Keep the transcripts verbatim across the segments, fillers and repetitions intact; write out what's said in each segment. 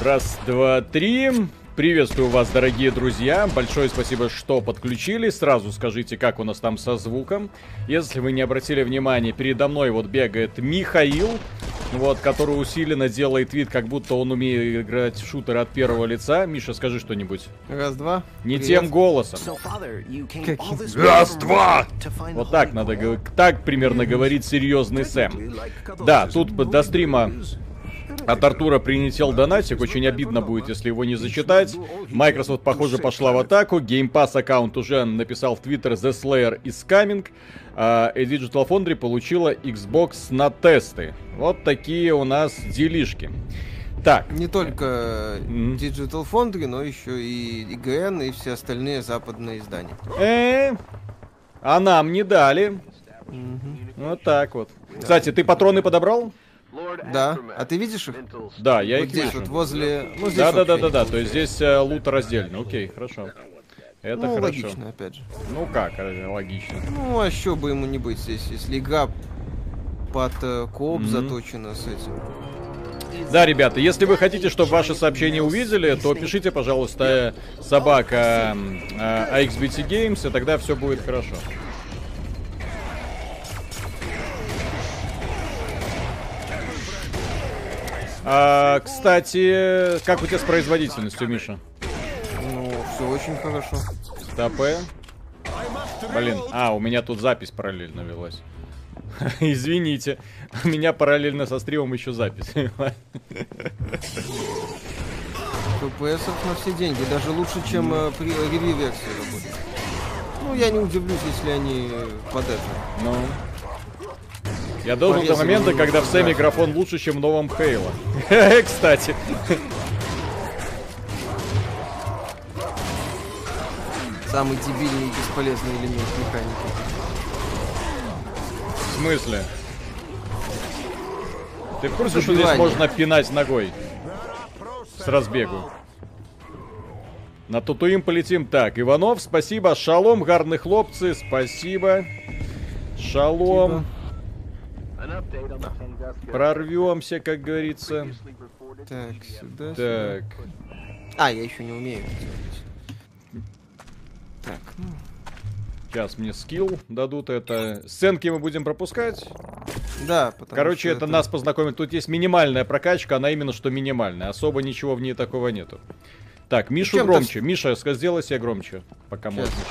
Раз, два, три. Приветствую вас, дорогие друзья. Большое спасибо, что подключились. Сразу скажите, как у нас там со звуком. Если вы не обратили внимания, передо мной вот бегает Михаил, вот, который усиленно делает вид, как будто он умеет играть в шутеры от первого лица. Миша, скажи что-нибудь. Раз, два. Не Привет. Тем голосом. Раз, два. Вот так надо говорить. Так примерно говорит серьезный Сэм. Да, тут до стрима от Артура прилетел донатик, очень обидно будет, если его не зачитать. Microsoft, похоже, пошла в атаку. Game Pass аккаунт уже написал в Twitter The Slayer is coming. А Digital Foundry получила Xbox на тесты. Вот такие у нас делишки. Так. Не только Digital Foundry, но еще и и джи эн, и все остальные западные издания. Э, а нам не дали. Вот так вот. Кстати, ты патроны подобрал? Да. А ты видишь их? Да, я Вот их здесь вижу. вот возле... Ну, здесь Да, да, да, вообще да, да. не То есть здесь э, лут раздельно. Окей, хорошо. Это Ну, хорошо. логично, опять же. Ну как, э, логично. Ну, а что бы ему не быть здесь, если игра под э, кооп Мгм. заточена с этим. Да, ребята, если вы хотите, чтобы ваши сообщения увидели, то пишите, пожалуйста, собака э, эй икс би ти Games, и тогда все будет хорошо. А, кстати, как у тебя с производительностью, Миша? Ну, все очень хорошо. ТП. Блин, а, у меня тут запись параллельно велась. Извините, у меня параллельно со стримом еще запись. эф пи эсов на все деньги, даже лучше, чем э, при ревью-версии работает. Ну, я не удивлюсь, если они под это. Ну. Я должен до момента, когда в Сэме графон лучше, чем в новом Хейла. Кстати. Самый дебильный и бесполезный элемент механики. В смысле? Ты в курсе, что здесь Забивание. можно пинать ногой? С разбегу. На Татуим полетим. Так, Иванов, спасибо. Шалом, гарные хлопцы, спасибо. Шалом. Прорвемся, как говорится. Так, сюда, сюда. Так. А, я еще не умею это делать. Так, ну, Сейчас мне скилл дадут. Это сценки мы будем пропускать. да, потому Короче, что это нас познакомит. Тут есть минимальная прокачка, она именно что минимальная. Особо ничего в ней такого нету. Так, Мишу Чем-то громче. Миша, ска- сделай себя громче, пока Сейчас. можно.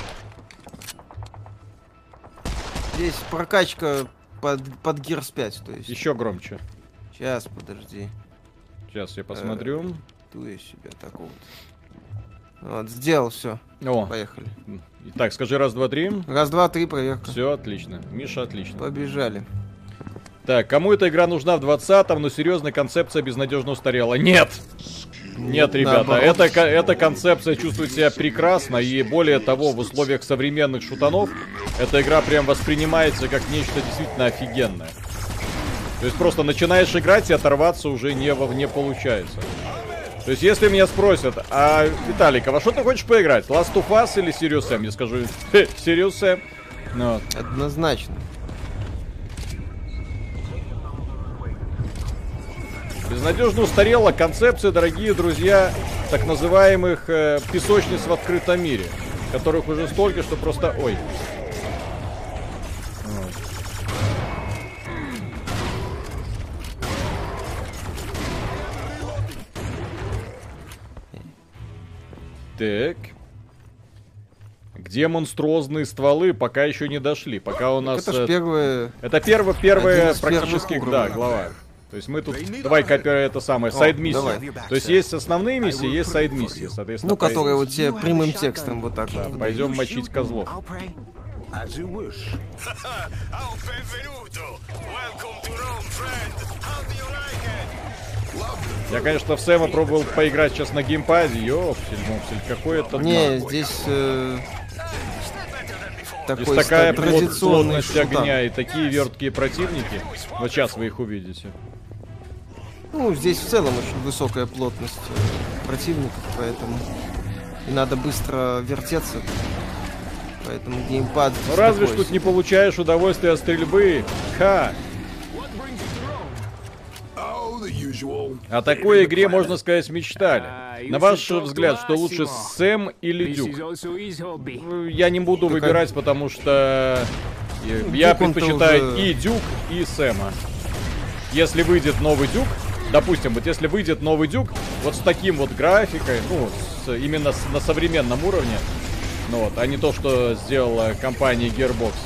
Здесь прокачка под, под Gears пять, то есть. Еще громче. Сейчас, подожди. Сейчас я посмотрю. Ту я себя так вот. Вот, сделал все. О, Поехали. так, скажи раз, два, три. Раз, два, три, проверка. Все, отлично. Миша, отлично. Побежали. Так, кому эта игра нужна в двадцатом, но серьезная концепция безнадежно устарела? Нет! Нет, ребята, Наоборот. эта, ко- эта концепция чувствует себя прекрасно, и более того, в условиях современных шутанов, эта игра прям воспринимается как нечто действительно офигенное. То есть просто начинаешь играть, и оторваться уже не, во- не получается. То есть если меня спросят, а, Виталик, а во что ты хочешь поиграть? Last of Us или Serious Sam? Я скажу, «Хе, Serious Sam. Ну, вот. Однозначно. Безнадежно устарела концепция, дорогие друзья, так называемых э, песочниц в открытом мире, которых уже столько, что просто... Ой. Вот. Так. Где монструозные стволы, пока еще не дошли. Пока у нас... Это ж э, первое. Это первая, первая Один из практически, первых да, уровней. глава. То есть мы тут, давай копи это самое, О, сайд-миссия. давай. То есть есть основные миссии, есть сайд-миссии, соответственно. Ну, которые пой- вот тебе прямым текстом вот так вот. Пойдем мочить козлов. As you wish. Oh, benvenuto. Welcome to Rome, friend. How do you like it? Я, конечно, в Сэма пробовал поиграть сейчас на геймпаде. Ёпсель, мопсель, какой это Не, дно. здесь э, Здесь такой такая ста- плот- традиционный плотность шутан. огня и такие верткие противники. Вот сейчас вы их увидите. Ну, здесь в целом очень высокая плотность э, противников, поэтому и надо быстро вертеться. Поэтому геймпад Ну здесь разве ж такой тут не себе. получаешь удовольствие от стрельбы? Ха! usual. О такой игре, можно сказать, мечтали. На ваш взгляд, что лучше, Сэм или Дюк? Я не буду Так, выбирать, потому что я Дюк, он-то предпочитаю уже- и Дюк, и Сэма. Если выйдет новый Дюк, допустим, вот если выйдет новый Дюк, вот с таким вот графикой, ну, с- именно с- на современном уровне, ну вот, а не то, что сделала компания Gearbox.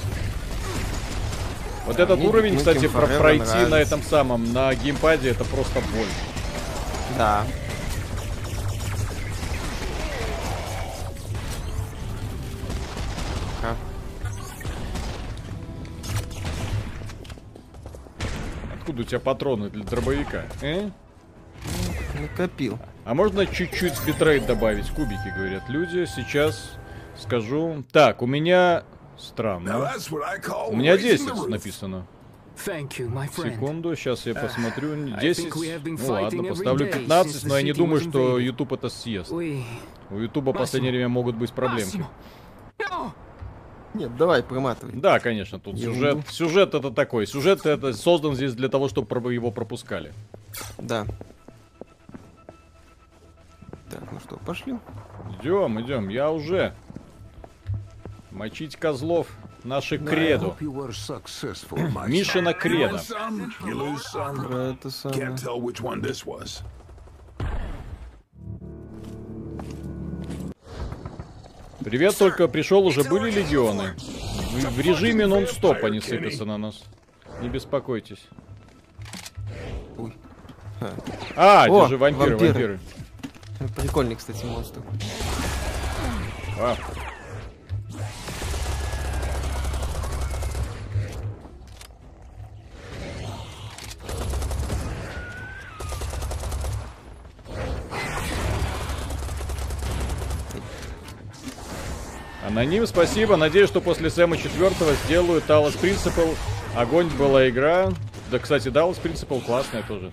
Вот этот мне уровень, Duke кстати, Nukem про- Forever пройти нравится. на этом самом, на геймпаде, это просто боль. Да. А, Откуда у тебя патроны для дробовика? Э? накопил. А можно чуть-чуть битрейт добавить? Кубики, говорят люди. Сейчас скажу. Так, у меня... Now Странно. that's what I call У меня raising десять the roof. написано. Thank you, my friend. Секунду, сейчас я посмотрю. I десять. think we have been Ну ладно, fighting every поставлю day пятнадцать, since но я не the city думаю, was что invaded. YouTube это съест. We... У Ютуба в последнее время могут быть проблемки. Massimo. No! Нет, давай, проматывай. Да, конечно, тут Ерунду. сюжет. Сюжет это такой. Сюжет это создан здесь для того, чтобы его пропускали. Да. Так, ну что, пошли? Идем, идем. Я уже. Мочить козлов. Наше I кредо. hope you were successful, my Мишина son. кредо. You win some, you lose some. Про это самое. Can't tell which one this was. Привет, только пришел, уже были легионы. В, в режиме нон-стоп они сыпятся на нас. Не беспокойтесь. Ой. А, О, это же вампиры, вампиры. вампиры. Прикольный, кстати, монстр. Вау. Аноним, спасибо. Надеюсь, что после Сэма четвертого сделают Talos Principle. Огонь была игра. Да, кстати, Talos Principle классная тоже.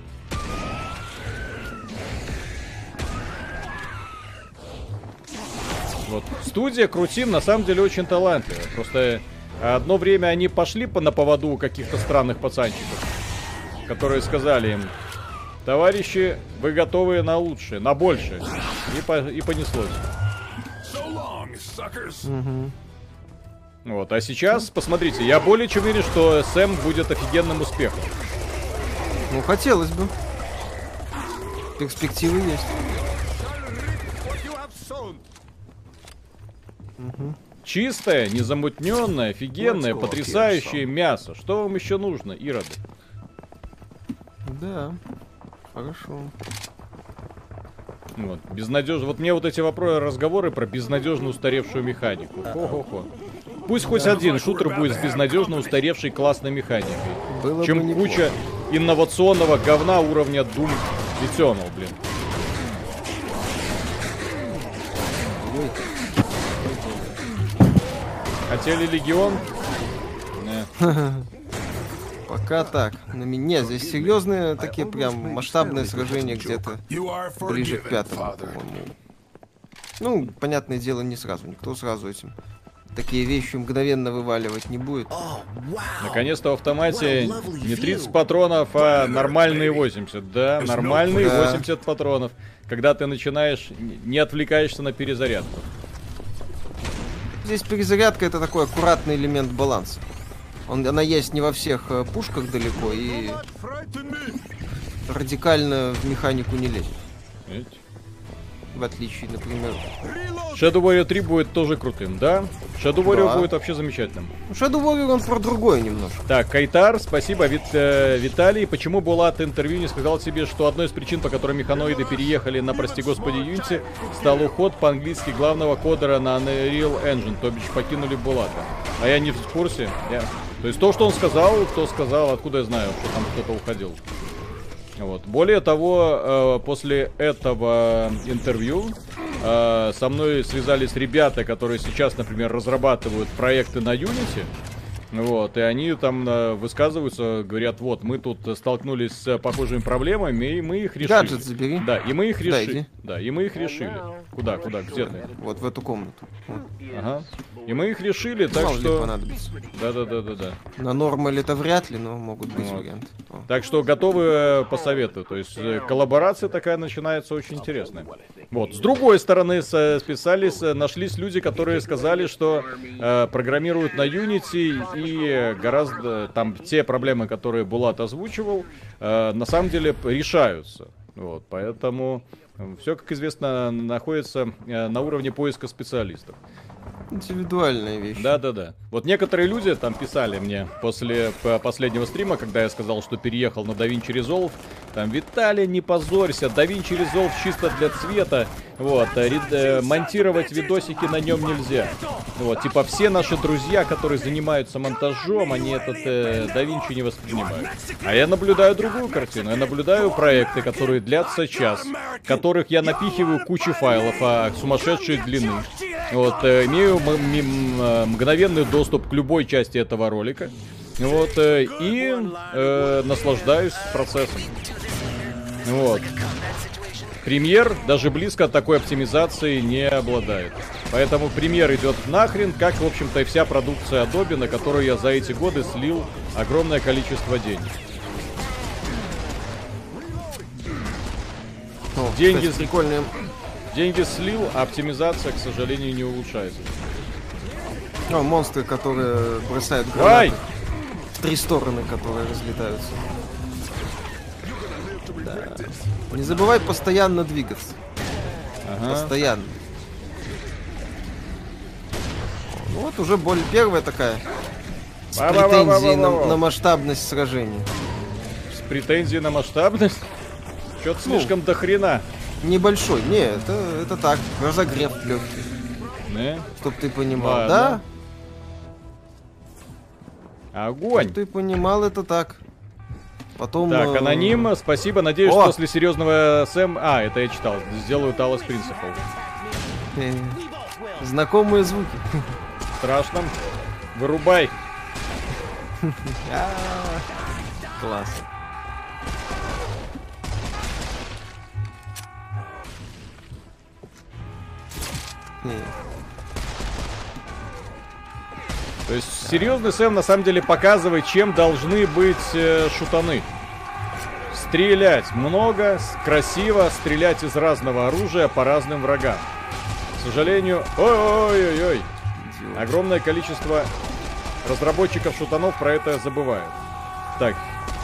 Вот. Студия Крутин на самом деле очень талантливая. Просто одно время они пошли по на поводу у каких-то странных пацанчиков, которые сказали им: товарищи, вы готовы на лучшее, на большее. И, по- и понеслось. So long, suckers. Вот, а сейчас, посмотрите, я более чем уверен, что Сэм будет офигенным успехом. Ну, хотелось бы. Перспективы есть. Чистое, незамутненное, офигенное, Let's go, потрясающее мясо. Что вам еще нужно, ироды? Да. Хорошо. Вот, безнадежно. Вот мне вот эти вопросы, разговоры про безнадежно устаревшую механику. Хо-хо-хо. Пусть хоть один шутер будет с безнадежно устаревшей классной механикой, Было бы чем неплохо. куча инновационного говна уровня Doom Eternal, блин. Ой, Хотели Легион? Не. пока так. На меня здесь серьезные такие прям масштабные сражения где-то You are ближе к forgiven, пятому, father. по-моему. Ну, понятное дело, не сразу. Никто сразу этим такие вещи мгновенно вываливать не будет. Наконец-то в автомате не тридцать патронов, а нормальные восемьдесят. Да, нормальные Да. восемьдесят патронов. Когда ты начинаешь, не отвлекаешься на перезарядку. Здесь перезарядка — это такой аккуратный элемент баланса. Он, она есть не во всех э, пушках далеко и радикально в механику не лезет. Видите? В отличие, например... Shadow Warrior три будет тоже крутым, да? Shadow Warrior Да. будет вообще замечательным. Ну, Shadow Warrior, он про другое немножко. Так, Кайтар, спасибо, Вит, э, Виталий. Почему Булат интервью не сказал себе, что одной из причин, по которой механоиды переехали на, прости господи, Unity, стал уход по-английски главного кодера на Unreal Engine, то бишь покинули Булата. А я не в курсе. Я... То есть то, что он сказал, то сказал, откуда я знаю, что там кто-то уходил. Вот. Более того, э, после этого интервью э, со мной связались ребята, которые сейчас, например, разрабатывают проекты на Unity. Вот, и они там э, высказываются, говорят, вот, мы тут столкнулись с похожими проблемами, и мы их решили. Гаджет забери. Да, и мы их Да, решили. иди. Да, и мы их решили. Куда, куда, где ты? Вот в эту комнату. Вот. Ага. И мы их решили, так Мало ли что... понадобится. Да-да-да-да-да. На нормале это вряд ли, но могут быть Вот. варианты. О. Так что готовы э, посоветую. То есть э, коллаборация такая начинается очень интересная. Вот. С другой стороны, с- списались, э, нашлись люди, которые сказали, что э, программируют на Unity и гораздо там те проблемы, которые Булат озвучивал, э, на самом деле п- решаются. Вот. Поэтому все, как известно, находится э, на уровне поиска специалистов. Индивидуальная вещь. Да-да-да. Вот некоторые люди там писали мне после п- последнего стрима, когда я сказал, что переехал на DaVinci Resolve, там, Виталий, не позорься, DaVinci Resolve чисто для цвета, вот, э, ре- э, монтировать видосики на нем нельзя. Вот, типа, все наши друзья, которые занимаются монтажом, они этот э, DaVinci не воспринимают. А я наблюдаю другую картину, я наблюдаю проекты, которые длятся час, в которых я напихиваю кучу файлов, а сумасшедшей длины. Вот, э, имею м- м- м- мгновенный доступ к любой части этого ролика. Вот, э, и э, наслаждаюсь процессом. Вот. Премьер даже близко от такой оптимизации не обладает. Поэтому премьер идет нахрен, как, в общем-то, и вся продукция Adobe, на которую я за эти годы слил огромное количество денег. О, Деньги кстати, с- прикольные. Деньги слил, а оптимизация, к сожалению, не улучшается. О, монстры, которые бросают Ай! гранаты. В три стороны, которые разлетаются. Да. Не забывай постоянно двигаться. Ага. Постоянно. Ну вот уже более первая такая. С претензией на, на масштабность сражений. С претензией на масштабность? Чё-то Ну. слишком до хрена. Небольшой. Не, это, это так. Разогрев легкий. Не? Чтоб ты понимал. Ладно. Да? Огонь. Чтоб ты понимал, это так. Потом... Так, э, аноним, спасибо. Надеюсь, О! что после серьезного Сэм... А, это я читал. Сделаю Талос Принципал. э, Знакомые звуки. Страшно. Вырубай. А, Класс. Не. То есть серьезный Сэм на самом деле показывает, чем должны быть э, шутаны. Стрелять много, с- красиво, стрелять из разного оружия по разным врагам. К сожалению, ой-ой-ой-ой, огромное количество разработчиков шутанов про это забывают. Так.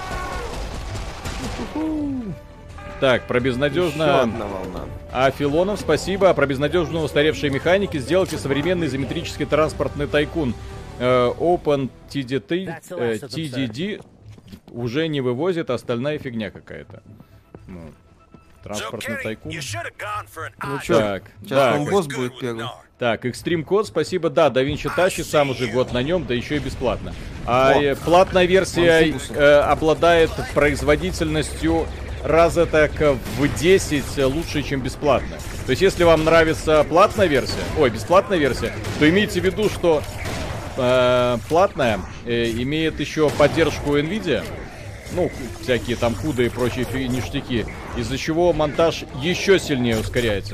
Так, про Еще безнадежно... одна волна. А Филонов, спасибо. А про безнадежно устаревшие механики сделайте современный изометрический транспортный тайкун. Э, Open ти ди ти, э, ти ди ди уже не вывозит, остальная фигня какая-то. Ну, транспортный тайкун. Ну чё, Так, сейчас да. вам босс будет первый. Так, Extreme Code, спасибо. Да, DaVinci тащит сам уже год на нем, да еще и бесплатно. А э, платная версия Амфибусы. э, обладает производительностью раза так в десять лучше, чем бесплатная. То есть, если вам нравится платная версия, ой, бесплатная версия, то имейте в виду, что э, платная э, имеет еще поддержку NVIDIA, ну, всякие там куды и прочие фи- ништяки, из-за чего монтаж еще сильнее ускоряется.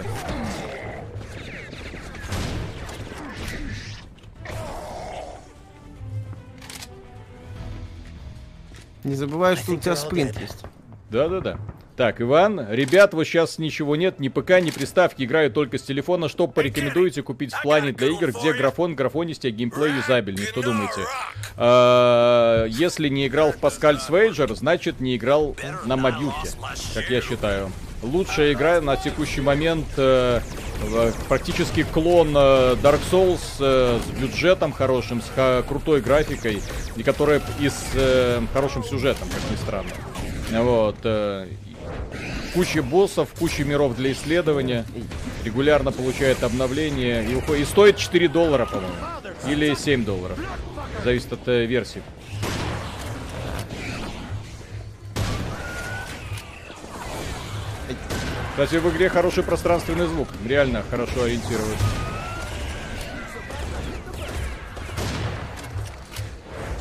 Не забывай, что у тебя спринт есть. Да-да-да. Так, Иван, ребят, вот сейчас ничего нет, ни ПК, ни приставки, играю только с телефона. Что порекомендуете купить в плане для игр, где графон графонистее, геймплей юзабельней? Что думаете? А, если не играл в Pascal's Wager, значит не играл на мобилке, как я считаю. Лучшая игра на текущий момент э, в- практически клон э, Dark Souls э, с бюджетом хорошим, с ха- крутой графикой и которая и с э, хорошим сюжетом, как ни странно. Вот. Э, куча боссов, куча миров для исследования. Регулярно получает обновления. И, ухо- и стоит четыре доллара, по-моему. Или семь долларов. Зависит от э, версии. Кстати, в игре хороший пространственный звук. Реально хорошо ориентирует.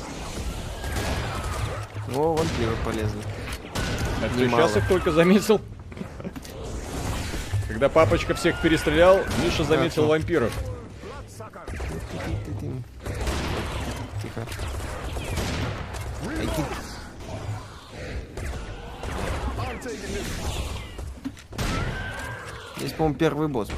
О, вампиры полезли. А ты Немало. сейчас их только заметил? Когда папочка всех перестрелял, Миша заметил Хорошо. вампиров. Тихо. Ай, ки- Здесь, по-моему, первый босс.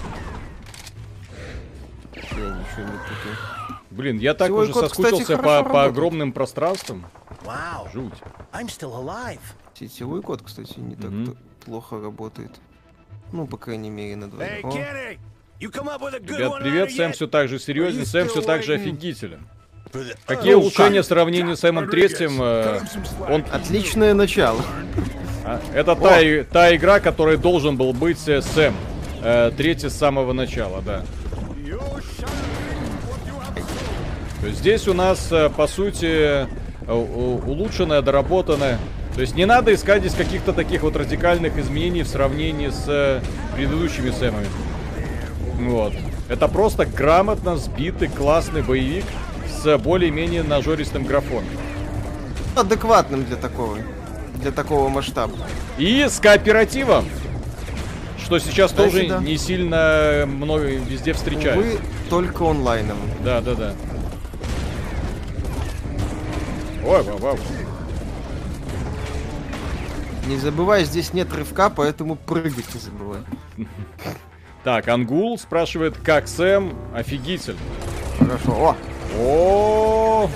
Я ничего не путаю. Блин, я так Силовой уже код, соскучился кстати, по, хорошо по работает. огромным пространствам. Wow, Жуть. I'm still alive. Сетевой код, кстати, не так Мгм. плохо работает. Ну, по крайней мере, на Hey, двоих. О, Kenny! You come up with a good Ребят, one привет, out Сэм yet? все так же серьезен, Are you Сэм still все так же waiting? офигителен. For the- Какие Oh, улучшения God. в сравнении с Сэмом Rodriguez, третьим? э, cut him some slack. Он, Отличное начало. а, это та, и- та игра, которой должен был быть э, Сэм. Э, третий с самого начала, да. You shut То есть здесь у нас, э, по сути, э, у- улучшенное, доработанное. То есть не надо искать здесь каких-то таких вот радикальных изменений в сравнении с э, предыдущими Сэмами. Вот. Это просто грамотно сбитый классный боевик с более-менее нажористым графоном. Адекватным для такого. Для такого масштаба. И с кооперативом. Что сейчас Кстати, тоже да. не сильно много везде встречается. Увы, только онлайновым. Да, да, да. Ой, вау, вау. Не забывай, здесь нет рывка, поэтому прыгать не забывай. Так, Ангул спрашивает, как Сэм? Офигитель. Хорошо. О, О,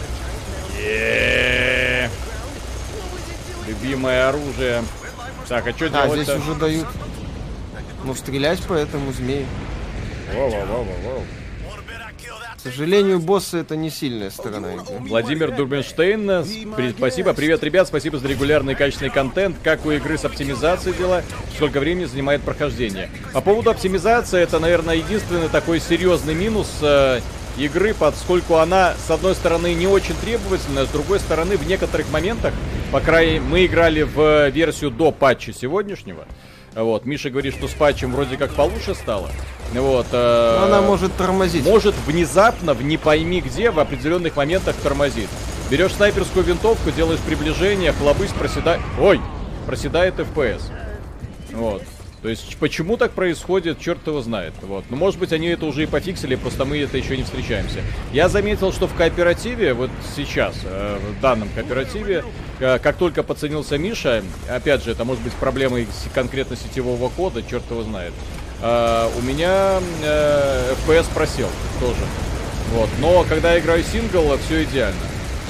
Е. Любимое оружие. Так, а что а, здесь делать-то? уже дают. Ну, стрелять по этому змею. Воу, воу, воу, воу, воу. К сожалению, боссы это не сильная сторона игры. Владимир Дурбенштейн, э, при- спасибо. Привет, ребят, спасибо за регулярный и качественный контент. Как у игры с оптимизацией дела? Сколько времени занимает прохождение? По поводу оптимизации, это, наверное, единственный такой серьезный минус э, игры, поскольку она, с одной стороны, не очень требовательная, с другой стороны, в некоторых моментах, по крайней мере, мы играли в версию до патча сегодняшнего. Вот, Миша говорит, что с патчем вроде как получше стало. Вот, э, Но она может тормозить. может внезапно, в не пойми где, в определенных моментах тормозит. Берешь снайперскую винтовку, делаешь приближение, хлобысь, проседает... Ой! Проседает эф пи эс. Вот. То есть, почему так происходит, черт его знает. Вот. Но, может быть, они это уже и пофиксили, просто мы это еще не встречаемся. Я заметил, что в кооперативе, вот сейчас, э, в данном кооперативе, э, как только подценился Миша, опять же, это может быть проблемой с- конкретно сетевого кода, черт его знает. Э, у меня э, эф пи эс просел тоже. Вот. Но когда я играю сингл, все идеально.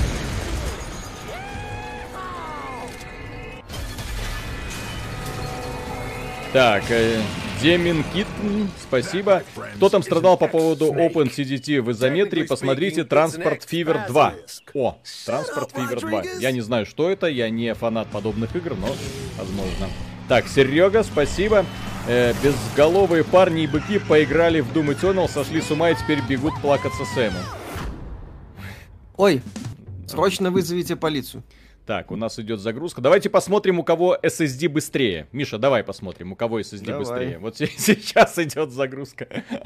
Так, э, Демин Киттн, спасибо. Кто там страдал по поводу OpenCDT в изометрии, посмотрите Transport Fever два. О, Transport Fever два. Я не знаю, что это, я не фанат подобных игр, но возможно. Так, Серега, спасибо. Э, безголовые парни и быки поиграли в Doom Eternal, сошли с ума и теперь бегут плакаться Сэму. Ой, срочно вызовите полицию. Так, у нас идет загрузка. Давайте посмотрим, у кого эс эс ди быстрее. Миша, давай посмотрим, у кого эс эс ди Давай. быстрее. Вот се- сейчас идет загрузка.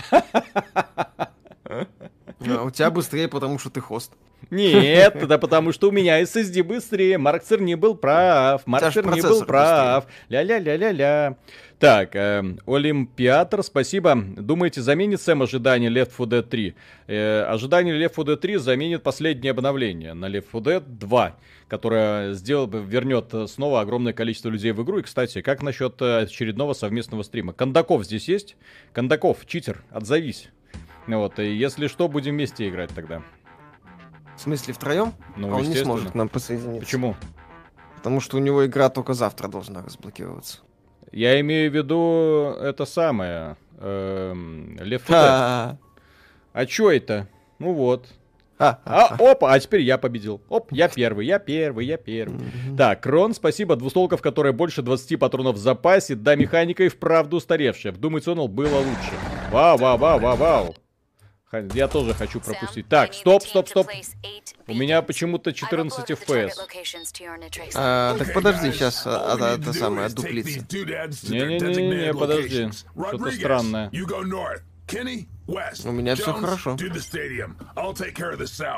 А, у тебя быстрее, потому что ты хост. Нет, да потому что у меня эс эс ди быстрее. Марк Церни был прав. Марк тебя ж Церни был процессор прав. Ля-ля-ля-ля-ля. Так, э, Олимпиатор, спасибо. Думаете, заменит Сэм ожидание Left фор Dead три? Э, ожидание Left фор Dead три заменит последнее обновление на Left фор Dead два, которое сделал, вернет снова огромное количество людей в игру. И, кстати, как насчет очередного совместного стрима? Кондаков здесь есть? Кондаков, читер, отзовись. Вот, и если что, будем вместе играть тогда. В смысле, втроем? Ну, А он не естественно. сможет к нам присоединиться. Почему? Потому что у него игра только завтра должна разблокироваться. Я имею в виду это самое. эм, Left фор Dead. Ха. А чё это? Ну вот. А, А, опа, а теперь я победил. Оп, я первый, я первый, я первый. Так, Крон, спасибо. Двустолков, которая больше двадцати патронов в запасе. Да, механика и вправду устаревшая. В Doom Eternal было лучше. Вау, вау, вау, вау, вау. Х- Я тоже хочу пропустить. Так, стоп, стоп, стоп. У меня почему-то четырнадцать эф пи эс. А, так подожди, сейчас а, а, это самое отдуплится. Не-не-не, подожди. Что-то странное. У меня все хорошо.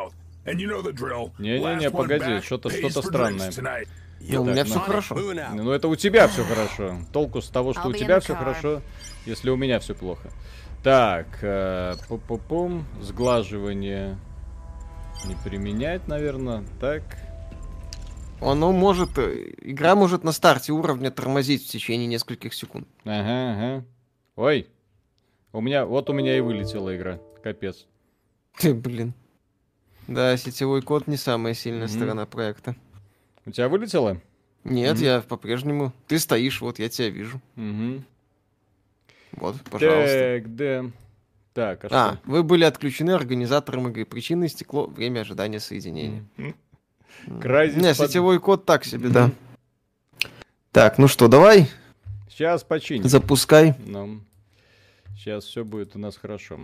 And you know the drill. Не-не-не, Last one погоди, back что-то pays что-то for странное. drinks tonight. Ну, у меня Так, все ну. хорошо. Ну, это у тебя все хорошо. Толку с того, что I'll у be тебя in the все car. хорошо, если у меня все плохо. Так, э, пу-пу-пум, сглаживание не применять, наверное. Так, Оно может... э, Игра может на старте уровня тормозить в течение нескольких секунд. ага, ага. Ой, у меня, вот у меня и вылетела игра. Капец. Ты, блин. Да, сетевой код не самая сильная Мгм. сторона проекта. У тебя вылетело? Нет, Мгм. я по-прежнему... Ты стоишь, вот, я тебя вижу. Угу. Вот, пожалуйста. Так, да. Так, а, А, что? вы были отключены организатором игры. Причина истекло. Время ожидания соединения. Крайзис Не, под- сетевой код так себе, да. Так, ну что, давай, Сейчас починим. запускай. Ну, сейчас все будет у нас хорошо.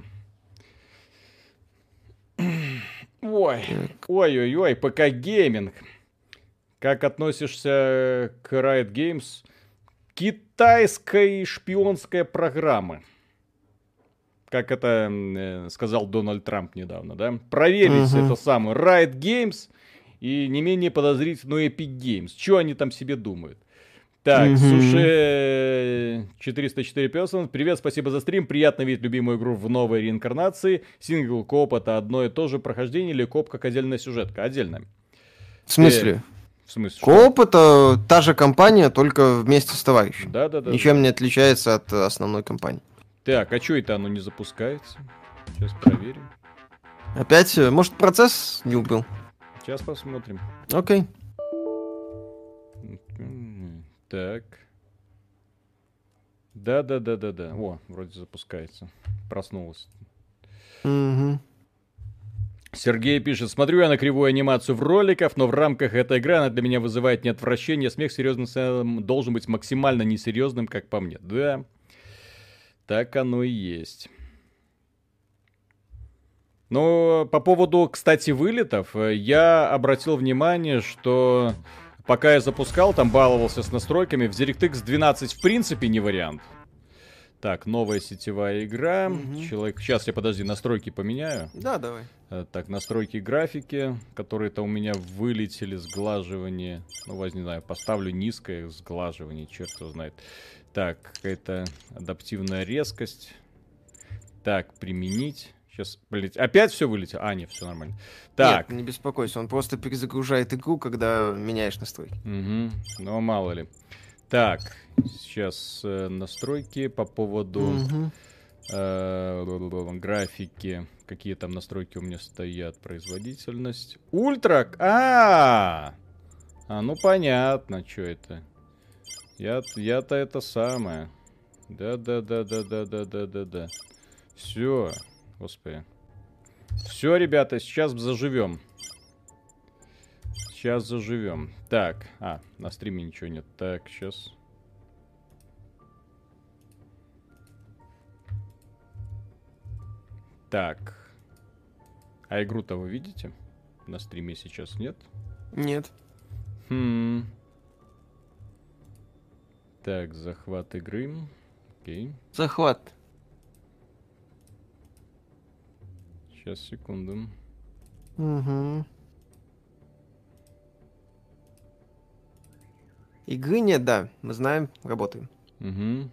Ой, ой-ой-ой, ПК-гейминг. Как относишься к Riot Games? Китайской шпионской программы. Как это э, сказал Дональд Трамп недавно, да? Проверить Мгм. это самое Riot Games и не менее подозрительную Epic Games. Что они там себе думают? Так, Мгм. Суше четыреста четыре Person. Привет, спасибо за стрим. Приятно видеть любимую игру в новой реинкарнации. Сингл коп это одно и то же прохождение или коп как отдельная сюжетка? Отдельно. В смысле? В смысле? что? Кооп это та же компания, только вместе с товарищем. Да, да, да. Ничем не отличается от э, основной компании. Так, а что это оно не запускается? Сейчас проверим. Опять, э, может, процесс не убил? Сейчас посмотрим. Окей. М, Так. Да, да, да, да, да. О, вроде запускается. Проснулась. Мгм. Сергей пишет: смотрю я на кривую анимацию в роликах, но в рамках этой игры она для меня вызывает не отвращение, смех серьезно должен быть максимально несерьезным, как по мне. Да, так оно и есть. Но по поводу, кстати, вылетов, э, я обратил внимание, что пока я запускал, там баловался с настройками, в DirectX двенадцать в принципе не вариант. Так, новая сетевая игра. Мгм. Человек... Сейчас я, подожди, настройки поменяю. Да, давай. Э, Так, настройки графики, которые-то у меня вылетели, сглаживание. Ну, возь, не знаю, поставлю низкое сглаживание, черт его знает. Так, какая-то адаптивная резкость. Так, применить. Сейчас, блядь, опять все вылетело? А, нет, все нормально. Так, Нет, не беспокойся, он просто перезагружает игру, когда меняешь настройки. угу. Ну, мало ли. Так, сейчас э, настройки по поводу... Мгм. Э, графики. Какие там настройки у меня стоят? Производительность. Ультра. А, а, ну понятно, что это. Я, я-то это самое. Да, да, да, да, да, да, да, да, да. Все, господи. Все, ребята, сейчас заживем. Сейчас заживем. Так, а, на стриме ничего нет. Так, сейчас. Так. А игру-то вы видите? На стриме сейчас нет? Нет. Хм. Так, захват игры. Окей. Захват. Сейчас, секунду. Угу. Игры нет, да. Мы знаем, работаем. Угу.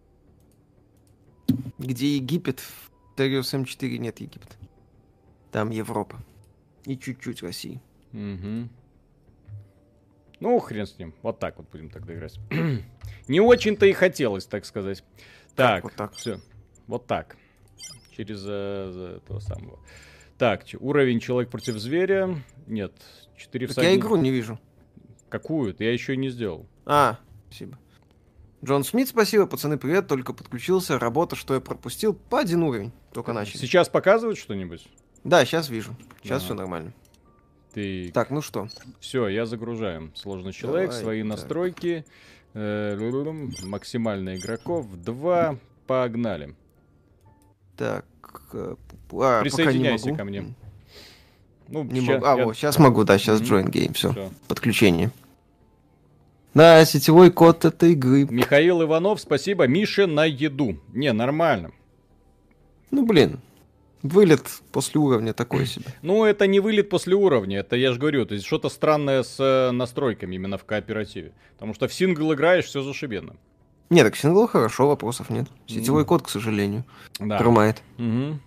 Где Египет? В Terios эм четыре нет Египта. Там Европа. И чуть-чуть России. Угу. Ну, хрен с ним. Вот так вот будем тогда играть. Не очень-то и хотелось, так сказать. Так, вот так? все. Вот так. Через э, за этого самого. Так, ч- уровень человек против зверя. Нет, четыре Так я всадника. игру не вижу. Какую-то? Я еще не сделал. А, спасибо. Джон Смит, спасибо. Пацаны, привет. Только подключился. Работа, что я пропустил. По один уровень. Только начали. Сейчас показывают что-нибудь? Да, сейчас вижу. Сейчас Ага. все нормально. Ты... Так, ну что? Все, я загружаю. Сложный человек, Давай, свои так. настройки. Э, лу-лу-лум, максимально игроков. Два. Погнали. Так. э, пу- а, пока не Присоединяйся могу. ко мне. Ну, Не ща- могу. А, я- вот, сейчас могу, да, сейчас Мгм. join game, все. Всё. Подключение. Да, сетевой код этой игры. Михаил Иванов, спасибо. Мише на еду. Не, нормально. Ну, блин. Вылет после уровня такой себе. Ну, это не вылет после уровня, это я же говорю, то есть что-то странное с э, настройками именно в кооперативе. Потому что в сингл играешь, все зашибенно. Не, так сингл хорошо, вопросов нет. Сетевой код, к сожалению, Да. хромает. Угу.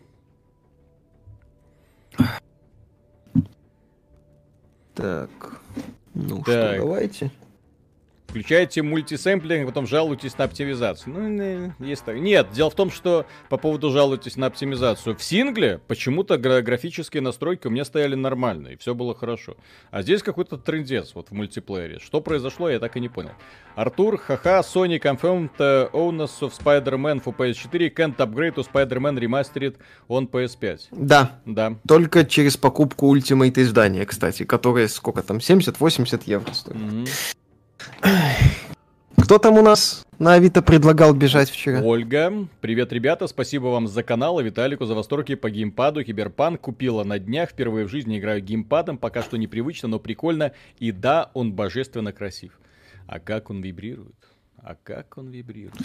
Так, ну Так. что, давайте. Включаете мультисэмплинг, потом жалуетесь на оптимизацию. Ну, не, есть так. Нет, дело в том, что по поводу жалуетесь на оптимизацию. В сингле почему-то гра- графические настройки у меня стояли нормально, и все было хорошо. А здесь какой-то трындец вот в мультиплеере. Что произошло, я так и не понял. Артур, ха-ха, Sony confirmed uh, owners of Spider-Man for пи эс четыре can't upgrade to Spider-Man Remastered on пи эс пять. Да, Да. только через покупку Ultimate издания, кстати, которое сколько там, семьдесят-восемьдесят евро стоит. Мгм. Кто там у нас на Авито предлагал бежать вчера? Ольга, привет, ребята, спасибо вам за канал, и Виталику за восторги по геймпаду. Киберпанк купила на днях, впервые в жизни играю геймпадом, пока что непривычно, но прикольно, и да, он божественно красив. А как он вибрирует? А как он вибрирует?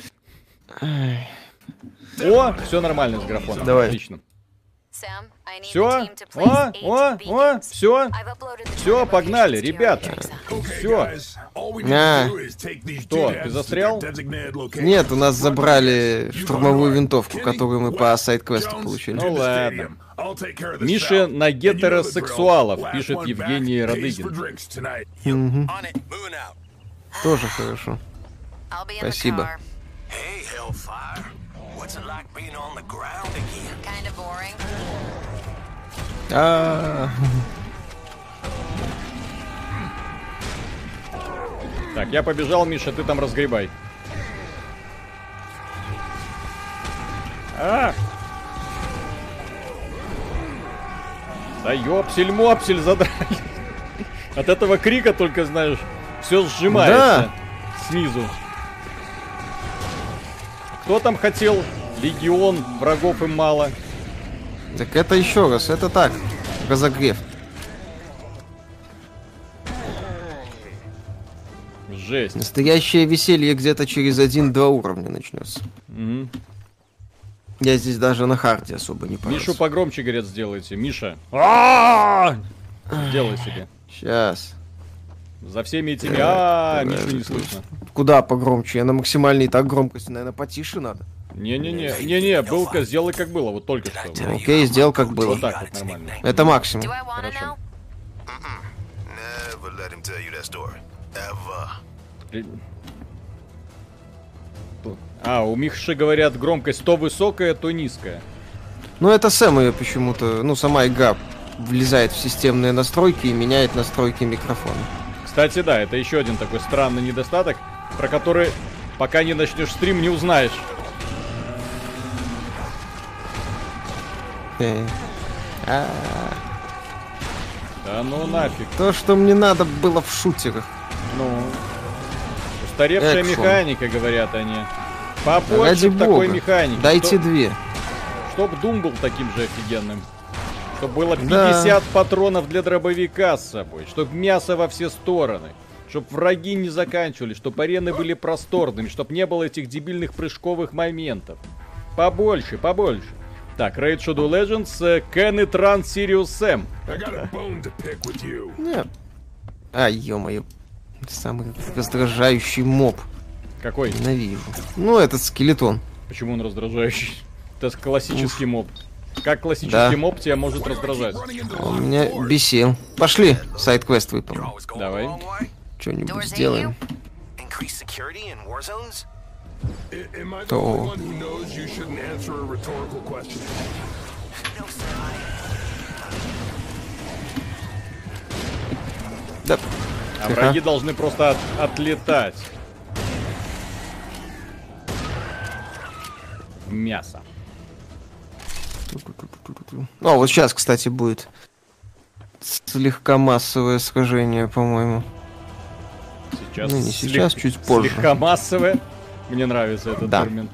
О, все нормально с графоном, Давай. отлично. Все? О, о, о, все. Все, погнали, ребята. Все. А. Что, ты застрял? Нет, у нас забрали штурмовую винтовку, которую мы по сайд-квесту получили. Ну ладно. Миша на гетеросексуалов, пишет Евгений Радыгин. Мгм. Тоже хорошо. Спасибо. Hey, Hellfire. What's it like being on the ground again? А, Так, я побежал, Миша, ты там разгребай. А! Да ёпсель-мопсель задрали. От этого крика только, знаешь, все сжимается снизу. Кто там хотел? Легион, врагов им мало. Так это еще раз, это так, разогрев. Жесть. Настоящее веселье где-то через один-два уровня начнется. Мгм. Я здесь даже на харде особо не парюсь. Мишу погромче, говорят, сделайте. Миша. А-а-а! Сделай себе. Сейчас. За всеми этими... А, Мишу не слышно. Куда погромче? Я на максимальной и так громкости, наверное, потише надо. Не-не-не, не-не, было, сделай как было, вот только что. Окей, сделал как было. Вот так вот нормально. Это максимум. Хорошо. Never let him tell you that story. Ever. А, у Миши говорят, громкость то высокая, то низкая. Ну это Сэм ее почему-то, ну сама игра влезает в системные настройки и меняет настройки микрофона. Кстати, да, это еще один такой странный недостаток, про который пока не начнешь стрим, не узнаешь. Э. А, Да ну нафиг. То, что мне надо было в шутерах. Ну, устаревшая Экшон. механика, говорят они. Побольше Ради б такой бога. механики. Дайте Чтоб- две. Чтоб Doom был таким же офигенным. Чтоб было Да. пятьдесят патронов для дробовика с собой. Чтоб мясо во все стороны. Чтоб враги не заканчивались. Чтоб арены были просторными. Чтоб не было этих дебильных прыжковых моментов. Побольше, побольше. Так, Raid Shadow Legends, э, Can it run Serious Sam? I got a bone to pick with you. Нет. А, ё-моё. Самый раздражающий моб. Какой? Ненавижу. Ну, этот скелетон. Почему он раздражающий? Это классический моб. Как классический Да. моб тебя может раздражать? Он меня бесил. Пошли, сайд-квест выполним. Always going Давай. the wrong way. Что-нибудь сделаем. Increase security in war zones? Am I the То. only one who knows you shouldn't answer a rhetorical question? No, sir. Да. А Тихо. враги должны просто от- отлетать. В мясо. О, вот сейчас, кстати, будет слегка массовое сражение, по-моему. Сейчас, Ну, не сейчас, чуть позже. Слегка массовое. Мне нравится этот Да. термин.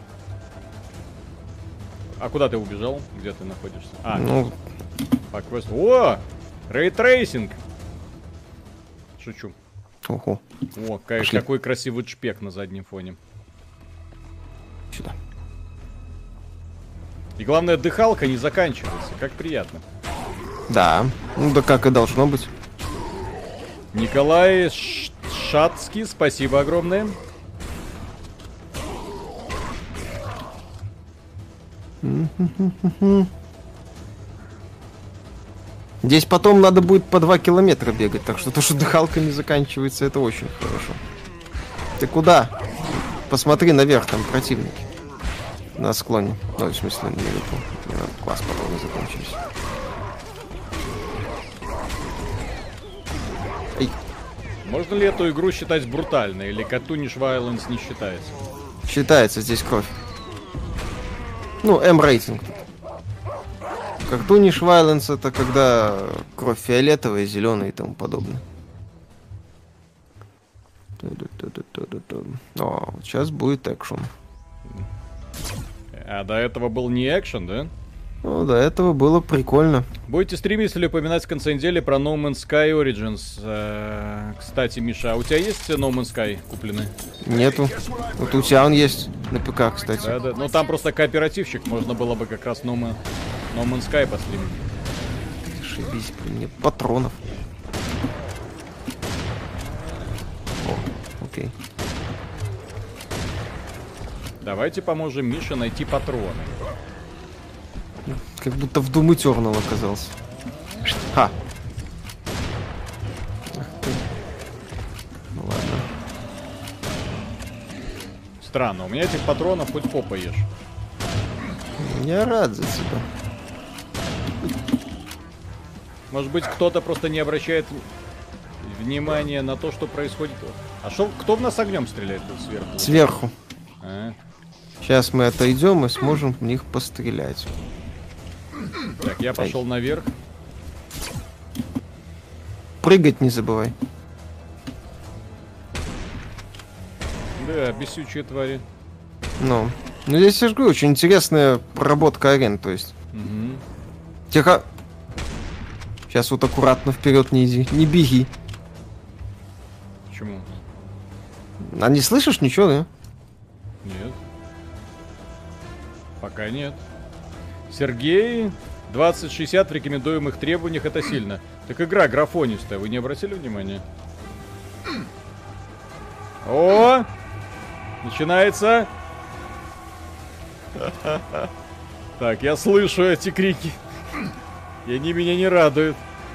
А куда ты убежал? Где ты находишься? А, Ну, по квесту. О! Рейтрейсинг! Шучу. ого, О, ка- Пошли. какой красивый шпек на заднем фоне. сюда. И главное, дыхалка не заканчивается. Как приятно. Да. Ну да как и должно быть. Николай Ш- Шацкий, спасибо огромное. Здесь потом надо будет по два километра бегать, так что то, что дыхалка не заканчивается, это очень хорошо. Ты куда? Посмотри наверх, там противники. На склоне. Ну, в смысле, наверху. Класс потом не закончились. Эй. Можно ли эту игру считать брутальной, или Cartoonish Violence не считается? Считается здесь кровь. Ну, М-рейтинг. Cartoonish Violence — это когда кровь фиолетовая, зеленая и тому подобное. О, сейчас будет экшен. А до этого был не экшен, да? Ну, до этого было прикольно. Будете стримить или упоминать в конце недели про No Man's Sky Origins? Э, кстати, Миша, а у тебя есть No Man's Sky купленный? Нету. Вот у тебя он есть на ПК, кстати. Да, да. Ну там просто кооперативщик, можно было бы как раз No, Man... no Man's Sky постримить. Ошибись, блин, нет патронов. О, окей. Давайте поможем Мише найти патроны. Как будто в Doom Eternal оказался. Ха. Ах ты. Ну ладно. Странно, у меня этих патронов хоть попа ешь. Я рад за тебя. Может быть, кто-то просто не обращает внимания на то, что происходит. А шо, кто в нас огнем стреляет тут сверху? Сверху. А? Сейчас мы отойдем и сможем в них пострелять. Так, я пошел Ай. наверх. Прыгать не забывай. Да, бесючие твари. Ну. Ну здесь, я же говорю, очень интересная проработка арен, то есть. Угу. Тихо. Сейчас вот аккуратно вперед не иди. Не беги. Почему? А не слышишь ничего, да? Нет. Пока нет. Сергей, двадцать шестьдесят в рекомендуемых требованиях, это сильно. Так игра графонистая, вы не обратили внимания? О! Начинается. Так, я слышу эти крики. И они меня не радуют.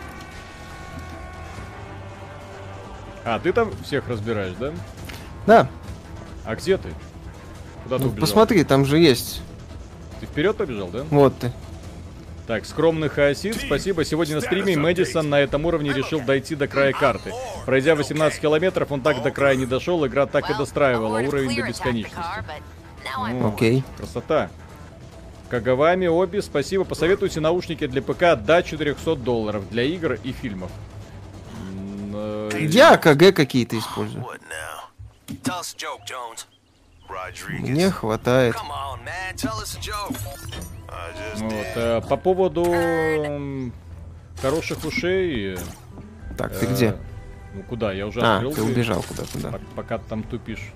А, ты там всех разбираешь, да? Да. А где ты? Куда ты Ну, убежал? посмотри, там же есть. Ты вперед побежал, да? Вот ты. Так, скромный хаосит, спасибо. Сегодня на стриме Мэдисон на этом уровне решил дойти до края карты. Пройдя восемнадцать километров, он так до края не дошел, игра так и достраивала уровень до бесконечности. О, Окей. красота. Кагавами, Оби, спасибо. Посоветуйте наушники для ПК до четырехсот долларов для игр и фильмов. М, э, Я АКГ какие-то использую. What now? Tell us a joke, Jones. Rodriguez. Мне хватает. Come on, man. Tell us a joke. I just Вот, did. э, по поводу м, хороших ушей. э, Так, ты где? Ну куда? Я уже А, открыл. ты дверь. убежал куда-то, да. Пок- Пока ты там тупишь.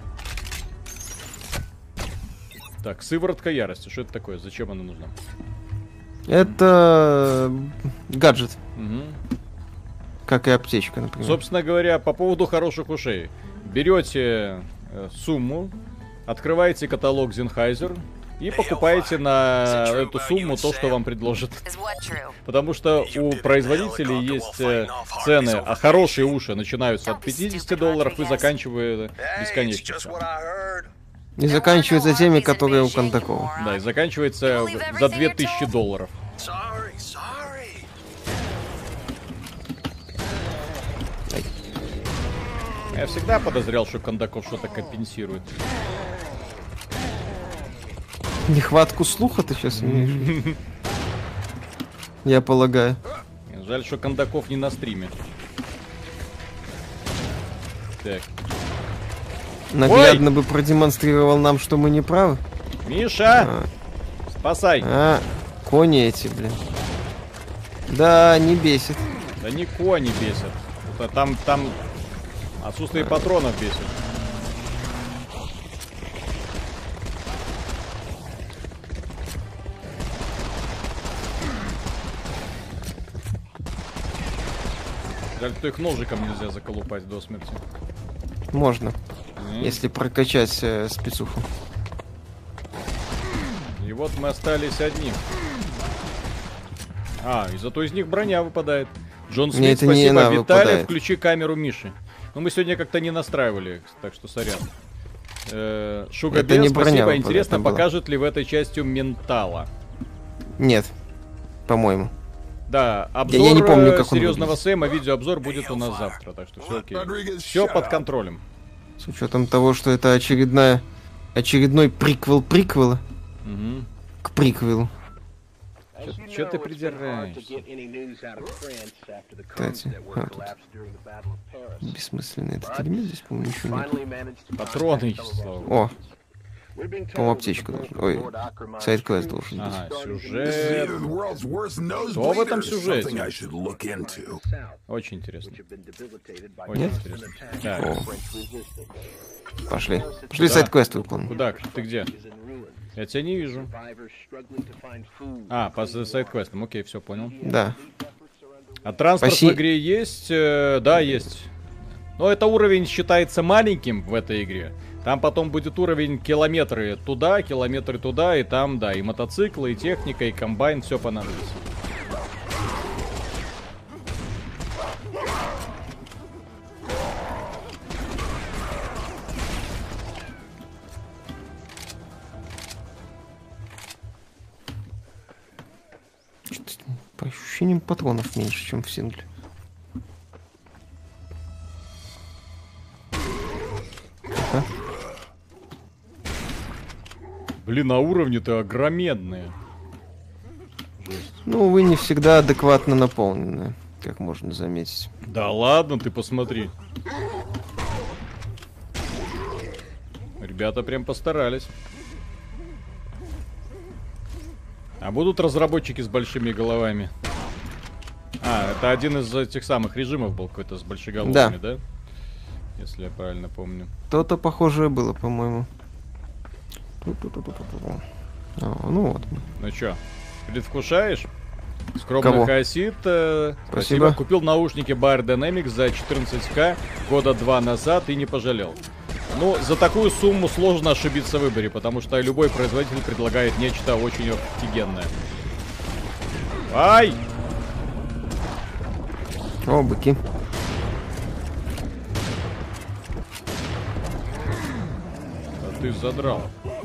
Так, сыворотка ярости. Что это такое? Зачем она нужна? Это гаджет, Мгм. как и аптечка, например. Собственно говоря, по поводу хороших ушей. Берете э, сумму, открываете каталог Sennheiser и покупаете на эту сумму то, что вам предложат. Потому что у производителей есть э, цены, а хорошие уши начинаются от пятидесяти долларов и заканчивая Hey, it's бесконечно. just what I heard. И заканчивается теми, которые у Кондакова. Да, и заканчивается в- за две тысячи долларов. Sorry, sorry. Я всегда подозревал, что Кондаков что-то компенсирует. Нехватку слуха ты сейчас имеешь? в виду? Я полагаю. Жаль, что Кондаков не на стриме. Так. Наглядно бы продемонстрировал нам, что мы не правы. Миша! А, Спасай! а, кони эти, блин. Да, не бесит. Да не кони бесят. Это там, там отсутствие патронов бесит. Жаль, что их ножиком нельзя заколупать до смерти. Можно, М. если прокачать э, спецуху. И вот мы остались одни. А, и зато из них броня выпадает. Джон Мне Смит, это не спасибо. она Виталий, выпадает. включи камеру Миши. Ну, мы сегодня как-то не настраивали, так что сорян. Э, Шуга Это не Бен, броня спасибо. выпадает, Интересно, там была. покажет ли в этой части ментала? Нет, по-моему. Да, обзор я не помню, как он серьезного выглядит. Сэма, видеообзор будет у нас завтра, так что все окей. Все под контролем. С учетом того, что это очередная, очередной приквел приквела Угу. к приквелу. Че ты придираешься? Кстати, а, тут бессмысленный этот элемент, здесь, по-моему, ничего нет. Патроны, слава богу. О, по-моему, аптечка должен. Ой, сайд-квест должен быть. Ага, It's сюжет. either the world's worst Что в этом nosebleeder or сюжете? something I should look into. Очень интересно. Очень Нет? интересно. Так, О, пошли. Пошли Куда? сайд-квест выполним. куда? Ты где? Я тебя не вижу. А, по сайд-квестам. Окей, все, понял. Да. А транспорт Спаси- в игре есть? Э, да, есть. Но это уровень считается маленьким в этой игре. Там потом будет уровень километры туда, километры туда, и там, да, и мотоциклы, и техника, и комбайн, все понадобится. Что-то по ощущениям патронов меньше, чем в сингле. Ага. Блин, а уровни-то огроменные. Ну, увы, не всегда адекватно наполненные, как можно заметить. Да ладно, ты посмотри. Ребята прям постарались. А будут разработчики с большими головами? А, это один из этих самых режимов был какой-то с большеголовыми, да? Если я правильно помню. То-то похожее было, по-моему. Ту-ту-ту-ту-ту-ту. А, ну вот. Ну чё, предвкушаешь? Скромный Кого? Хасид, э, спасибо. Спасибо. Купил наушники Bayer Dynamics за четырнадцать тысяч года два назад и не пожалел. Ну, за такую сумму сложно ошибиться в выборе, потому что любой производитель предлагает нечто очень офигенное. Ай! О, быки. А ты задрал.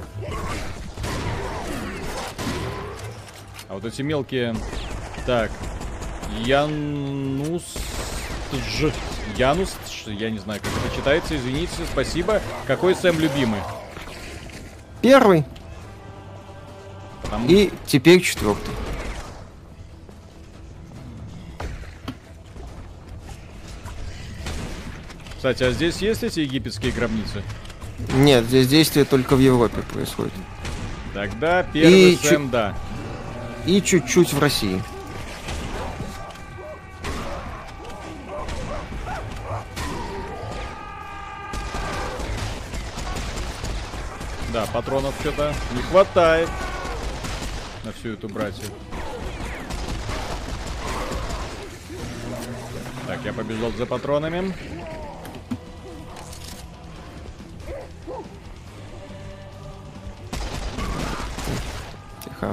А вот эти мелкие... Так. Янус... Дж. Янус, Дж. Я не знаю, как это читается, извините, спасибо. Какой Сэм любимый? Первый Потому- и теперь четвертый. Кстати, а здесь есть эти египетские гробницы? Нет, здесь действие только в Европе происходит. Тогда первый И Сэм, да. И чуть-чуть в России. Да, патронов что-то не хватает на всю эту братью. Так, я побежал за патронами. Тихо.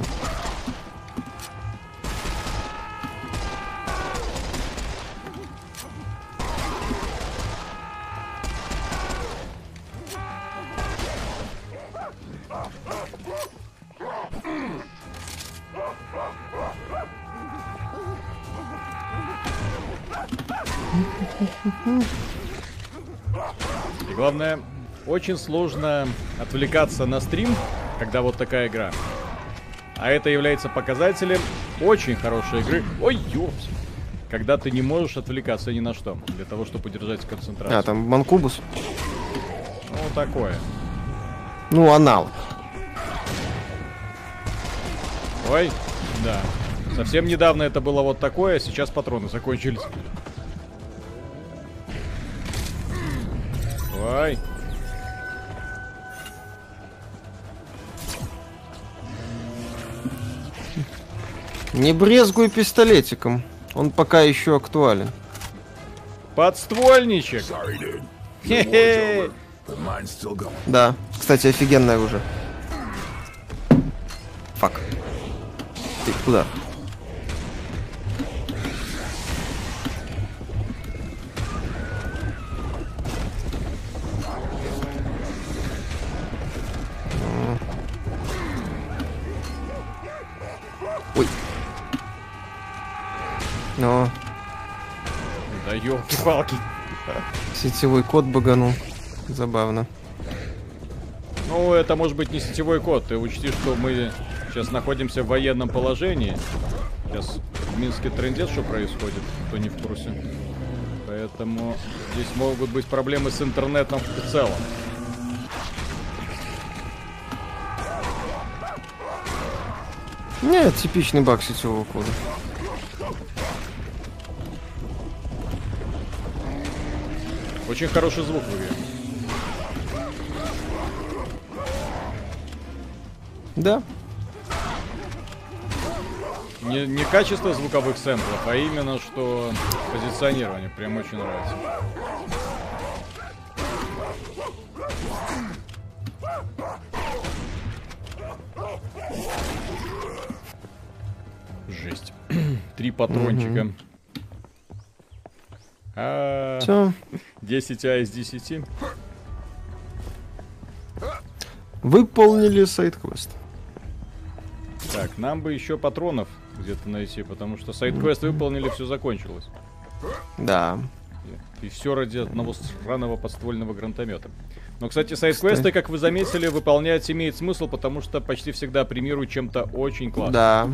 И главное, очень сложно отвлекаться на стрим, когда вот такая игра. А это является показателем очень хорошей игры. Ой, ёпс. Когда ты не можешь отвлекаться ни на что, для того, чтобы удержать концентрацию. А, там Манкубус. Ну, такое. Ну, аналог. Ой, да. Совсем недавно это было вот такое, а сейчас патроны закончились. Ой. Не брезгуй пистолетиком. Он пока еще актуален. Подствольничек. Sorry, dude. Хе-хе. But mine's still going. Да, кстати, офигенное уже. Фак. Ты куда? Ой. Ну, Да ёлки-палки. сетевой код баганул. Забавно. Ну, это может быть не сетевой код. Ты учти, что мы сейчас находимся в военном положении. Сейчас в Минске трындец, что происходит, кто не в курсе. Поэтому здесь могут быть проблемы с интернетом в целом. Нет, типичный баг сетевого кода. Очень хороший звук в игре. Да. Не, не качество звуковых сэмплов, а именно что позиционирование. Прям очень нравится. Жесть. Три патрончика. А, Все. десять а из десяти. Выполнили сайд-квест. Так, нам бы еще патронов где-то найти, потому что сайд-квест выполнили, все закончилось. Да. И все ради одного сраного подствольного гранатомета. Но, кстати, сайд-квесты, как вы заметили, выполнять имеет смысл, потому что почти всегда премируют чем-то очень классным. Да.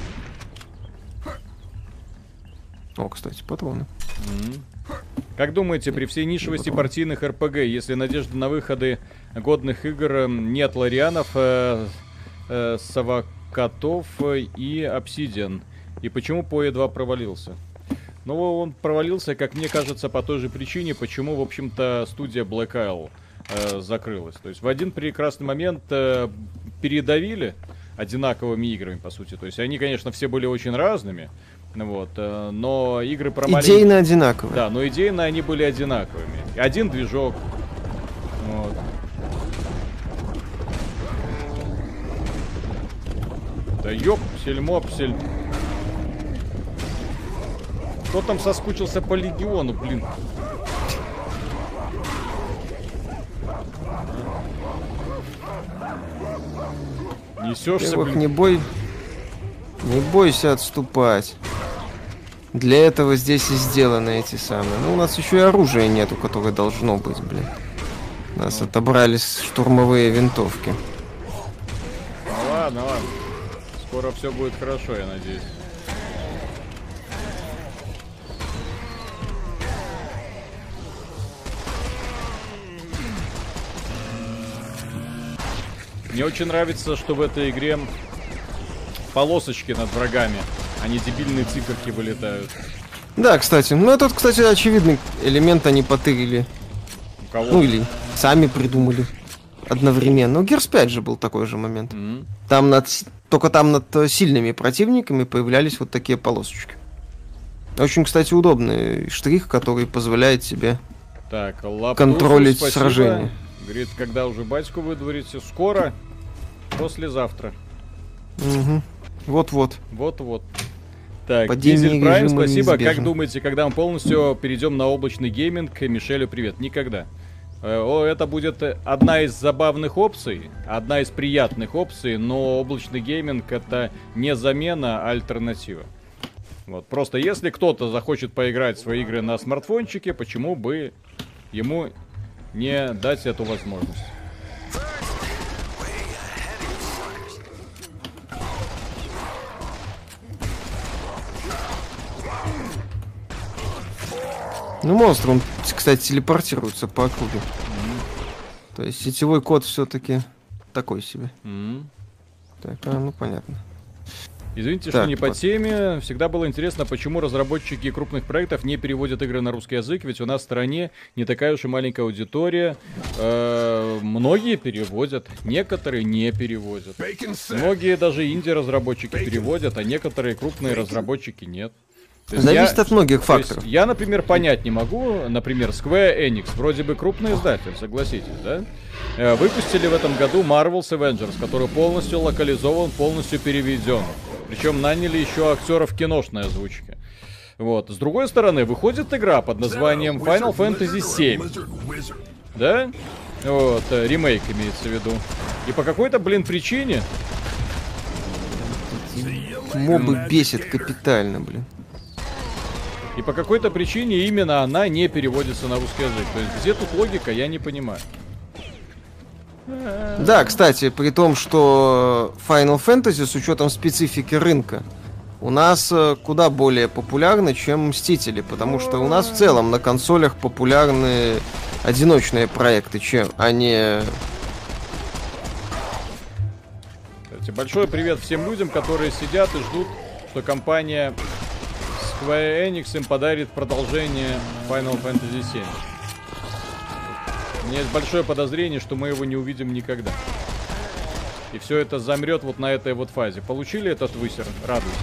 О, кстати, патроны. М-м. Как думаете, при всей нишевости партийных эр пэ гэ, если надежды на выходы годных игр, э, нет Ларианов, э, э, Савакатов и Obsidian, и почему по и два провалился? Ну, он провалился, как мне кажется, по той же причине, почему, в общем-то, студия Black Isle э, закрылась. То есть в один прекрасный момент э, передавили одинаковыми играми, по сути. То есть они, конечно, все были очень разными, вот, э, но игры про маленькие... Идейно одинаковые. Да, но идейно они были одинаковыми. Один движок. Вот. Да ёпсель-мопсель. Кто там соскучился по Легиону, блин? Несешься, Во-первых, блин. не бой... Не бойся отступать. Для этого здесь и сделаны эти самые. Ну, у нас еще и оружия нету, которое должно быть, блин. У нас Ну. отобрали штурмовые винтовки. Ну ладно, ладно. Скоро все будет хорошо, я надеюсь. Мне очень нравится, что в этой игре полосочки над врагами, а не дебильные циферки вылетают. Да, кстати. Ну, этот, кстати, очевидный элемент они потырили. У кого? Ну, или сами придумали одновременно. Ну, Гирс пять же был такой же момент. М. Там над... с- Только там над э, сильными противниками появлялись вот такие полосочки. Очень, кстати, удобный штрих, который позволяет тебе... Так, Лаптусу контролить спасибо. сражение. Говорит, когда уже батьку выдворите? Скоро. Послезавтра. Мгм. Вот-вот. Вот-вот. Так, Падение Дизель Прайм, режима спасибо. неизбежно. Как думаете, когда мы полностью перейдем на облачный гейминг? Мишелю привет. Никогда. Э, О, это будет одна из забавных опций, одна из приятных опций, но облачный гейминг это не замена, а альтернатива. Вот. Просто если кто-то захочет поиграть в свои игры на смартфончике, почему бы ему не дать эту возможность? Ну, монстр, он, кстати, телепортируется по округе. То есть сетевой код все-таки такой себе. М. Так, а, ну понятно. Извините, Так, что не по вот. теме. Всегда было интересно, почему разработчики крупных проектов не переводят игры на русский язык, ведь у нас в стране не такая уж и маленькая аудитория. Э, многие переводят, некоторые не переводят. Bacon set. Многие даже инди-разработчики переводят, а некоторые крупные разработчики нет. То есть Зависит я- от многих то есть факторов. я, например, понять не могу, например, Square Enix, вроде бы крупный издатель, согласитесь, да? Э, Выпустили в этом году Marvel's Avengers, который полностью локализован, полностью переведен. Причем наняли еще актеров киношной озвучки. Вот. С другой стороны, выходит игра под названием Final Fantasy семь. Да? Вот, э, ремейк имеется в виду. И по какой-то, блин, причине... Мобы бесит капитально, блин. И по какой-то причине именно она не переводится на русский язык. То есть где тут логика, я не понимаю. Да, кстати, при том, что Final Fantasy с учетом специфики рынка у нас э, куда более популярны, чем Мстители, потому что у нас в целом на консолях популярны одиночные проекты, чем, а не... Кстати, большой привет всем людям, которые сидят и ждут, что компания Square Enix им подарит продолжение Final Fantasy семь. У меня есть большое подозрение, что мы его не увидим никогда. И все это замрет вот на этой вот фазе. Получили этот высер? Радуйтесь.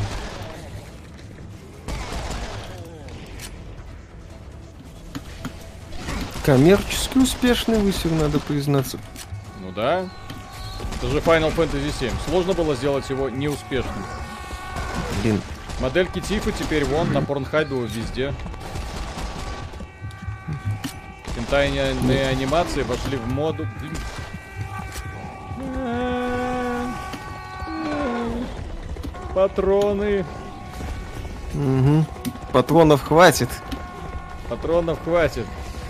Коммерчески успешный высер, надо признаться. Ну да. Это же Final Fantasy семь. Сложно было сделать его неуспешным. Блин. Модельки Тифа теперь вон, на Порнхабе везде. Хентайные анимации вошли в моду. Патроны. Угу. Патронов хватит. Патронов хватит.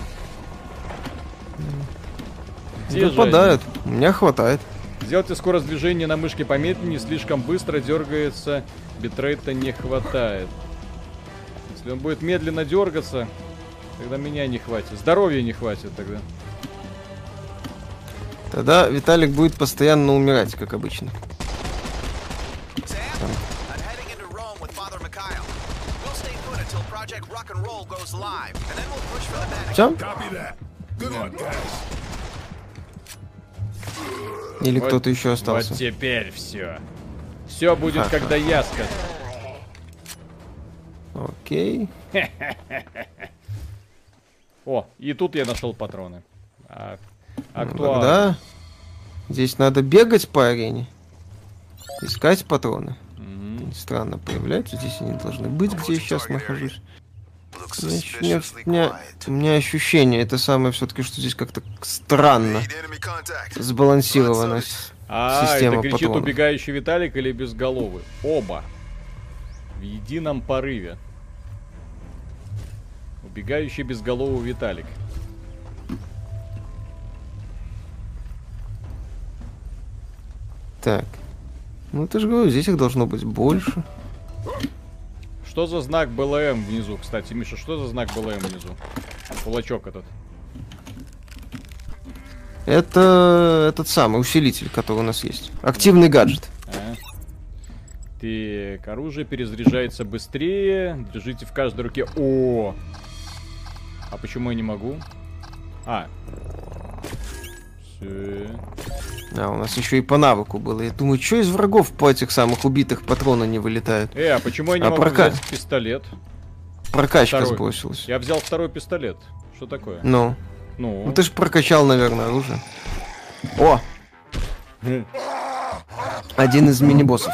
Где же Выпадают. У меня хватает. они? Сделайте скорость движения на мышке помедленнее, слишком быстро дергается, битрейта не хватает. Если он будет медленно дергаться, тогда меня не хватит. Здоровья не хватит тогда. Тогда Виталик будет постоянно умирать, как обычно. Sam, I'm heading into Rome with Father Mikhail. We'll stay put until Project Rock and Roll goes live, and then we'll push for the Vatican. Все? Copy that. Good luck, guys. Или Вот- кто-то еще остался? Вот теперь все. Все будет, Ха-ха. когда я скажу. Окей. О, и тут я нашел патроны. А, Ну, актуально. тогда здесь надо бегать по арене. Искать патроны. Мгм. Странно появляются. Здесь они должны быть, где я сейчас нахожусь. Looks У меня, ощ- у меня- suspiciously у меня- quiet. у меня ощущение, это самое все-таки, что здесь как-то странно Need enemy contact. сбалансированность. А, Система это кричит патронов. убегающий Виталик или безголовый? Оба. В едином порыве. Убегающий безголовый Виталик. Так. Ну, ты же говорю, здесь их должно быть больше. Что за знак БЛМ внизу, кстати, Миша, что за знак БЛМ внизу? Кулачок этот. Это этот самый усилитель, который у нас есть. Активный гаджет. А? Так, оружие перезаряжается быстрее. Держите в каждой руке. О! А почему я не могу? А. Всё. А, у нас еще и по навыку было. Я думаю, что из врагов по этих самых убитых патроны не вылетают? Э, а почему я не А могу прока- взять пистолет? Прокачка Второй. сбросилась. Я взял второй пистолет. Что такое? Ну. Ну, Ну ты же прокачал, наверное, оружие. О! Один из мини-боссов.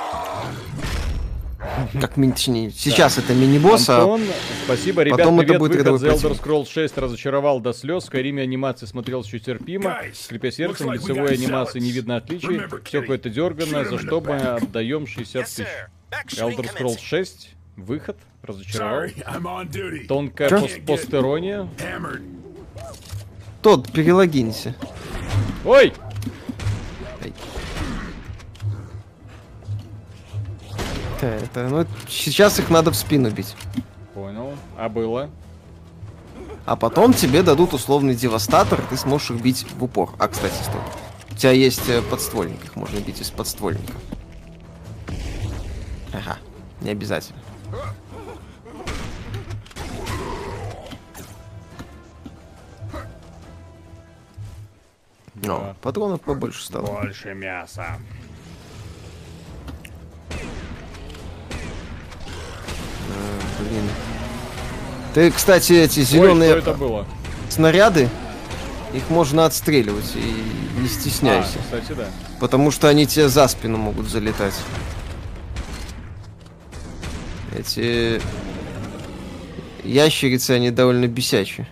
Как мини, точнее, сейчас это мини-босс, а Антон, спасибо, ребят, потом это привет, будет выход рядовой The Elder противник. Scrolls шесть разочаровал до слез, в Скайриме анимации смотрел еще терпимо, Guys, скрипя сердцем, looks like we лицевой got анимации salads. не видно отличий, Remember, все Kitty, какое-то дерганное, shoot him за in the что мы back. отдаем шестьдесят Yes, тысяч. sir. Action Elder Scrolls recommencing. шесть, выход, разочаровал, Sorry, I'm on duty. тонкая Чё? пос- постерония. Hammered. тот, перелогинься. Ой! Да, это, ну, сейчас их надо в спину бить. Понял, а было? А потом тебе дадут условный девастатор, и ты сможешь их бить в упор. А, кстати, стой. У тебя есть э, подствольник, их можно бить из подствольника. Ага, не обязательно. Да. О, патронов побольше стало. Больше мяса. Ты, кстати, эти Ой, зеленые что это было? снаряды, их можно отстреливать и не стесняйся. А, кстати, да. Потому что они тебе за спину могут залетать. Эти ящерицы, они довольно бесячие.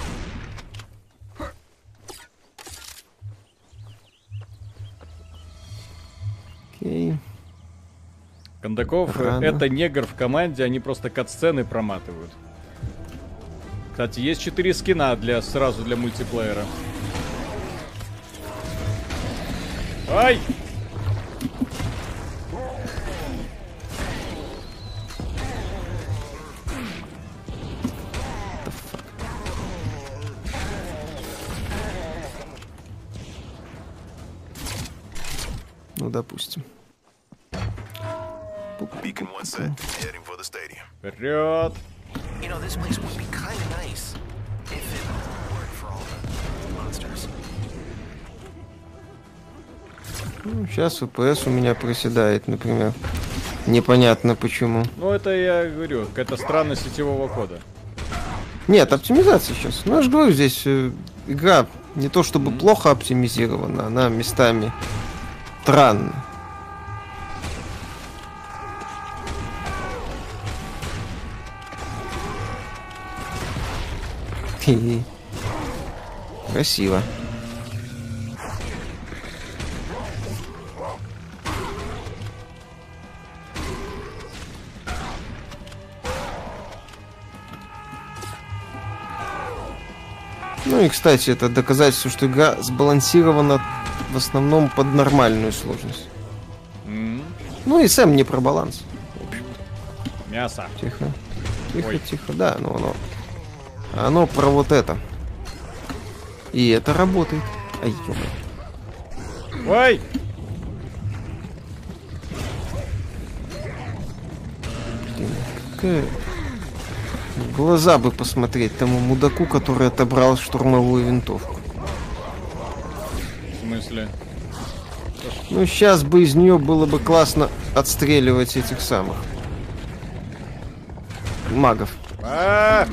Окей. Кондаков, Рано. это негр в команде, они просто катсцены проматывают. Кстати, есть четыре скина для сразу для мультиплеера. Ай! Ну, допустим. Beacon one set. Heading for the stadium. Вперед! You know, this place would be kind of nice if it weren't for all the monsters. Ну, сейчас эф пи эс у меня проседает, например. Непонятно почему. Ну, это я говорю, какая-то странность сетевого кода. Нет, оптимизация сейчас. Ну, я же говорю, здесь э, игра не то чтобы mm-hmm. плохо оптимизирована, она местами странная. Хе-хе. Красиво. Ну и, кстати, это доказательство, что игра сбалансирована в основном под нормальную сложность. М, Ну и Сэм не про баланс. Мясо. Тихо. Тихо, Ой. тихо, да, ну оно. Оно про вот это. И это работает. Ай, ё-моё. Ой! Блин, какая... В глаза бы посмотреть тому мудаку, который отобрал штурмовую винтовку. В смысле? Ну, сейчас бы из нее было бы классно отстреливать этих самых магов. А!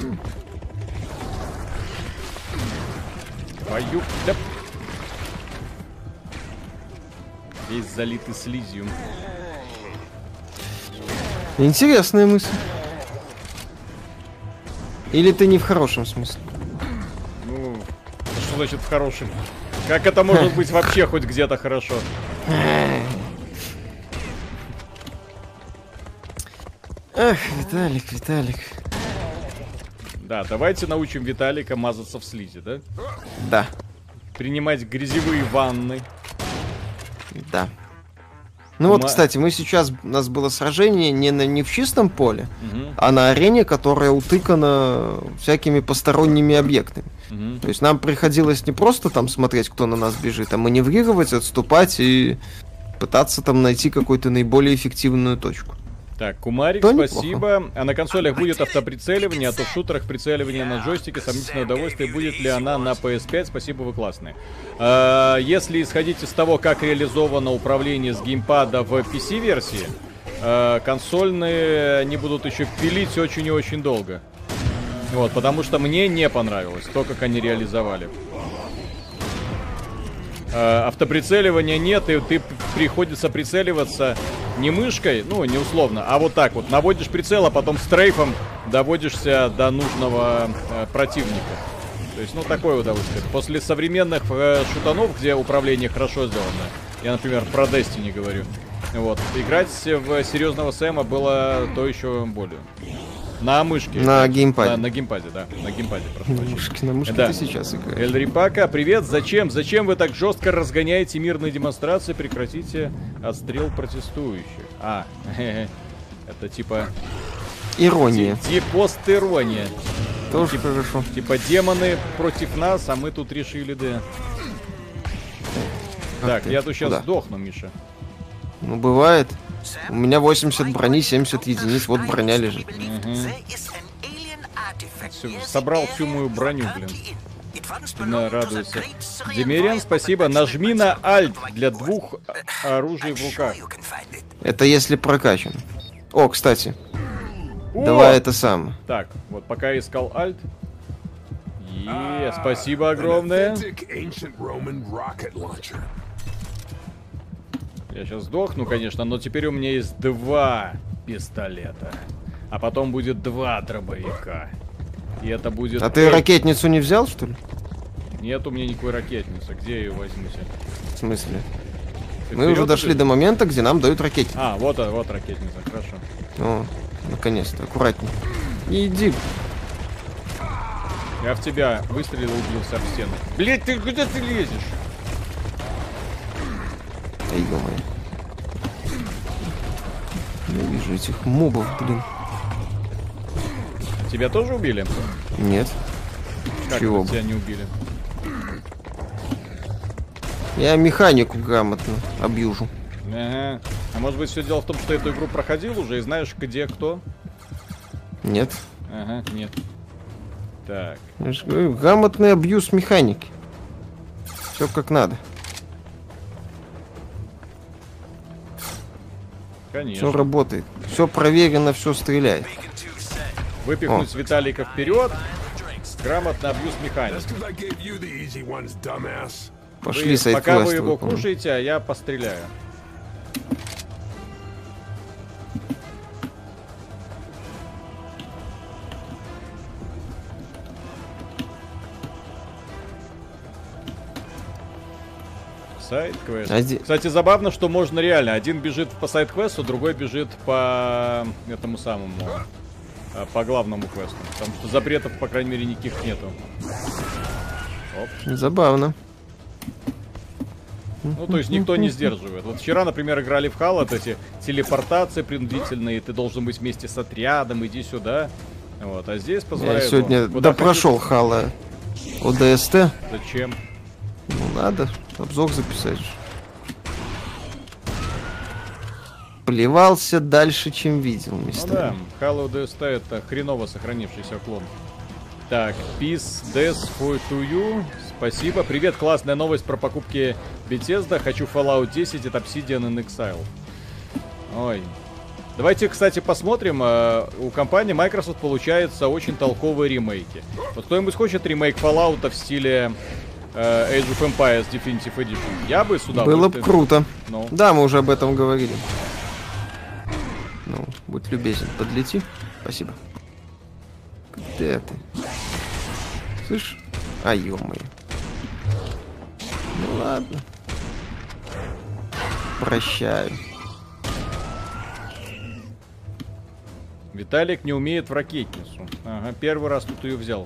Твою... Да. Весь залитый слизью. Интересная мысль. Или ты не в хорошем смысле? Ну, что значит в хорошем? Как это может быть вообще хоть где-то хорошо? Эх, Виталик, Виталик. Да, давайте научим Виталика мазаться в слизи, да? Да, Принимать грязевые ванны. да. Ну вот, Ма- кстати, мы сейчас... У нас было сражение не, на, не в чистом поле, Мгм, а на арене, которая утыкана всякими посторонними объектами. мгм. То есть нам приходилось не просто там смотреть, кто на нас бежит, а маневрировать, отступать и пытаться там найти какую-то наиболее эффективную точку. Так, Кумарик, То неплохо. спасибо. А на консолях будет автоприцеливание, а то в шутерах прицеливание на джойстике. Сомнительное удовольствие. Будет ли она на пи эс пять? Спасибо, вы классные. А, если исходить из того, как реализовано управление с геймпада в пи си-версии, а, консольные они будут еще пилить очень и очень долго. Вот, потому что мне не понравилось то, как они реализовали. А, автоприцеливания нет, и ты приходится прицеливаться не мышкой, ну, не условно, а вот так вот. Наводишь прицел, а потом стрейфом доводишься до нужного э, противника. То есть, ну, такое удовольствие. После современных э, шутанов, где управление хорошо сделано, я, например, про Destiny говорю, вот, играть в серьезного Сэма было то еще более. На мышке. На геймпаде. На, на геймпаде, да. На геймпаде, прошу На прощения. мышке, на мышке Да. ты сейчас играешь. Эльрипака, привет. Зачем? Зачем вы так жестко разгоняете мирные демонстрации? Прекратите отстрел протестующих. А, это типа... Ирония. Ди- Постерония. Тоже типа- хорошо. Типа демоны против нас, а мы тут решили, да. Так, ты? я тут сейчас Куда? сдохну, Миша. Ну, бывает. У меня восемьдесят брони, семьдесят единиц. Вот броня лежит. Всё, собрал всю мою броню, блин. Сильно радуется. Демириан, спасибо. Нажми на Alt для двух оружий в руках. Это если прокачан. О, кстати. Давай это сам. Так, вот пока я искал альт. Е, спасибо огромное. Authentic ancient Roman rocket launcher. Я сейчас сдохну, конечно, но теперь у меня есть два пистолета. А потом будет два дробовика. И это будет... А ты ракетницу не взял, что ли? Нет у меня никакой ракетницы. Где я ее возьму себе? В смысле? Ты Мы уже вперед дошли идешь? до момента, где нам дают ракетницу. А, вот, а, вот ракетница, хорошо. О, наконец-то, аккуратней. Не иди. Я в тебя выстрелил, убился об стену. Блять, ты куда ты лезешь? Ай, ё-моё. Не вижу этих мобов, блин. Тебя тоже убили? Нет. Как Чего это бы? тебя не убили? Я механику грамотно абьюжу. Ага. А может быть все дело в том, что эту игру проходил уже и знаешь, где кто? Нет. Ага, нет. Так. Я же говорю, грамотный абьюз механики. Все как надо. Конечно. Все работает. Все проверено, все стреляет. Выпихнуть Виталика вперед. Грамотно абьюз механик. That's because I gave you the easy ones, dumbass. Пошли Вы- сайт пока вы квесты его выполним. кушаете, а я постреляю. Сайд-квест. А зе- Кстати, забавно, что можно реально. Один бежит по сайд-квесту, другой бежит по этому самому, а, по главному квесту. Потому что запретов, по крайней мере, никаких нету. Забавно. Ну, то есть никто не сдерживает. Вот вчера, например, играли в Halo, вот эти телепортации принудительные, ты должен быть вместе с отрядом, иди сюда. Вот, а здесь Я позволяют... сегодня ну, куда да прошел Хала ОДСТ. хотите. Зачем? Ну надо обзор записать. Плевался дальше, чем видел, Ну мистер. да, Halo ди эс ти это хреново сохранившийся клон. Так, Peace Death for to you. Спасибо. Привет, классная новость про покупки Bethesda. Хочу Fallout десять от Obsidian in Exile. Ой. Давайте, кстати, посмотрим. э, У компании Microsoft получается очень толковые ремейки. Вот кто-нибудь хочет ремейк Fallout в стиле э, Age of Empires Definitive Edition? Я бы сюда... Было бы круто. Ну, Да, мы уже об этом говорили. Ну, будь любезен, подлети. Спасибо. Где ты? Слышь? А, ё-моё. Ну ладно. Прощаю. Виталик не умеет в ракетницу. Ага, первый раз тут ее взял.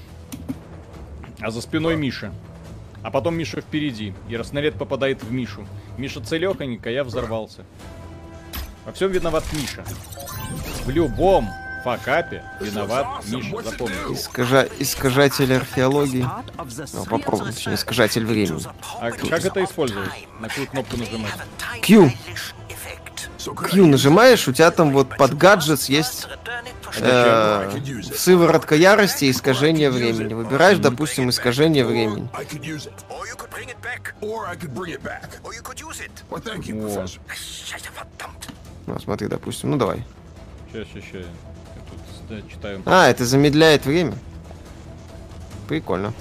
А за спиной Миша. А потом Миша впереди. И снаряд попадает в Мишу. Миша целехонько, я взорвался. Во всем виноват Миша. В любом факапе виноват Миша, запомни. Искажа... Искажатель археологии. Ну, попробуй, точнее, искажатель времени. А как это использовать? На какую кнопку нажимать? Q. So could Q нажимаешь, у тебя там вот под гаджетс есть э, сыворотка ярости и искажение времени. Выбираешь, допустим, искажение времени. I could use it. Or you could bring it back. Or I could bring it back. Or you could use it. Well, thank you, О. Professor. Ну, смотри, допустим, ну давай. Сейчас, сейчас, сейчас. Я тут да, читаю. А, это замедляет время. Прикольно.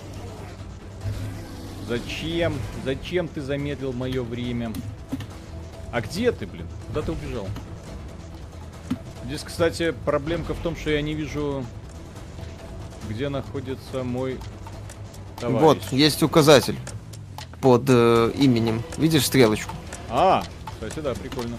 Зачем? Зачем ты замедлил мое время? А где ты, блин? Куда ты убежал? Здесь, кстати, проблемка в том, что я не вижу, где находится мой товарищ. Вот, есть указатель под э, именем. Видишь стрелочку? А, кстати, да, прикольно.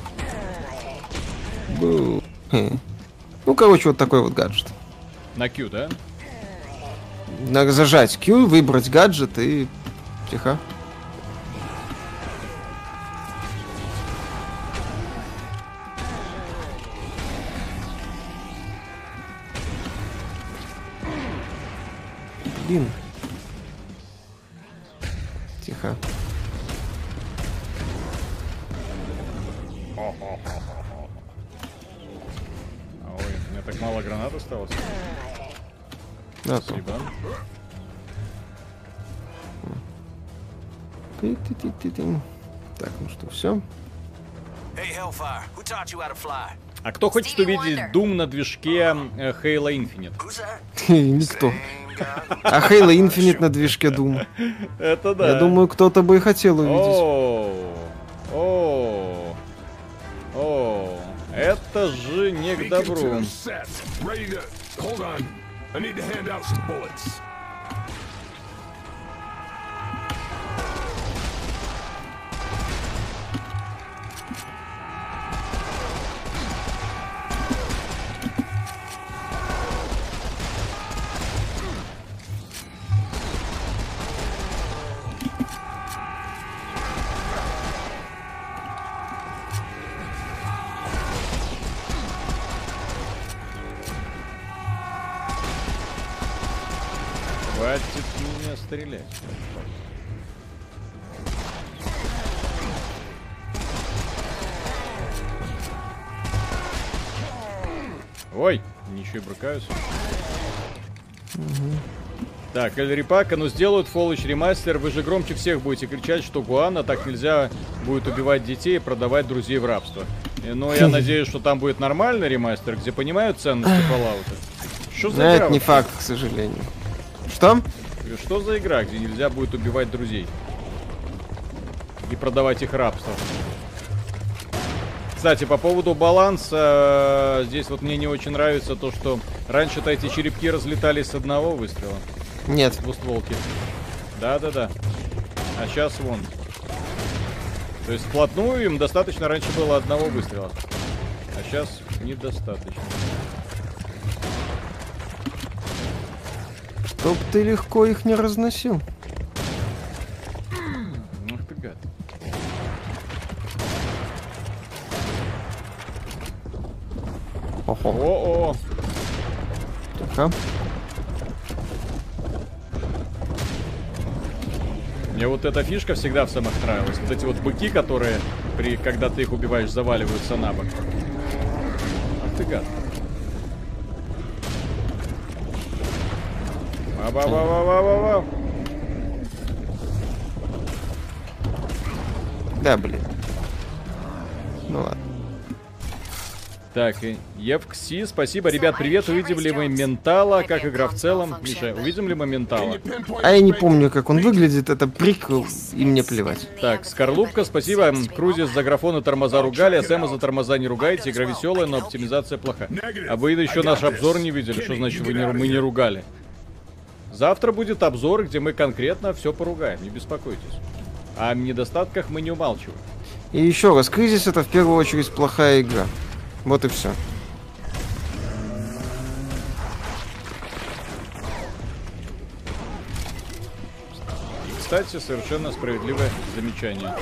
Бу. Хе. Ну, короче, вот такой вот гаджет. На Q, да? Надо зажать Q, выбрать гаджет и... Тихо. Блин. Тихо. А, ой, у меня так мало гранат осталось. На то. Спасибо. Ты-ты-ты-ты-ты. Так, ну что, все? Hey, Hellfire, who taught you how to fly? А кто хочет увидеть Doom на движке э, Halo Infinite? Никто. А Halo Infinite на движке Doom. Это да. Я думаю, кто-то бы и хотел увидеть. О, о, о, это же не к Beacon добру. two set. Ready to... Hold on. I need to hand out some bullets. Хватит меня стрелять. Ой, ничего, брыкаюсь. Угу. Так, Эль Рипака, ну сделают Fallout ремастер, вы же громче всех будете кричать, что Гуана так нельзя будет убивать детей и продавать друзей в рабство. Но я надеюсь, что там будет нормальный ремастер, где понимают ценности Fallout. Что за Но игра? это не факт, к сожалению. Что? Что за игра, где нельзя будет убивать друзей и продавать их рабство? Кстати, по поводу баланса, здесь вот мне не очень нравится то, что раньше-то эти черепки разлетались с одного выстрела. Нет. Двустволки. Да-да-да. А сейчас вон. То есть вплотную им достаточно раньше было одного выстрела. А сейчас недостаточно. Чтоб ты легко их не разносил. Ах ты гад. Ого. О-о. Ага. Мне вот эта фишка всегда в самых нравилась. Вот эти вот быки, которые, при, когда ты их убиваешь, заваливаются на бок. Ах ты гад. Ба-ба-ба-ба-ба-ба. Да, блин. Ну ладно. Так, и Евкси, спасибо. Ребят, привет. Увидим ли мы Ментала, как игра в целом? Миша, увидим ли мы Ментала? А я не помню, как он выглядит. Это приквел, и мне плевать. Так, Скорлупка, спасибо. Крузис за графон и тормоза ругали, а Сэма за тормоза не ругайте. Игра веселая, но оптимизация плоха. А вы еще наш обзор не видели? Что значит вы не, мы не ругали? Завтра будет обзор, где мы конкретно все поругаем, не беспокойтесь. А о недостатках мы не умалчиваем. И еще раз, Кризис — это в первую очередь плохая игра. Вот и все. И, кстати, совершенно справедливое замечание.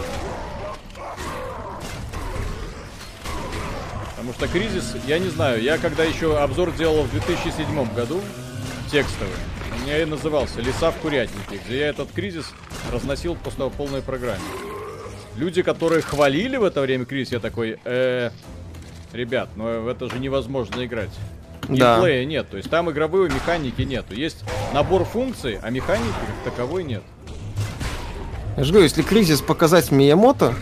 Потому что Кризис, я не знаю, я когда еще обзор делал в две тысячи седьмом году, текстовый, у меня и назывался «Леса в курятнике», где я этот Кризис разносил просто по полной программе. Люди, которые хвалили в это время Кризис, я такой, э, ребят, ну это же невозможно играть. Да. Геймплея нет, то есть там игровой механики нету. Есть набор функций, а механики как таковой нет. Я же говорю, если Кризис показать Миямото,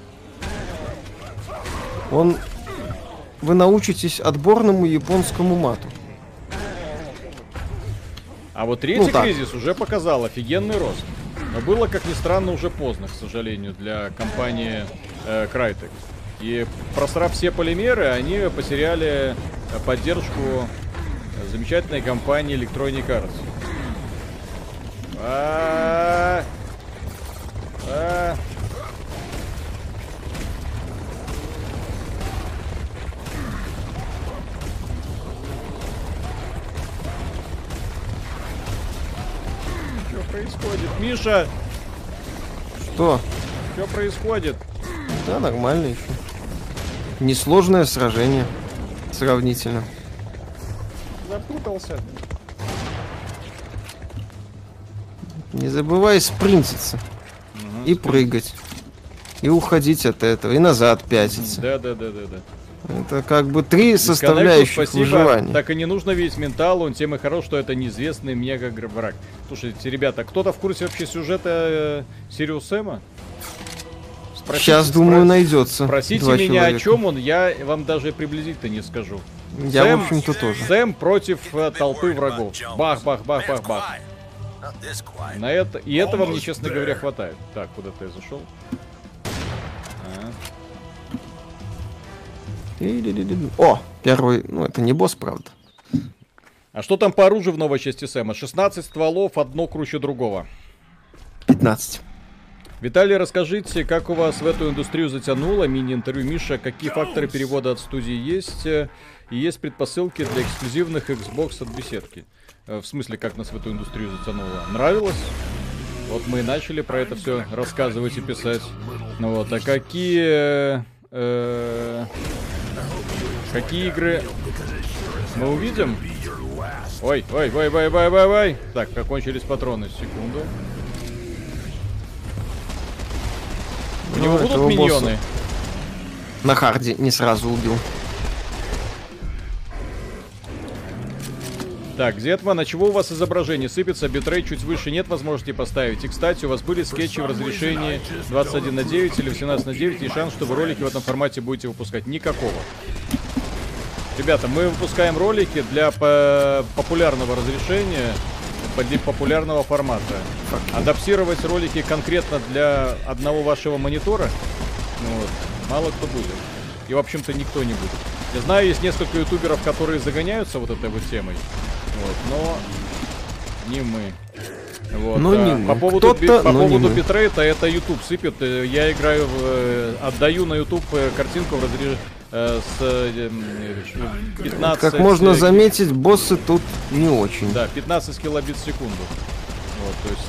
он... Вы научитесь отборному японскому мату. А вот третий Ну, Кризис уже показал офигенный рост. Но было, как ни странно, уже поздно, к сожалению, для компании э, Crytek. И просрав все полимеры, они потеряли поддержку замечательной компании Electronic Arts. А-а-а. А-а-а. Что происходит? Миша! Что? Что происходит? Да, нормально еще. Несложное сражение. Сравнительно. Запутался. Не забывай спринтиться. Угу, и прыгать. И уходить от этого. И назад пятиться. Да, да, да, да, да. Это как бы три составляющих выживания. Так и не нужно видеть Ментал, он тем и хорош, что это неизвестный мега враг. Слушайте, ребята, кто-то в курсе вообще сюжета э, Сириус Сэма? Спросите, Сейчас, думаю, спро- найдется. Спросите два меня человека. о чем он, я вам даже приблизительно не скажу. Я, Сэм- в общем-то, тоже. Сэм против э, толпы врагов. Бах, бах, бах, бах, бах. Not this quiet. На это, и этого мне, честно говоря, хватает. Так, куда-то я зашел. О, первый, ну это не босс, правда. А что там по оружию в новой части Сэма? шестнадцать стволов, одно круче другого. пятнадцать. Виталий, расскажите, как у вас в эту индустрию затянуло? Мини-интервью Миша, какие факторы перевода от студии есть? э, И есть предпосылки для эксклюзивных Xbox от беседки? Э, В смысле, как нас в эту индустрию затянуло? Нравилось? Вот мы и начали про это все рассказывать и писать. Ну вот, а какие... э, Какие игры мы увидим? Ой, ой, ой, ой, ой, ой, ой. Так, закончились патроны, секунду. У Ну, него будут этого миньоны? босса на харде не сразу убил. Так, Зетман, а чего у вас изображение сыпется? Битрейт чуть выше нет возможности поставить. И, кстати, у вас были скетчи в разрешении двадцать один на девять или восемнадцать на девять, и шанс, что вы ролики в этом формате будете выпускать? Никакого. Ребята, мы выпускаем ролики для по- популярного разрешения, для популярного формата. Адаптировать ролики конкретно для одного вашего монитора, ну вот, мало кто будет. И, в общем-то, никто не будет. Я знаю, есть несколько ютуберов, которые загоняются вот этой вот темой. Вот, но не мы. Вот, Ну, а, не мы. По поводу, би- Кто-то, по но не поводу мы. битрейта, это YouTube сыпет. Э, Я играю, в, э, отдаю на YouTube э, картинку в разре- э, с э, э, пятнадцать... Как можно э, заметить, боссы тут не очень. Да, пятнадцать килобит в секунду. Вот, то есть...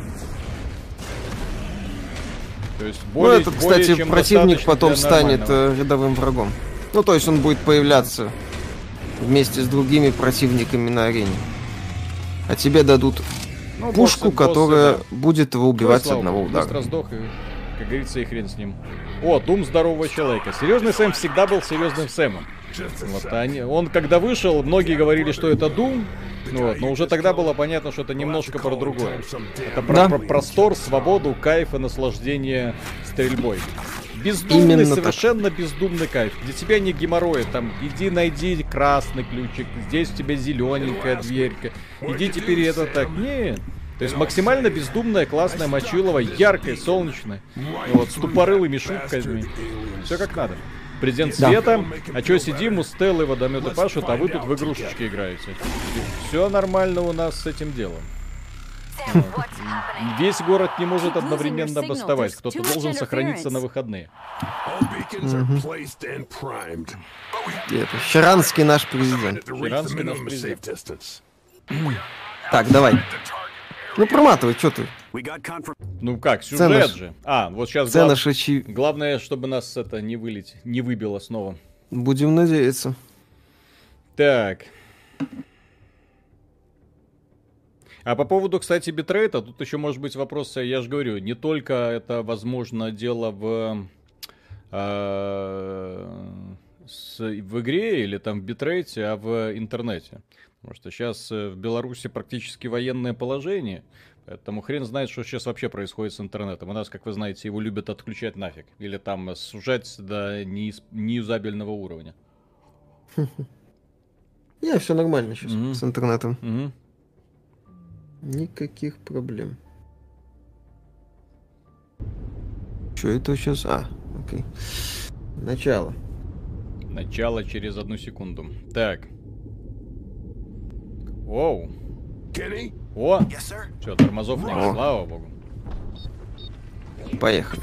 То есть Ну, более, это, более кстати, чем противник достаточно потом для станет нормального. э, рядовым врагом. Ну, то есть он будет появляться вместе с другими противниками на арене. А тебе дадут Ну, пушку, боссы- боссы, которая да. будет его Ну, убивать с слава одного богу, удара. Быстро сдох, и, как говорится, и хрен с ним. О, Дум здорового человека. Серьезный Сэм всегда был серьезным Сэмом. Вот, они, он когда вышел, многие говорили, что это Дум, ну вот, но уже тогда было понятно, что это немножко про другое. Это про, Да. про простор, свободу, кайф и наслаждение стрельбой. Бездумный, Именно так. совершенно бездумный кайф. Для тебя не геморроя, там, иди найди красный ключик, здесь у тебя зелененькая дверька, иди теперь это так. Нет. То есть максимально бездумная, классная мочилова, яркая, солнечная, вот, с тупорылыми шутками. Все как надо. Президент Да. света, а чё сидим, у Стеллы водометы пашут, а вы тут в игрушечки играете. Все нормально у нас с этим делом. Sam, what's happening? Весь город не может одновременно бастовать, кто-то должен сохраниться на выходные. All beacons are placed and primed. И это Щеранский наш президент. To reach the Щеранский наш minimum safe distance. Так, давай. Ну, проматывай, что ты? We got confirmation. Ну как, Цена сюжет ж- же. А, вот сейчас Цена глав- шачи. главное, чтобы нас это не вылить, не выбило снова. Будем надеяться. Так. А по поводу, кстати, битрейта, тут еще может быть вопрос, я же говорю, не только это, возможно, дело в, э, с- в игре или там в битрейте, а в интернете. Потому что сейчас э, в Беларуси практически военное положение, поэтому хрен знает, что сейчас вообще происходит с интернетом. У нас, как вы знаете, его любят отключать нафиг. Или там сужать до неис- неюзабельного уровня. Не, все нормально сейчас Мгм. с интернетом. Мгм. Никаких проблем. Что это сейчас? А, окей. Начало. Начало через одну секунду. Так. Оу. Kenny? О! Yes, sir. Все, тормозов нет, О. слава богу. Поехали.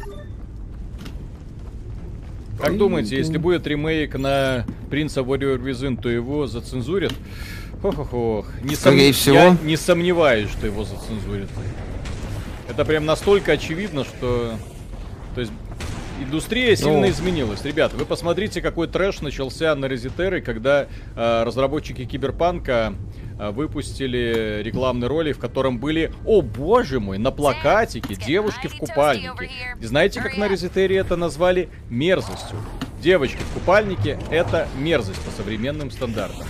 Как думаете, если будет ремейк на Принца Warrior Within, то его зацензурят? Ох-ох-ох. Не Скорее всего. Я не сомневаюсь, что его зацензурят. Это прям настолько очевидно, что... То есть... Индустрия сильно Ну. изменилась. Ребята, вы посмотрите, какой трэш начался на Резитере, когда э, разработчики Киберпанка э, выпустили рекламный ролик, в котором были, о боже мой, на плакатике девушки в купальнике. И знаете, как на Резитере это назвали? Мерзостью. Девочки в купальнике — это мерзость по современным стандартам.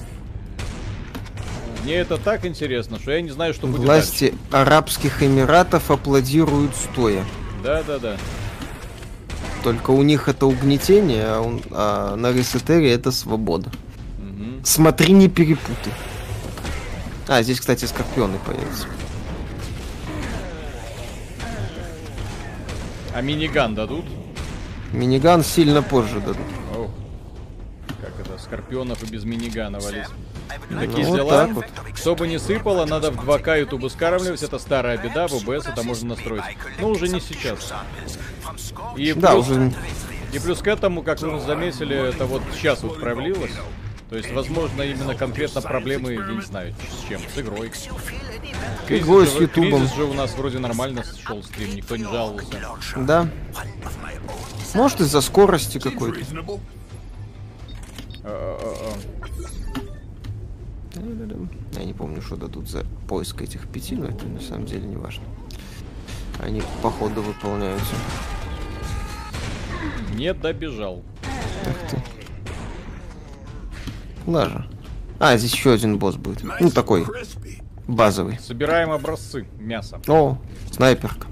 Мне это так интересно, что я не знаю, что будет Власти Арабских Эмиратов аплодируют стоя. дальше. Да-да-да. Только у них это угнетение, а, у- а на Ресетере это свобода. Мгм. Смотри, не перепутай. А, здесь, кстати, скорпионы появятся. А миниган дадут? Миниган сильно позже дадут. Ох, как это, скорпионов и без минигана валить. Ну, Такие вот дела. так вот. Чтобы не сыпало, надо в два ка ютуб скармливать. Это старая беда, в о бэ эс это можно настроить. Но уже не сейчас. И Да, плюс, уже и плюс к этому, как вы заметили, это вот сейчас вот проявилось. То есть, возможно, именно конкретно проблемы, я не знаю, с чем, с игрой. Кризис игрой, же- с ютубом. Кризис же у нас вроде нормально шел стрим, никто не жаловался. Да. Может, из-за скорости какой-то. Reasonable. А-а-а. Я не помню, что дадут за поиск этих пяти, но это на самом деле не важно. Они по ходу выполняются. Не добежал. Лажа. А, здесь еще один босс будет. Ну, такой Crispy. базовый. Собираем образцы мяса. О, снайперка.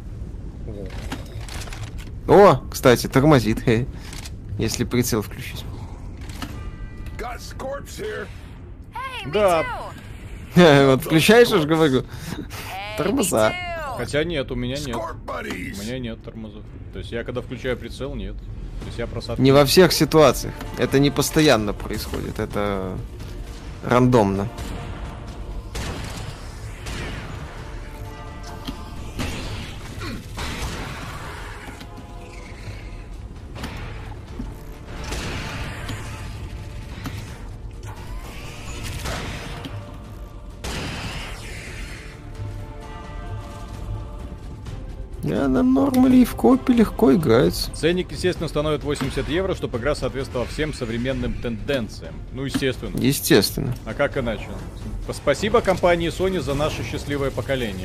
О, кстати, тормозит. хе. Если прицел включить. Got Scorps here. Hey, me Да. too. Вот включаешь, я ж говорю. Hey, Тормоза. me too. Хотя нет, у меня нет. Scorp У buddies. меня нет тормозов. То есть я когда включаю прицел, нет. То есть я просадку. Не во всех ситуациях. Это не постоянно происходит. Это рандомно. Да, на нормале и в копе легко играется. Ценник, естественно, становит восемьдесят евро, чтобы игра соответствовала всем современным тенденциям. Ну, естественно. Естественно. А как иначе? Спасибо компании Sony за наше счастливое поколение.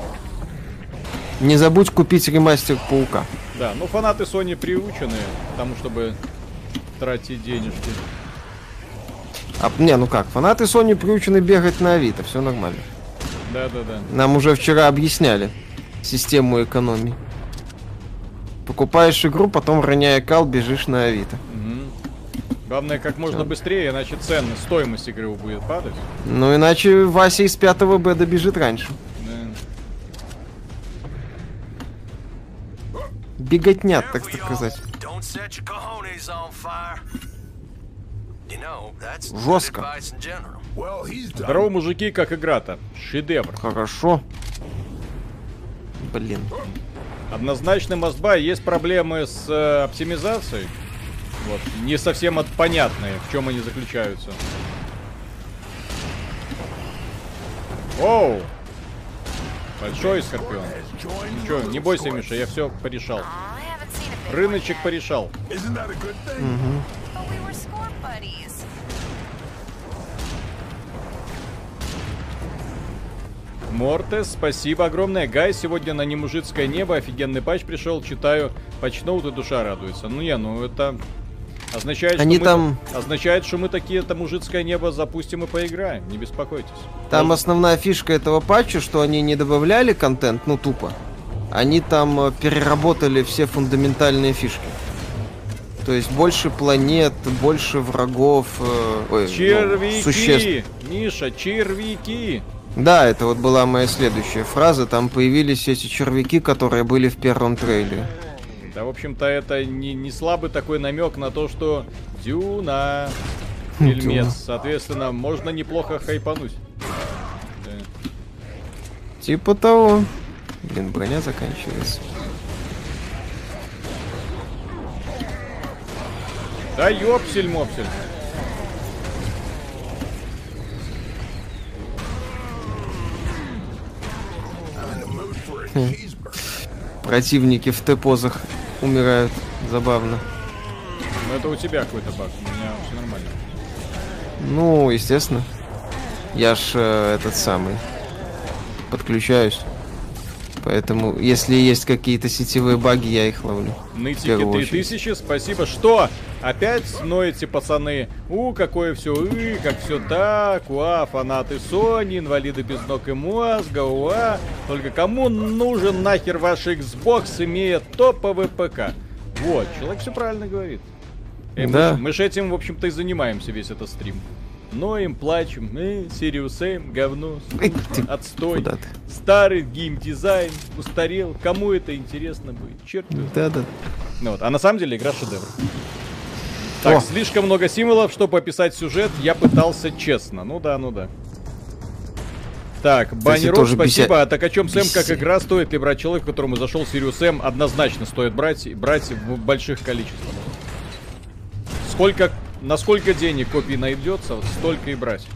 Не забудь купить ремастер Паука. Да, ну фанаты Sony приучены к тому, чтобы тратить денежки. А, не, ну как, фанаты Sony приучены бегать на Авито, все нормально. Да-да-да. Нам уже вчера объясняли систему экономии. Покупаешь игру, потом, роняя кал, бежишь на Авито. Мгм. Главное, как можно быстрее, иначе ценность, стоимость игры будет падать. Ну иначе Вася из пятого Б добежит раньше. Да. Беготня, так сказать. Don't set your cojones on fire. You know, that's Жестко. good advice in general. Well, he's done. Здорово, мужики, как игра-то. Шедевр. Хорошо. Блин. Однозначно, мастбай, есть проблемы с э, оптимизацией. Вот. Не совсем от- понятные, в чем они заключаются. Оу! Большой скорпион. Ничего, не бойся, Миша, я все порешал. Aw, I haven't seen a big Рыночек порешал. Isn't that a good thing? but we were score buddies. Мортес, спасибо огромное. Гай, сегодня на немужицкое небо офигенный патч пришел, читаю патчноут и душа радуется. Ну не, ну это означает, Они что там- мы, означает, что мы такие-то мужицкое небо запустим и поиграем. Не беспокойтесь. Там Может, основная фишка этого патча, что они не добавляли контент, ну тупо. Они там э, переработали все фундаментальные фишки. То есть больше планет, больше врагов, э, ой, ну, червяки! существ. Миша, червяки! Да, это вот была моя следующая фраза. Там появились эти червяки, которые были в первом трейлере. Да, в общем-то, это не, не слабый такой намек на то, что Дюна фильмец. Дюна. Соответственно, можно неплохо хайпануть. Да. Типа того. Блин, броня заканчивается. Да ёпсель-мопсель. I'm in the mood for a cheeseburger. Противники в Т-позах умирают. Забавно. Ну это у тебя какой-то баг, у меня все нормально. Ну, естественно. Я ж э, этот самый. Подключаюсь. Поэтому, если есть какие-то сетевые баги, я их ловлю. Нытики первую три очередь. тысячи, спасибо. Что? Опять ноете, пацаны? У, какое все, и, как все так, уа, фанаты Sony, инвалиды без ног и мозга, уа. Только кому нужен нахер ваш Xbox, имея топовый ПК? Вот, человек все правильно говорит. Э, Да. мы, ж- мы же этим, в общем-то, и занимаемся весь этот стрим. Ноем, плачем, э, Сириус Сэм, говно, Эй, скучно, ты отстой, куда ты? старый геймдизайн, устарел, кому это интересно будет, черт его знает. Да-да. Ну вот, а на самом деле игра шедевр. Так, О. слишком много символов, чтобы описать сюжет, я пытался честно. Ну да, ну да. Так, Баннеров, тоже спасибо. беся- А так о чем Сэм как беся- игра? Стоит ли брать человека, которому зашел Сириус Сэм? Однозначно стоит брать, и брать в больших количествах. Сколько, на сколько денег копий найдется, вот столько и брать.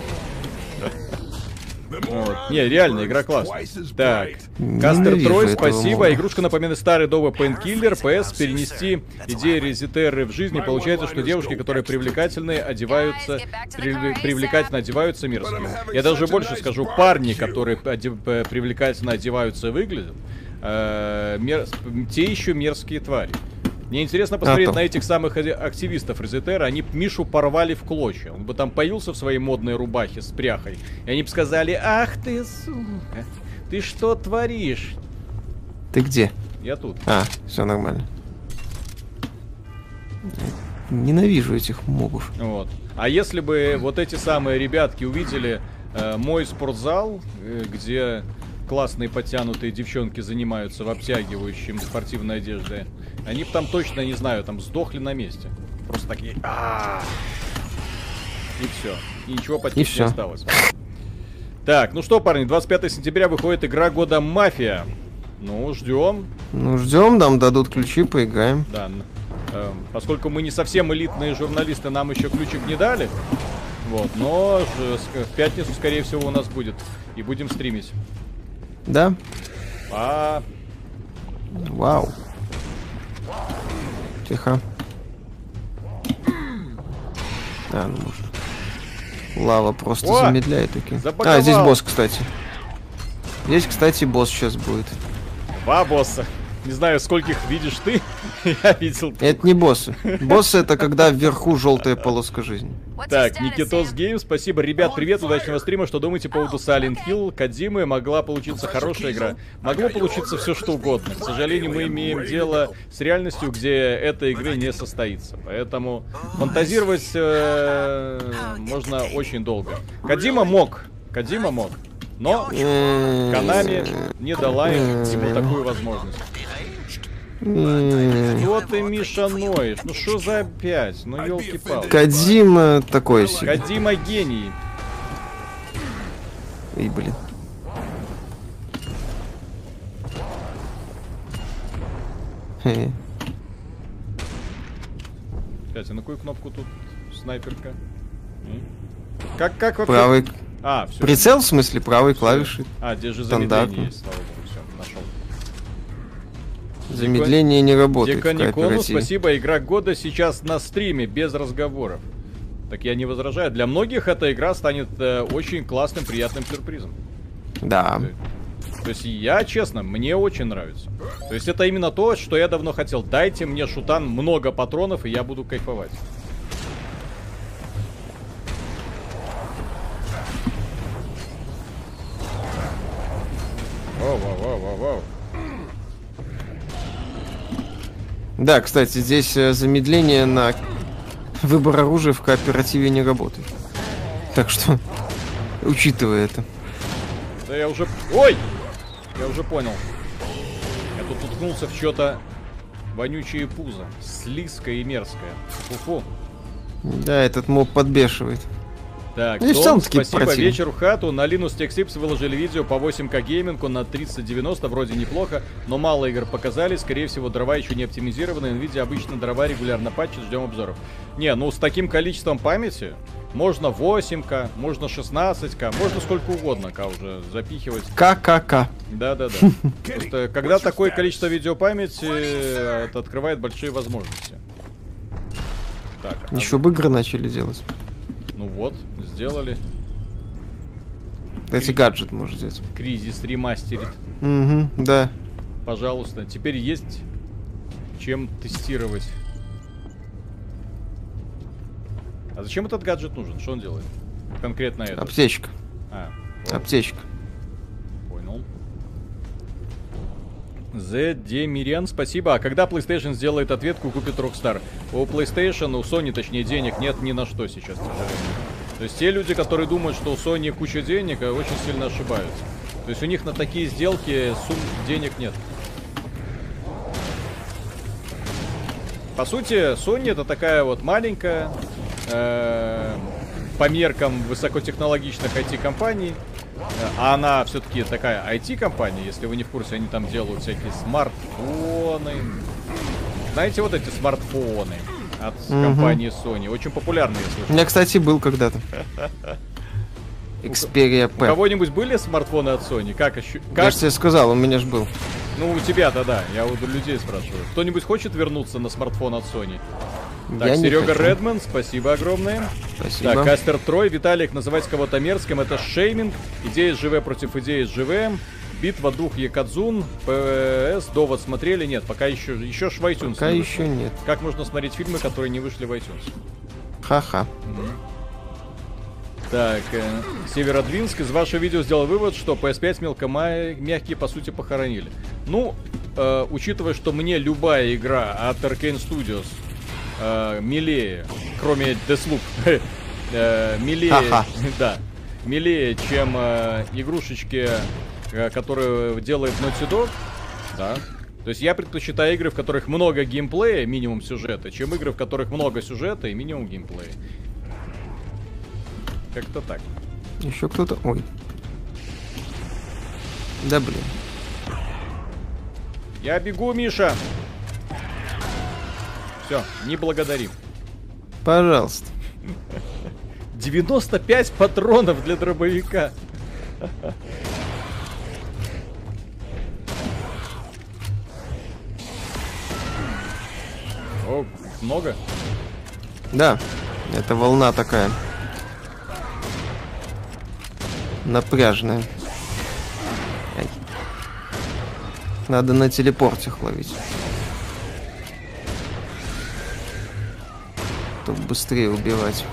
Вот. Не, реально, игра классная. Так, Кастер Ненавижу Трой, этого спасибо. моба. Игрушка напоминает старый добрый Painkiller. ПС, перенести идею Резетеры в жизни. Получается, что девушки, которые привлекательные, одеваются, при- привлекательно одеваются мерзкие. Я даже больше скажу, парни, которые оде- п- привлекательно одеваются и выглядят, э, мер- те еще мерзкие твари. Мне интересно посмотреть А то. на этих самых ади- активистов Резетера. Они б Мишу порвали в клочья. Он бы там появился в своей модной рубахе с пряхой. И они бы сказали: ах ты, сука, ты что творишь? Ты где? Я тут. А, все нормально. Ненавижу этих мобов. Вот. А если бы вот эти самые ребятки увидели э, мой спортзал, э, где классные подтянутые девчонки занимаются в обтягивающем спортивной одежде, они бы там точно, не знаю, там сдохли на месте. Просто такие. «А-а-а». И все. И ничего И почти не всё. осталось. Так, ну что, парни, двадцать пятого сентября выходит игра года Мафия. Ну, ждем. Ну, ждем, нам дадут ключи, поиграем. Да. н- э, поскольку мы не совсем элитные журналисты, нам еще ключик не дали. Вот, но ж- с- в пятницу, скорее всего, у нас будет. И будем стримить. Да? А Вау. Тихо. А, ну может. Лава просто О! замедляет такие. Забаговал. А, здесь босс, кстати. Здесь, кстати, босс сейчас будет. два босса. Не знаю, скольких видишь ты. Я видел. Это не боссы. Боссы это когда вверху желтая полоска жизни. What's your Так, status, Никитос Sam? Гейм, спасибо. Ребят, привет, удачного стрима. Что думаете по поводу Silent Hill? Кодзимы могла получиться хорошая игра. Могло получиться все что угодно. К сожалению, мы имеем дело с реальностью, где эта игра не состоится. Поэтому фантазировать э, можно очень долго. Кодзима мог. Кодзима мог. Но Konami не дала им ему такую возможность. Вот ты, Миша, ноешь. Ну что за опять? Ну елки-палки. Кодзима такой себе. Кодзима гений. Эй, блин. Хе. Кстати, на какую кнопку тут снайперка? М? Как, как вообще? Правый. А, все. Прицел, в смысле, правой клавиши. А, где же Стандартно. замедление есть, слава богу, все, нашел. Замедление не работает в Деканикону, кооперативе. спасибо, игра года сейчас на стриме, без разговоров. Так я не возражаю. Для многих эта игра станет э, очень классным, приятным сюрпризом. Да. То есть я, честно, мне очень нравится. То есть это именно то, что я давно хотел. Дайте мне, шутан, много патронов, и я буду кайфовать. Воу, воу, воу, воу, воу. Да, кстати, здесь э, замедление на выбор оружия в кооперативе не работает. Так что, учитывая это. Да я уже... Ой! Я уже понял. Я тут уткнулся в что-то вонючее пузо. Слизкое и мерзкое. Фу-фу. Да, этот моб подбешивает. Так, Ну и в Том, целом таки спасибо, противно. вечер в хату. На Linux Tech Tips выложили видео по восемь ка геймингу на тридцать девяносто, вроде неплохо, но мало игр показали, скорее всего, дрова еще не оптимизированы. Nvidia обычно дрова регулярно патчит, ждем обзоров. Не, ну с таким количеством памяти можно восемь ка, можно шестнадцать ка, можно сколько угодно ка уже запихивать. ККК. Да-да-да. Просто когда такое количество видеопамяти, э, это открывает большие возможности. Так, а- Еще бы игры начали делать. ну вот, сделали. Эти гаджет может сделать. Кризис ремастерит. Угу, да. Пожалуйста. Теперь есть чем тестировать. А зачем этот гаджет нужен? Что он делает? Конкретно это. Аптечка. А, вот, Аптечка. понял. The Demirian, спасибо. А когда PlayStation сделает ответку и купит Rockstar? У PlayStation, у Sony, точнее, денег нет ни на что сейчас, к сожалению. То есть те люди, которые думают, что у Sony куча денег, очень сильно ошибаются. То есть у них на такие сделки сумм денег нет. По сути, Sony это такая вот маленькая, э, по меркам высокотехнологичных ай ти-компаний. А она все-таки такая ай ти-компания, если вы не в курсе, они там делают всякие смартфоны. Знаете, вот эти смартфоны от угу. компании Sony, очень популярные, если у меня, кстати, был когда-то. Xperia P. У кого-нибудь были смартфоны от Sony? Как еще? Как... Я же тебе сказал, у меня же был. Ну, у тебя-то да, я у людей спрашиваю. Кто-нибудь хочет вернуться на смартфон от Sony? Так, я Серега Редман, спасибо огромное. Спасибо. Так, Кастер Трой, Виталик, называть кого-то мерзким, это шейминг. Идея ЖВ против идеи ЖВ. Битва двух Якадзун. ПС, довод смотрели? Нет, пока еще, еще ж в iTunes. Пока еще нет. Как можно смотреть фильмы, которые не вышли в iTunes? Ха-ха. Mm-hmm. Так, э, Северодвинск из вашего видео сделал вывод, что пи эс пять мелкомягкие по сути похоронили. Ну, э, учитывая, что мне любая игра от Arkane Studios э, милее, кроме Deathloop, э, милее, да, милее, чем э, игрушечки, э, которые делает Naughty Dog, да. То есть я предпочитаю игры, в которых много геймплея, минимум сюжета, чем игры, в которых много сюжета и минимум геймплея. Как-то так. Еще кто-то... Ой. Да блин. Я бегу, Миша. Все, не благодари. Пожалуйста. девяносто пять патронов для дробовика. О, много? Да, это волна такая. Напряжная. Ай. Надо на телепорте их ловить. Чтобы быстрее убивать.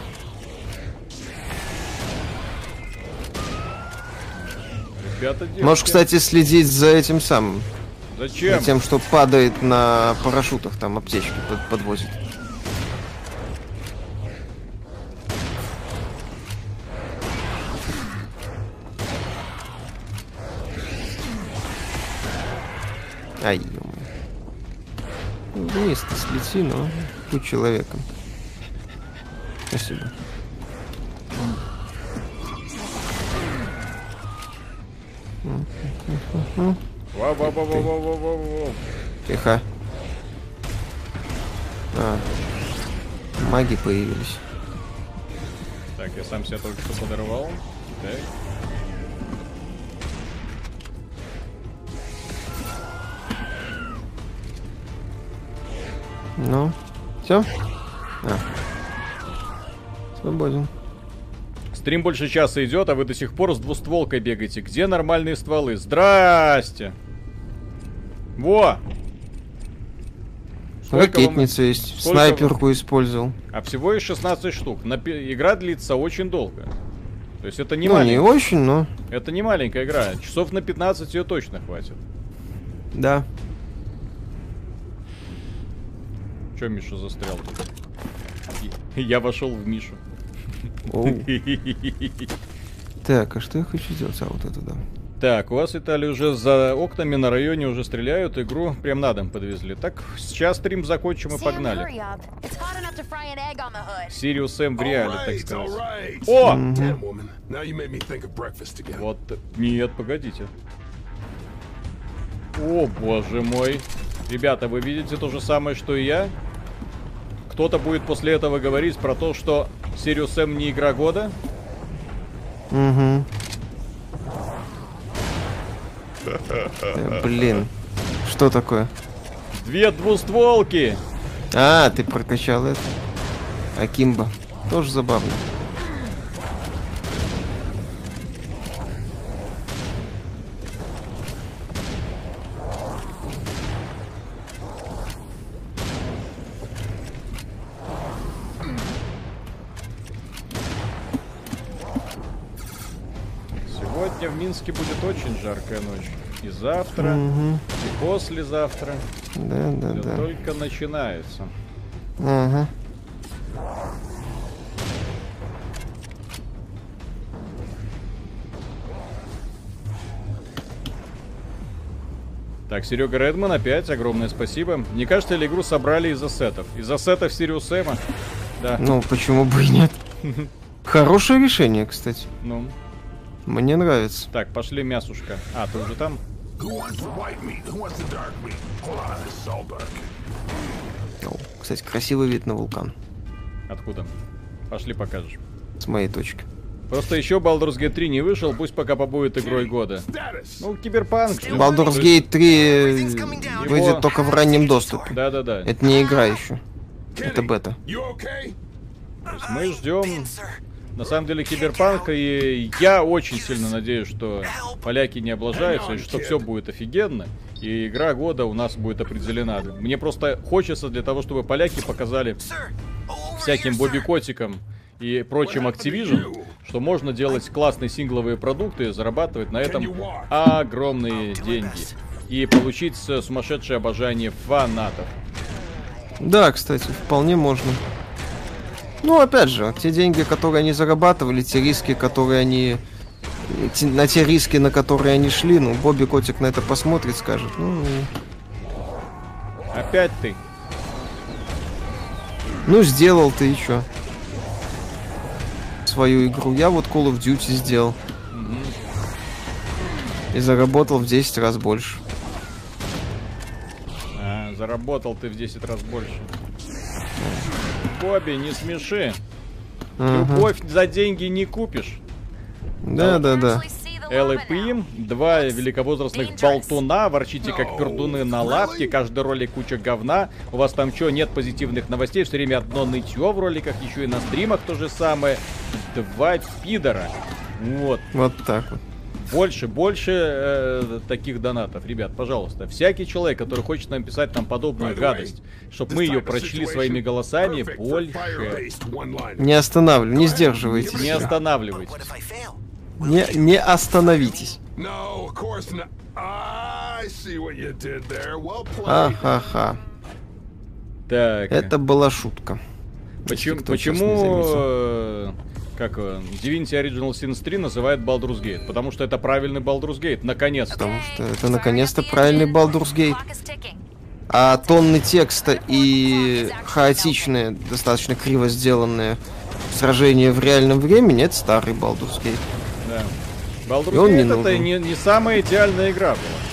Ребята, девушки. Можешь, кстати, следить за этим самым. Зачем? За тем, что падает на парашютах, там аптечки под подвозит. Ай, ё-моё. Вниз-то слети, но будь человеком. Спасибо. Ва-ва-ва-ва-ва-ва-ва. Тихо. А, маги появились. Так, я сам себя только что подорвал. Так. Ну, все? А. Свободен. Стрим больше часа идет, а вы до сих пор с двустволкой бегаете. Где нормальные стволы? Здрасте! Во! Сколько Ракетница вам... есть. Сколько Снайперку вам... использовал. А всего есть шестнадцать штук. Напи... Игра длится очень долго. То есть это не ну, маленькая. не очень, но... Это не маленькая игра. Часов на пятнадцать ее точно хватит. Да. Че Миша застрял тут? Я вошел в Мишу. Так, а что я хочу сделать? А, вот это да. Так, у вас, Виталий, уже за окнами на районе уже стреляют, игру прям на дом подвезли. Так, сейчас стрим закончим и погнали. Сириус М в реале, так сказать. О! Вот, нет, погодите. О, боже мой. Ребята, вы видите то же самое, что и я? Кто-то будет после этого говорить про то, что Сириус М не игра года? Угу. Да, блин. Что такое? Две двустволки! А, ты прокачал это. Акимбо. Тоже забавно. Сегодня в Минске будет очень жаркая ночь. и завтра, Мгм. и послезавтра. Да, да, Всё да. только начинается. Ага. Так, Серега Редман, опять огромное спасибо. Не кажется ли, игру собрали из ассетов? Из ассетов Сириус Сэма? Да. Ну, почему бы и нет? Хорошее решение, кстати. Ну, Мне нравится. так, пошли мясушка. А, ты уже там? Who wants the white meat? Who wants the dark meat? Hold on, it's all dark. О, кстати, красивый вид на вулкан. Откуда? Пошли покажешь. С моей точки. Просто еще Baldur's Gate три не вышел, пусть пока побудет игрой года. Status. Ну, Киберпанк. же. Baldur's Gate три выйдет только в раннем доступе. Да-да-да. Это не игра еще. Это бета. You okay? Мы ждем, на самом деле, Киберпанка, и я очень сильно надеюсь, что поляки не облажаются, и что все будет офигенно, и игра года у нас будет определена. Мне просто хочется для того, чтобы поляки показали всяким Бобби Котикам и прочим Activision, что можно делать классные сингловые продукты и зарабатывать на этом огромные деньги. И получить с- сумасшедшее обожание фанатов. Да, кстати, вполне можно. Ну, опять же, те деньги, которые они зарабатывали, те риски, которые они... те- на те риски, на которые они шли, ну, Бобби Котик на это посмотрит, скажет, ну, Опять ты. ну сделал ты и чё? Свою игру. Я вот Call of Duty сделал. И заработал в десять раз больше. А, заработал ты в десять раз больше. Бобби, не смеши. Ага. Любовь за деньги не купишь. Да, да, да. эл и пи, два великовозрастных болтуна, ворчите как пердуны на лавке, каждый ролик куча говна. У вас там что, нет позитивных новостей, все время одно нытье в роликах, еще и на стримах то же самое. Два пидора. Вот. Вот так вот. Больше, больше э, таких донатов, ребят, пожалуйста. Всякий человек, который хочет нам писать нам подобную гадость, чтобы мы ее прочли своими голосами, больше. Не останавливай, не сдерживайтесь. Не останавливайтесь. What if I fail? Не, не остановитесь. No, of course not. I see what you did there. Well played. Ха-ха-ха. Так. Это была шутка. Почему, Если кто сейчас не почему заметил. э, как э, Divinity Original Sin три называют Baldur's Gate? Потому что это правильный Baldur's Gate, наконец-то. Потому что это наконец-то правильный Baldur's Gate. А тонны текста и хаотичные, достаточно криво сделанные сражения в реальном времени — это старый Baldur's Gate. Да. Baldur's И он не Gate это нужен. не, не самая идеальная игра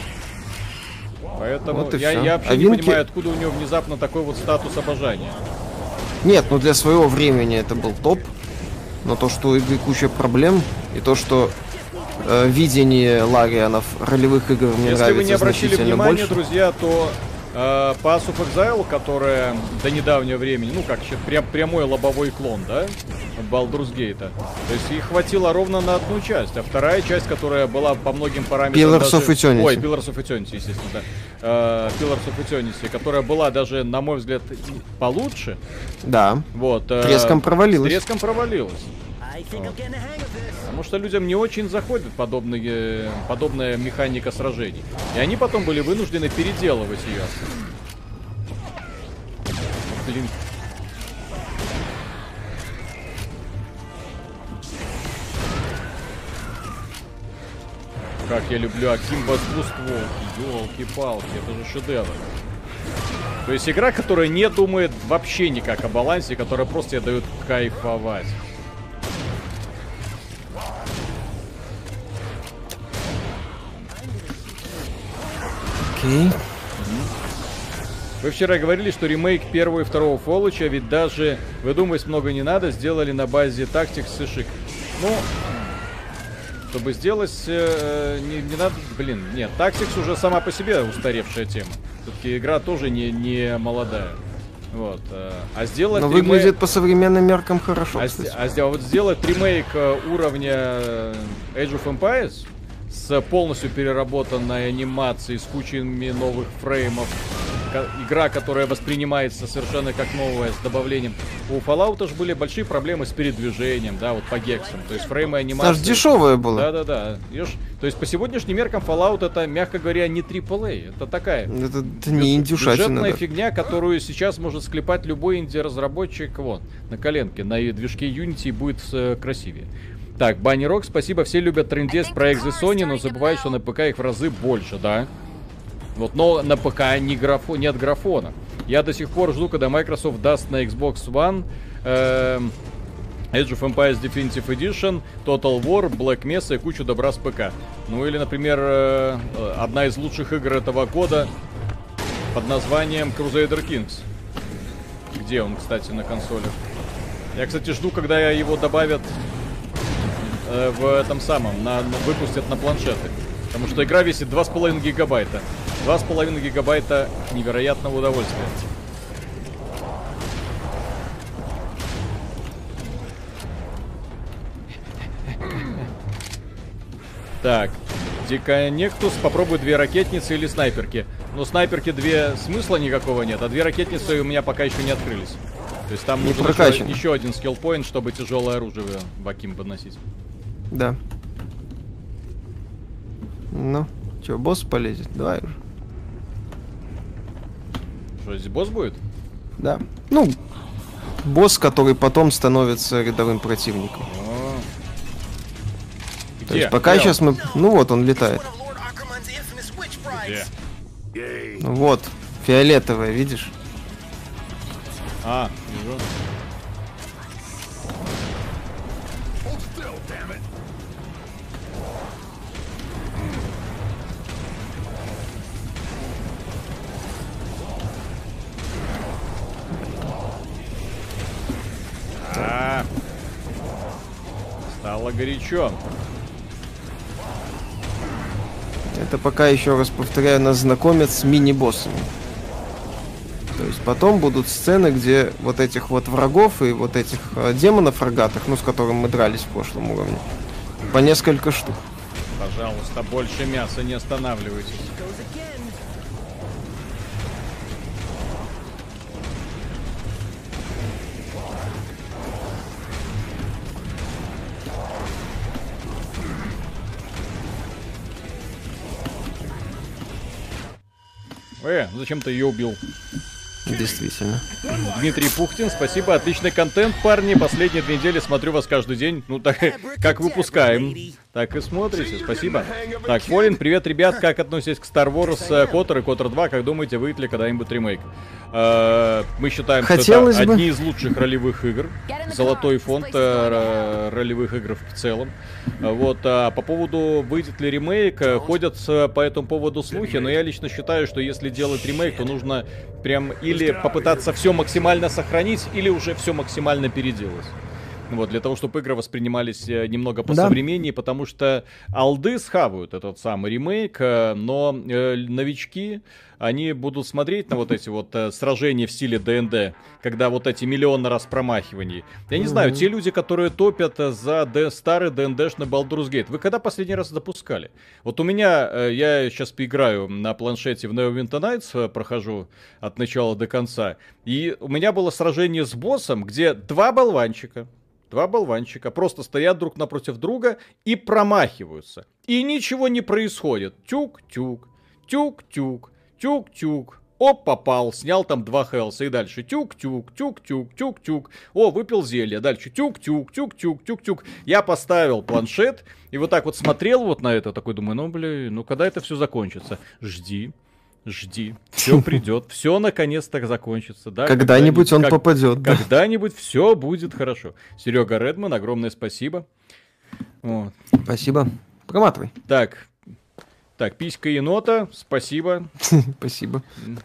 была. Поэтому Вот и я, всё. я вообще А не Винки- понимаю, откуда у него внезапно такой вот статус обожания. Нет, ну для своего времени это был топ. Но то, что у игры куча проблем, и то, что э, видение Ларианов ролевых игр мне Если нравится вы не обратили значительно внимания, больше. друзья, то э, Pass of Exile, которая до недавнего времени, ну как, щас прям, прямой лобовой клон, да, Baldur's Gate. То есть их хватило ровно на одну часть, а вторая часть, которая была по многим параметрам Pillars даже... of Eternity. Ой, Pillars of Eternity, естественно, да. Э, Pillars of Eternity, которая была даже, на мой взгляд, получше. Да. Вот. э, Треском провалилась. с Треском провалилась. Вот. Потому что людям не очень заходит подобные, подобная механика сражений. И они потом были вынуждены переделывать ее. Блин. Как я люблю Акимбо с двустволки. Ёлки-палки, это же шедевр. То есть игра, которая не думает вообще никак о балансе, которая просто тебе дает кайфовать. Окей. Вы вчера говорили, что ремейк первого и второго Fallout, ведь даже, вы думаете, много не надо, сделали на базе Tactics и Шик. Ну, чтобы сделать, э, не, не надо, блин, нет, Tactics уже сама по себе устаревшая тема. Все-таки игра тоже не, не молодая. Вот. э, А сделать Но ремейк- выглядит по современным меркам хорошо, А, кстати. сде- а сделать, вот сделать ремейк э, уровня э, Age of Empires с полностью переработанной анимацией, с кучами новых фреймов, ка- игра, которая воспринимается совершенно как новая, с добавлением. У Fallout же были большие проблемы с передвижением, да, вот по гексам. То есть фреймы анимации... Аж дешевое было. Да-да-да. То есть по сегодняшним меркам Fallout это, мягко говоря, не трипл эй. Это такая... Это, это не индюшатина. Бюджетная Да. фигня, которую сейчас может склепать любой инди-разработчик вот, на коленке. На движке Unity будет э, красивее. Так, Банни Рок, спасибо. Все любят трындец про экзы Sony, но забывают, что на ПК их в разы больше, да? Вот, но на ПК не графо... нет графона. Я до сих пор жду, когда Microsoft даст на Xbox One э, Age of Empires Definitive Edition, Total War, Black Mesa и кучу добра с ПК. Ну или, например, э, одна из лучших игр этого года под названием Crusader Kings. Где он, кстати, на консолях? Я, кстати, жду, когда его добавят э, в этом самом, на, на, выпустят на планшеты. Потому что игра весит два с половиной гигабайта. два с половиной гигабайта невероятного удовольствия. Так, Диконектус, попробуй две ракетницы или снайперки. Но снайперки две смысла никакого нет, а две ракетницы у меня пока еще не открылись. То есть там Не нужен еще, еще один скиллпоинт, чтобы тяжелое оружие в Аким подносить. Да. Ну, что, босс полезет? Давай уже. Что, здесь босс будет? Да. Ну, босс, который потом становится рядовым противником. О. То Где? есть пока Где сейчас он? мы... Ну вот, он летает. One of Lord Ackerman's infamous witch brides. Где? Ну вот, фиолетовая, видишь? А, вижу. Hold still, damn it. А, стало горячо. Это пока, еще раз повторяю, нас знакомят с мини-боссами. То есть потом будут сцены, где вот этих вот врагов и вот этих э, демонов рогатых, ну, с которыми мы дрались в прошлом уровне, по несколько штук. Пожалуйста, больше мяса, не останавливайтесь. Э, зачем ты ее убил? Действительно. Дмитрий Пухтин, спасибо, отличный контент, парни. Последние две недели смотрю вас каждый день. Ну, так как выпускаем, так и смотрите, спасибо. Так, Фолин, привет, ребят, как относитесь к Star Wars Котор и Котор два? Как думаете, выйдет ли когда-нибудь ремейк? Э, Мы считаем, Хотелось что это бы. одни из лучших ролевых игр. Золотой фонд э, ролевых игр в целом. Вот, а по поводу, выйдет ли ремейк, э, ходят э, по этому поводу слухи, но я лично считаю, что если делать ремейк, то нужно прям или попытаться все максимально сохранить, или уже все максимально переделать. Вот, для того, чтобы игры воспринимались э, немного посовременнее, да. Потому что алды схавают этот самый ремейк, э, но э, новички, они будут смотреть на вот эти вот э, сражения в стиле ДНД, когда вот эти миллионы раз промахиваний. Я не mm-hmm. знаю, те люди, которые топят за д- старый ДНДшный Baldur's Gate, вы когда последний раз запускали? Вот у меня, э, я сейчас поиграю на планшете в Neverwinter Nights, э, прохожу от начала до конца, и у меня было сражение с боссом, где два болванчика, Два болванчика просто стоят друг напротив друга и промахиваются. И ничего не происходит. Тюк-тюк, тюк-тюк, тюк-тюк. Оп, попал, снял там два хелса и дальше. Тюк-тюк, тюк-тюк, тюк-тюк. О, выпил зелье. Дальше тюк-тюк, тюк-тюк, тюк-тюк. Я поставил планшет и вот так вот смотрел вот на это. Такой думаю, ну, блин, ну когда это все закончится? Жди. Жди, все придет, все наконец-то закончится, да? Когда-нибудь он как, попадет, да. Когда-нибудь все будет хорошо. Серега Редман, огромное спасибо. Вот. Спасибо. Проматывай. Так, так, писька енота, спасибо. Спасибо.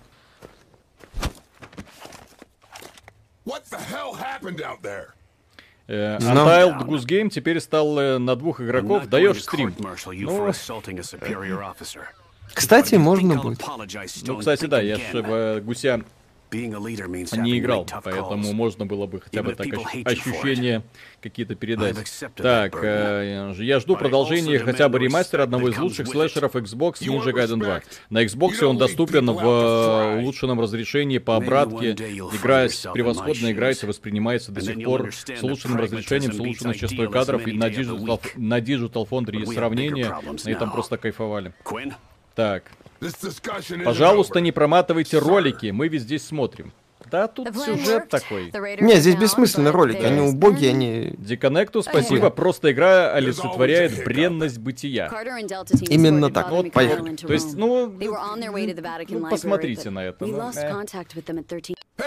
What the hell happened out there? Э, Untitled Goose Game теперь стал э, на двух игроков. Даешь стрим. Ну, кстати, можно будет. ну, кстати, да, я же э, гуся не играл, поэтому можно было бы хотя бы так ощ- ощущения какие-то передать. Так, э, я жду продолжения хотя бы ремастера одного из лучших слэшеров Xbox, Ninja Gaiden два. На Xbox он доступен в улучшенном разрешении по обратке. Игра превосходно играется, воспринимается до сих пор с улучшенным разрешением, с улучшенной частотой кадров, и на Digital, на Digital Foundry есть сравнение, и там просто кайфовали. Так. Пожалуйста, не проматывайте ролики, мы ведь здесь смотрим. Да, тут сюжет такой. Не, здесь бессмысленно ролики, они убогие, они... Диконнекту спасибо, просто игра олицетворяет бренность бытия. Именно так, вот, поехали. То есть, ну, ну посмотрите на это. Ну, э.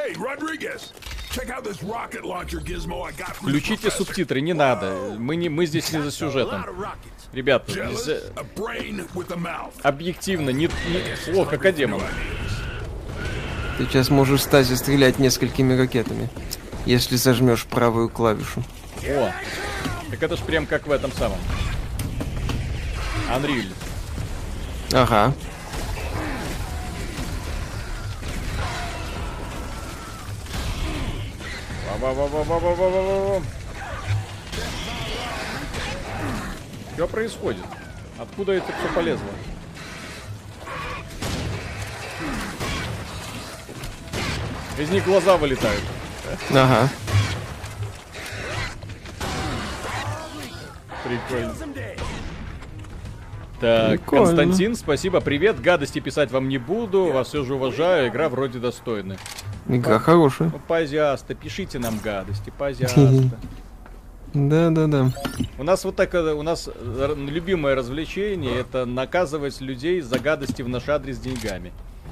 Включите субтитры, не надо. Мы, не, мы здесь не за сюжетом. Ребята, здесь, объективно, не, не... О, как демон. Ты сейчас можешь в стазе стрелять несколькими ракетами, если зажмешь правую клавишу. О, так это ж прям как в этом самом Unreal. Ага. Что происходит? Откуда это все полезло? Из них глаза вылетают. Ага. Прикольно. Так, Прикольно. Константин, спасибо. Привет, гадости писать вам не буду. Вас все же уважаю, игра вроде достойная. Игра хорошая. Ну, пожалуйста, пишите нам гадости, пожалуйста. Да-да-да. У нас вот так, у нас любимое развлечение — это наказывать людей за гадости в наш адрес деньгами.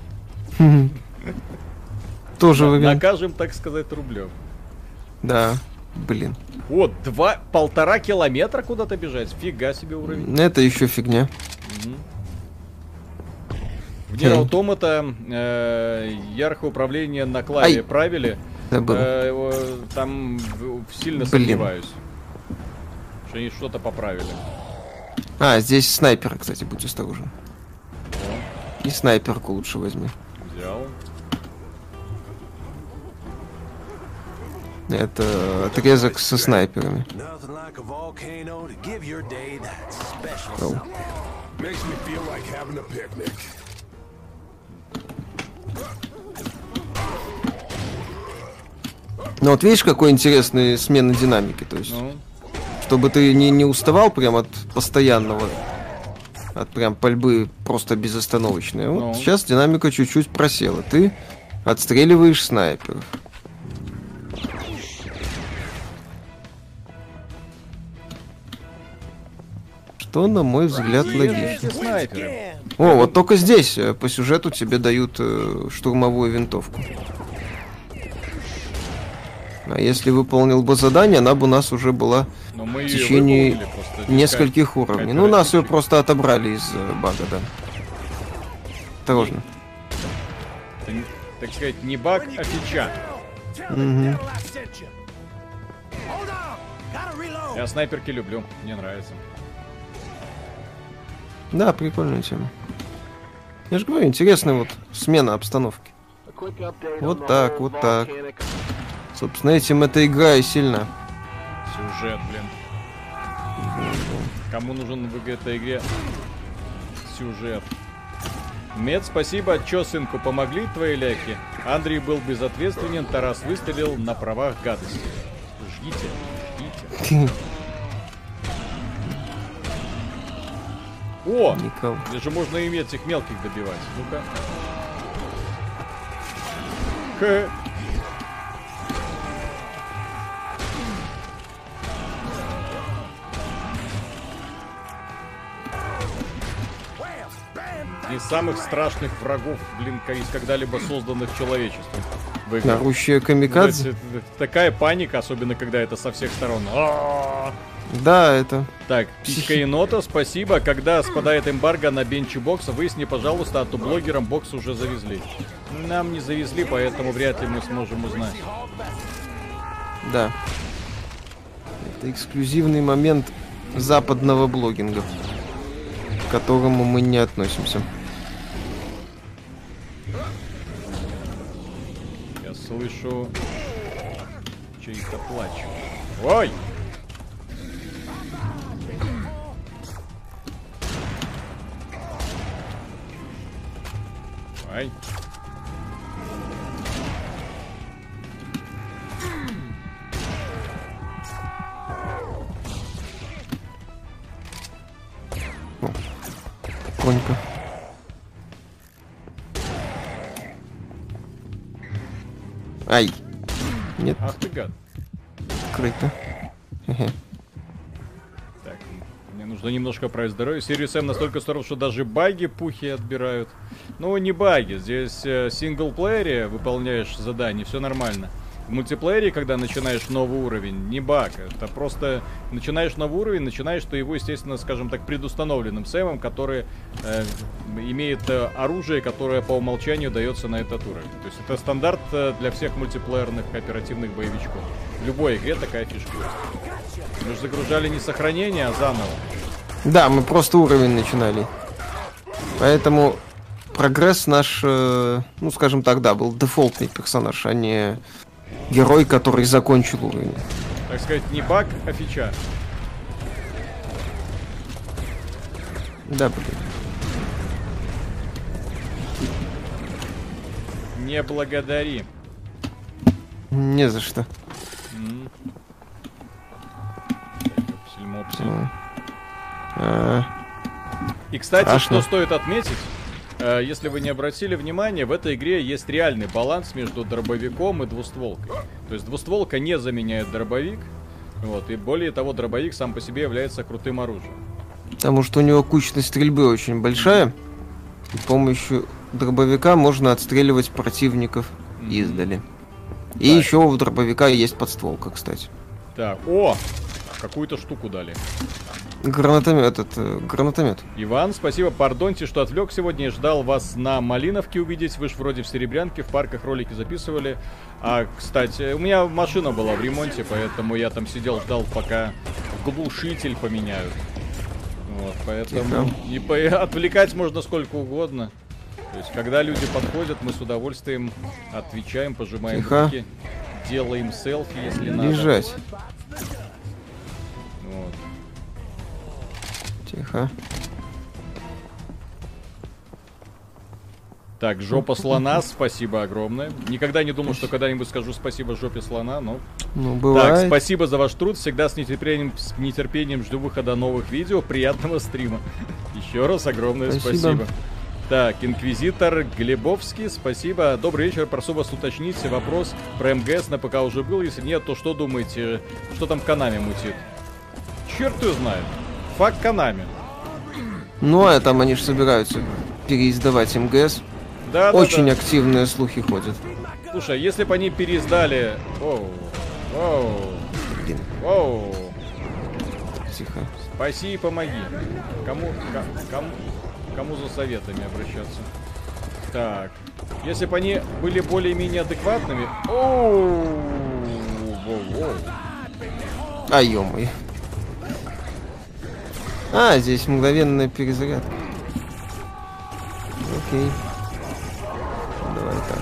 Тоже вариант. Накажем, так сказать, рублем. Да, блин. Вот, два, полтора километра куда-то бежать. Фига себе уровень. Это еще фигня. В Nier Automata э, яркое управление на клаве Ай. правили. Забыл. Э, его, там в- сильно Блин. сомневаюсь, что они что-то поправили. А, здесь снайпер, кстати, будь осторожен. И снайперку лучше возьми. Взял. Это отрезок со снайперами. Оу. Makes me feel like having a picnic. Ну вот видишь, какой интересный смена динамики, то есть, Ну, чтобы ты не, не уставал прям от постоянного, от прям пальбы просто безостановочной. Вот Ну. сейчас динамика чуть-чуть просела. Ты отстреливаешь снайперов. Что, на мой взгляд, логично. эти снайперы. О, вот только здесь э, по сюжету тебе дают э, штурмовую винтовку. А если выполнил бы задание, она бы у нас уже была Но мы в её течение выполнили просто. нескольких Как- уровней. как Ну, нас ее различие. просто отобрали из э, бага, да. Осторожно. Это, не- так сказать, не баг, а фича. Мгм. Я снайперки люблю, мне нравится. Да, прикольная тема. Я же говорю, интересная вот смена обстановки. Вот так, вот так. Собственно, этим эта игра и сильна. Сюжет, блин. Кому нужен в этой игре сюжет? Мед, спасибо. Чё, сынку, помогли твои ляки? Андрей был безответственен, Тарас выстрелил на правах гадости. Жгите, жгите. О! Никого. Здесь же можно иметь этих мелких добивать. Ну-ка. Хе. Из самых страшных врагов, блин, ка- из когда-либо созданных человечеством. в игре. Орущая камикадзе. То есть, это такая паника, особенно когда это со всех сторон. А-а-а. Да, это... Так, Пичка Енота, спасибо. Когда спадает эмбарго на бенчи бокса, выясни, пожалуйста, а то блогерам бокс уже завезли. Нам не завезли, поэтому вряд ли мы сможем узнать. Да. Это эксклюзивный момент западного блогинга, к которому мы не относимся. слышу чей-то плач. Ой! Ай. Тихонько. Ай. Нет, Ах ты гад. открыто. Хе-хе. Так, мне нужно немножко править здоровье. Serious Sam настолько здоров, что даже баги пухи отбирают. Ну, не баги. Здесь э, в синглплеере выполняешь задание, все нормально. В мультиплеере, когда начинаешь новый уровень, не баг. Это просто начинаешь новый уровень, начинаешь ты его, естественно, скажем так, предустановленным Сэмом, который э, имеет э, оружие, которое по умолчанию дается на этот уровень. То есть это стандарт э, для всех мультиплеерных кооперативных боевичков. В любой игре такая фишка есть. Мы же загружали не сохранение, а заново. Да, мы просто уровень начинали. Поэтому прогресс наш, э, ну, скажем так, да, был дефолтный персонаж, а не герой, который закончил уровень. Так сказать, не баг, а фича. Да, блин. Не благодари. Не за что. М. Псель-мопсель. Ну. А, И, кстати, Страшно. что стоит отметить, э, если вы не обратили внимания, в этой игре есть реальный баланс между дробовиком и двустволкой. То есть двустволка не заменяет дробовик, вот, и более того, дробовик сам по себе является крутым оружием. Потому что у него кучность стрельбы очень большая. И с помощью дробовика можно отстреливать противников издали. И Так. еще у дробовика есть подстволка, кстати. Так, о! Какую-то штуку дали. Гранатомет, этот, э, гранатомет. Иван, спасибо, пардоньте, что отвлек сегодня. Я ждал вас на Малиновке увидеть. Вы ж вроде в Серебрянке, в парках ролики записывали. А, кстати, у меня машина была в ремонте, поэтому я там сидел, ждал, пока глушитель поменяют. Вот, поэтому и по- отвлекать можно сколько угодно. То есть, когда люди подходят, мы с удовольствием отвечаем, пожимаем Тихо. руки, делаем селфи, если надо. Лежать. Вот. Тихо. Так, жопа слона, спасибо огромное. Никогда не думал, что когда-нибудь скажу спасибо жопе слона, но... Ну, Так, бывает. спасибо за ваш труд. Всегда с нетерпением, с нетерпением жду выхода новых видео. Приятного стрима. Еще раз огромное Спасибо. спасибо. Так, инквизитор Глебовский, спасибо. Добрый вечер. Прошу вас уточнить вопрос про МГС на ПК уже был. Если нет, то что думаете, что там Konami мутит? Черт его знает. Факт Konami. Ну, а там они же собираются переиздавать МГС. Да, Очень да, да. активные слухи ходят. Слушай, если бы они переиздали... Оу, оу, Блин, оу. тихо. Спаси и помоги. Кому, ко- кому, кому за советами обращаться? Так. Если бы они были более-менее адекватными... Оу, воу-воу. А, ё-моё. А, здесь мгновенная перезарядка. Окей. Давай так.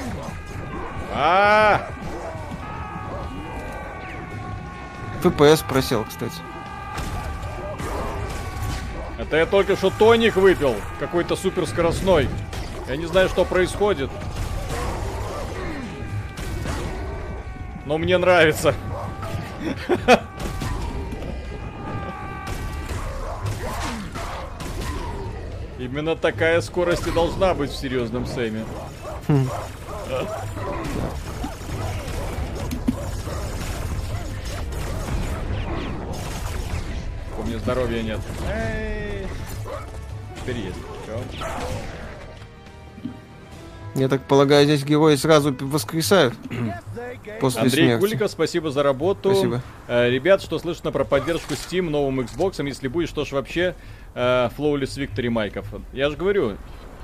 А, ФПС просел, кстати. это я только что тоник выпил, какой-то суперскоростной. Я не знаю, что происходит. Но мне нравится. Именно такая скорость и должна быть в серьезном Сэме. У меня здоровья нет. Эй. Теперь есть. Всё. Я так полагаю, здесь герои сразу воскресают после Андрей смерти. Куликов, спасибо за работу. Спасибо. Э, ребят, что слышно про поддержку Steam новым Xbox? Если будет, что ж вообще э, Flawless Victory майков? Я же говорю,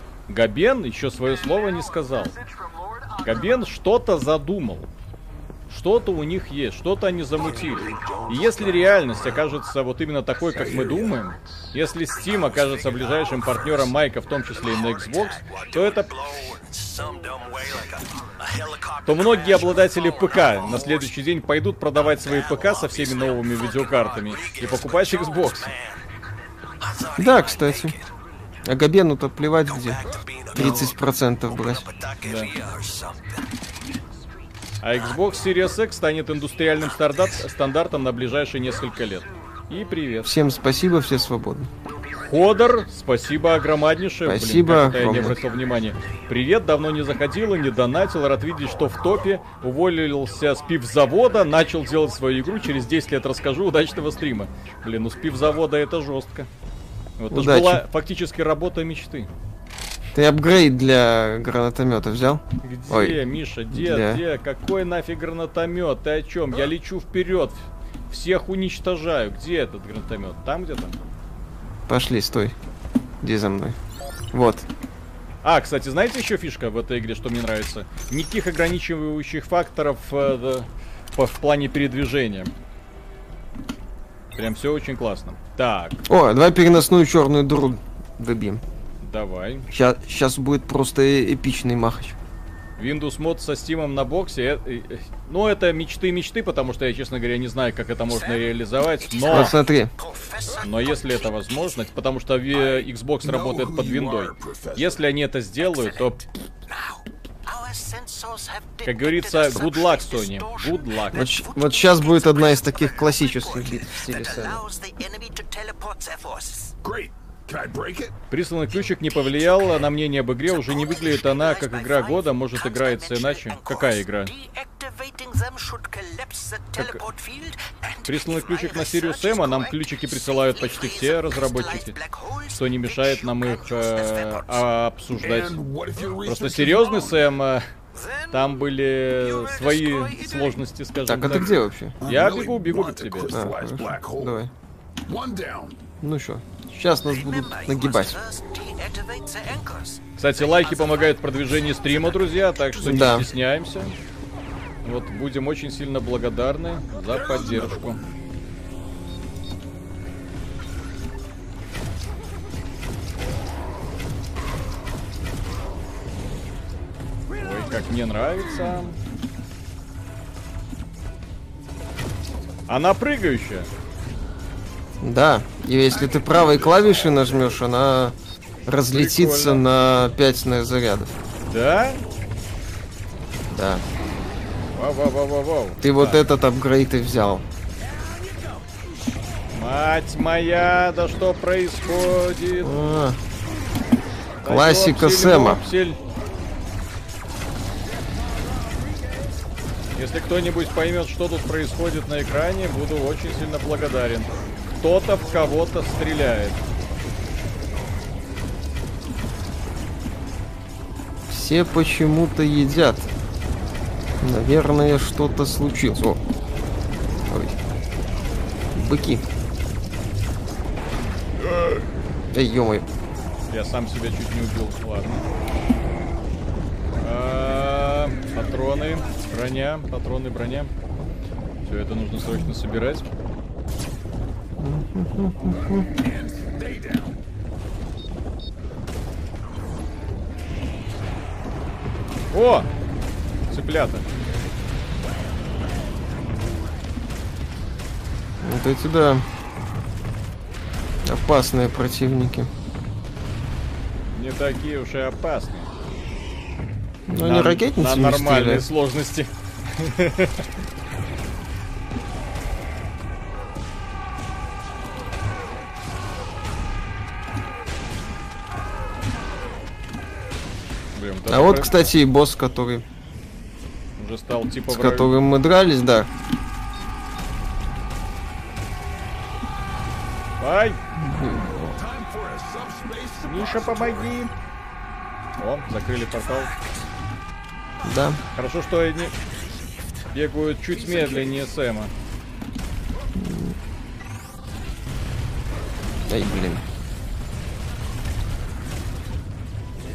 Габен еще свое слово не сказал. Габен что-то задумал. Что-то у них есть, что-то они замутили. И если реальность окажется вот именно такой, как мы думаем, если Steam окажется ближайшим партнером Майка, в том числе и на Xbox, то это... то многие обладатели ПК на следующий день пойдут продавать свои ПК со всеми новыми видеокартами и покупать Xbox. Да, кстати. А Габену-то плевать где. тридцать процентов брать. Да. А Xbox Series X станет индустриальным стандарт, стандартом на ближайшие несколько лет. И привет. Всем спасибо, все свободны. Ходор, спасибо огромнейшее. Спасибо. Блин, я не обратил внимания. Привет, давно не заходила, не донатил. Рад видеть, что в топе. Уволился с пивзавода, начал делать свою игру. Через десять лет расскажу. Удачного стрима. Блин, ну с пивзавода это жестко. Вот, это же была фактически работа мечты. Ты апгрейд для гранатомета взял? Где, Ой, Миша, где, для... где? Какой нафиг гранатомет? Ты о чем? Я лечу вперед. Всех уничтожаю. Где этот гранатомет? Там где-то? Пошли, стой. Иди за мной. Вот. А, кстати, знаете еще фишка в этой игре, что мне нравится? Никаких ограничивающих факторов э, по, в плане передвижения. Прям все очень классно. Так. О, давай переносную черную дыру добьем. Давай. Сейчас, сейчас будет просто эпичный махач. Windows мод со Steam на боксе. Э, э, ну, это мечты-мечты, потому что я, честно говоря, не знаю, как это можно реализовать. Но, вот смотри. Но если это возможно, потому что Xbox работает под виндой. Если они это сделают, то... Как говорится, good luck, Sony. Good luck. Вот, вот сейчас будет одна из таких классических битв в стиле Сэма. Присланный ключик не повлиял на мнение об игре, уже не выглядит она как игра года, может играется иначе. Какая игра? Как... Присланный ключик на Sirius Sam, а нам ключики присылают почти все разработчики, что не мешает нам их э, обсуждать. Просто серьезный Сэм, э, там были свои сложности, скажем так. Так, а ты где вообще? Я бегу, бегу к тебе. А, давай. Ну что, сейчас нас будут нагибать. Кстати, лайки помогают в продвижении стрима, друзья, так что не да. стесняемся. Вот, будем очень сильно благодарны за поддержку. Ой, как мне нравится. Она прыгающая. Да, и если ты правой клавишей нажмешь, она разлетится Прикольно. на пять зарядов. Да? Да. Вау-вау-вау-вау. Ты да. вот этот апгрейд и взял. Мать моя, да что происходит? А, Да классика ёпсель, Сэма. ёпсель. Если кто-нибудь поймет, что тут происходит на экране, буду очень сильно благодарен. Кто-то в кого-то стреляет. Все почему-то едят. Наверное, что-то случилось. О. Ой. Быки. Эй, ё-моё. Я сам себя чуть не убил. Ладно. А, патроны, броня, патроны, броня. Все это нужно срочно собирать. О! Цыплята. Вот эти, да. Опасные противники. Не такие уж и опасные. Ну, не ракетницы, на нормальные стреляют. сложности. Блин, А вот, кстати, и босс, который, уже стал типа с враг. которым мы дрались, да. Ай! Миша, помоги! О, закрыли портал. Да. Хорошо, что они бегают чуть медленнее Сэма. Ай, блин.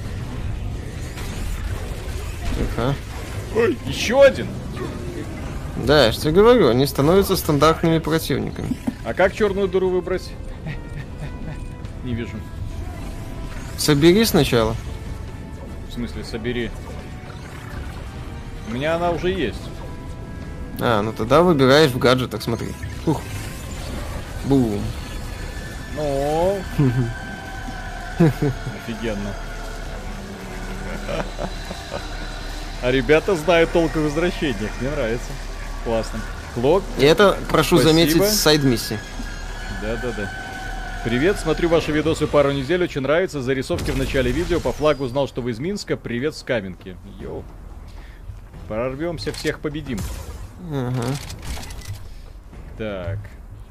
Тихо. Ой, еще один! Да, я же тебе говорю, они становятся стандартными противниками. А как черную дыру выбрать? Не вижу. Собери сначала. В смысле, собери. У меня она уже есть. А, ну тогда выбираешь в гаджетах, смотри. Ух. Бум. Ну. Офигенно. А ребята знают толк в возвращениях. Мне нравится. Классно. Клок. И это, прошу Спасибо. заметить, сайд-миссии. Да-да-да. Привет, смотрю ваши видосы пару недель, очень нравится. Зарисовки в начале видео, по флагу узнал, что вы из Минска. Привет с Каменки. Йоу. Прорвемся, всех победим. Ага. Так.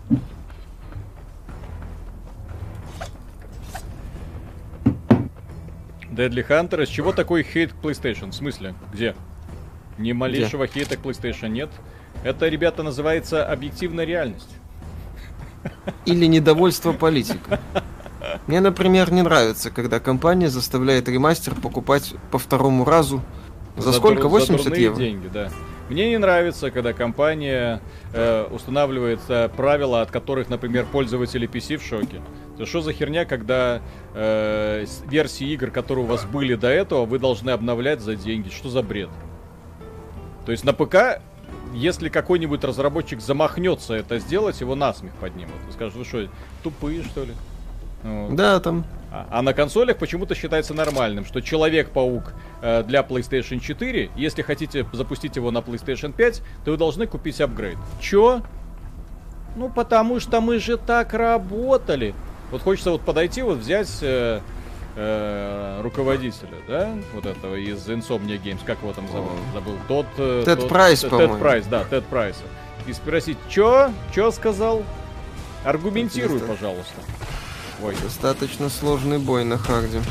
Deadly Hunter, из чего такой хейт к PlayStation? В смысле? Где? Ни малейшего Где? хейта к PlayStation нет. Это, ребята, называется объективная реальность. Или недовольство политикой. Мне, например, не нравится, когда компания заставляет ремастер покупать по второму разу. За, за сколько? восемьдесят евро? Деньги, да. Мне не нравится, когда компания э, устанавливает э, правила, от которых, например, пользователи пи си в шоке. То что за херня, когда э, версии игр, которые у вас были до этого, вы должны обновлять за деньги? Что за бред? То есть на ПК, если какой-нибудь разработчик замахнется это сделать, его насмех поднимут. И скажут, вы что, тупые, что ли? Вот. Да, там. А, а на консолях почему-то считается нормальным, что Человек-паук э, для PlayStation четыре, если хотите запустить его на PlayStation пять, то вы должны купить апгрейд. Чё? Ну, потому что мы же так работали. Вот хочется вот подойти, вот взять э, э, руководителя, да, вот этого из Insomnia Games, как его там забыл, забыл. Тот... Э, Тед тот, Прайс, Тед по-моему. Прайс, да, Тед Прайс. И спросить, чё? Чё сказал? Аргументируй, пожалуйста. Ой. Достаточно сложный бой на харде.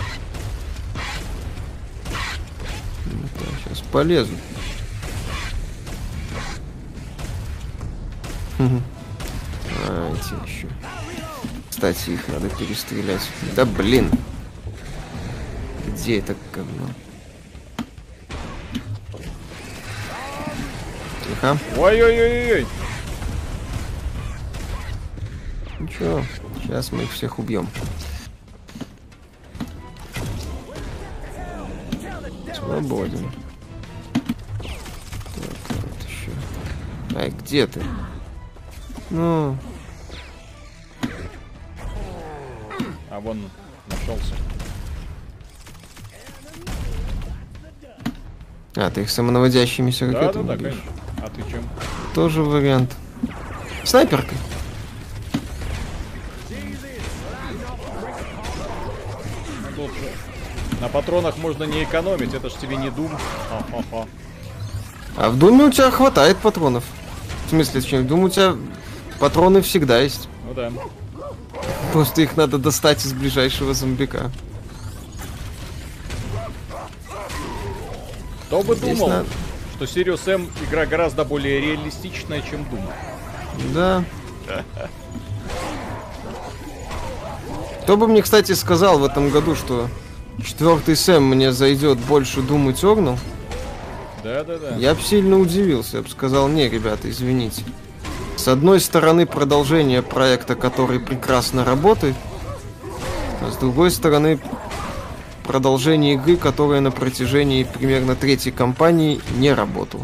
Сейчас полезу. А, эти еще. Кстати, их надо перестрелять. Да блин. Где это говно? Тихо. Ой-ой-ой-ой. Ничего. Сейчас мы их всех убьем. Свободен. Так, вот еще. Ай, где ты? Ну. А вон нашелся. А, ты их самонаводящимися ракетами? Да, да, да, конечно. А ты чем? Тоже вариант. Снайперкой. На патронах можно не экономить, это ж тебе не Doom. Ха-ха-ха. А в Думе у тебя хватает патронов. В смысле, чем? В Думе у тебя патроны всегда есть. Ну да. Просто их надо достать из ближайшего зомбика. Кто бы Здесь думал, надо... что Sirius M игра гораздо более реалистичная, чем Doom. Да. Кто бы мне, кстати, сказал в этом году, что четвертый Сэм мне зайдет больше Doom Eternal, да, да, да. я бы сильно удивился. Я бы сказал, не, ребята, извините. С одной стороны, продолжение проекта, который прекрасно работает, а с другой стороны, продолжение игры, которая на протяжении примерно третьей кампании не работала.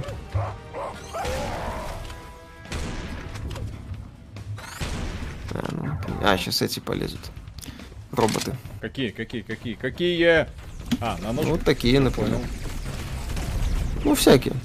А, ну, а, сейчас эти полезут. Роботы. Какие, какие, какие, какие? А, на нож. Вот такие, например. Ну, всякие.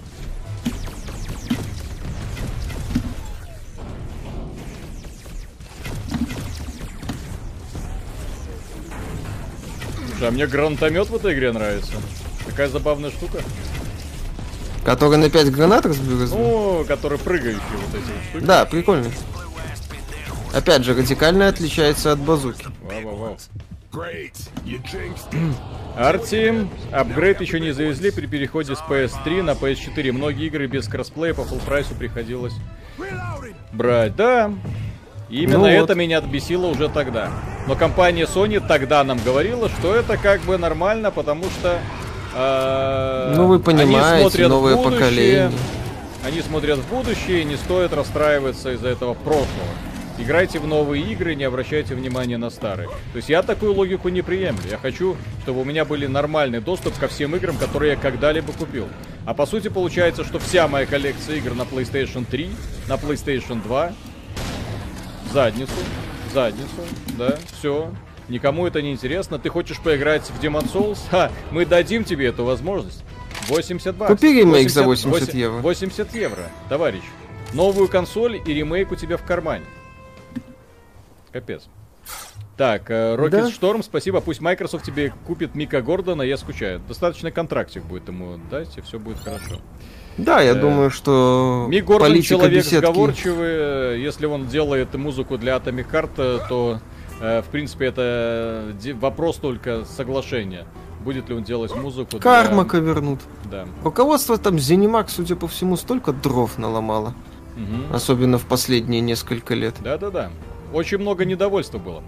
Слушай, а мне гранатомет в этой игре нравится. Такая забавная штука. Который на пять гранат разбил? Ну, который прыгающие вот эти вот штуки. Да, прикольно. Опять же, радикально отличается от базуки. Вау-вау-вау. Great. You jinxed it. Арти, апгрейд еще не завезли при переходе с пи эс три на пи эс четыре. Многие игры без кроссплея по фулл прайсу приходилось брать. Да, именно ну это вот. меня отбесило уже тогда. Но компания Sony тогда нам говорила, что это как бы нормально, потому что э, Ну вы понимаете, они смотрят новое в будущее. поколение. они смотрят в будущее, и не стоит расстраиваться из-за этого прошлого. Играйте в новые игры, не обращайте внимания на старые. То есть я такую логику не приемлю. Я хочу, чтобы у меня были нормальный доступ ко всем играм, которые я когда-либо купил. А по сути получается, что вся моя коллекция игр на PlayStation три, на PlayStation два, в задницу, в задницу, да, все. Никому это не интересно. Ты хочешь поиграть в Demon's Souls? Ха, мы дадим тебе эту возможность. восемьдесят баксов. Купи ремейк за восемьдесят евро. восемьдесят евро, товарищ. Новую консоль и ремейк у тебя в кармане. Капец. Так, Rocket Да. Storm, спасибо. Пусть Microsoft тебе купит Мика Гордона, я скучаю. Достаточно контрактик будет ему дать, и все будет хорошо. Да, я Э, думаю, что Мик Гордон политика человек беседки... сговорчивый. Если он делает музыку для Atomic Heart, то, э, в принципе, это де- вопрос только соглашения. Будет ли он делать музыку для... Кармака вернут. Да. Руководство там Zenimax, судя по всему, столько дров наломало. Мгм. Особенно в последние несколько лет. Да-да-да. Очень много недовольства было.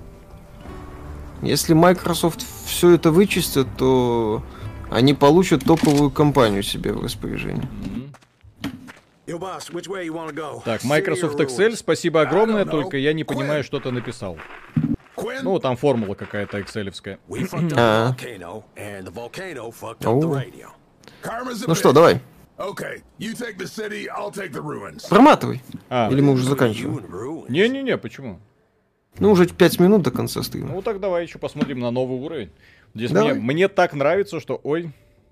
Если Microsoft все это вычистят, то они получат топовую компанию себе в распоряжение. Yo, boss, which way you wanna go? Так, City Microsoft or Excel, ruins? спасибо огромное, I don't know. только я не понимаю, Quinn. что ты написал. Quinn? Ну, там формула какая-то экселевская. We fucked up А. the volcano, and the volcano fucked up the О. radio. Karma's a Ну что, bitch. давай, Okay, you take the city, I'll take the ruins. проматывай. А, Или мы уже You заканчиваем? and ruins. не-не-не, почему? Ну, уже пять минут до конца стрима. Ну, так давай еще посмотрим на новый уровень. Здесь Давай. мне, мне так нравится, что... Ой.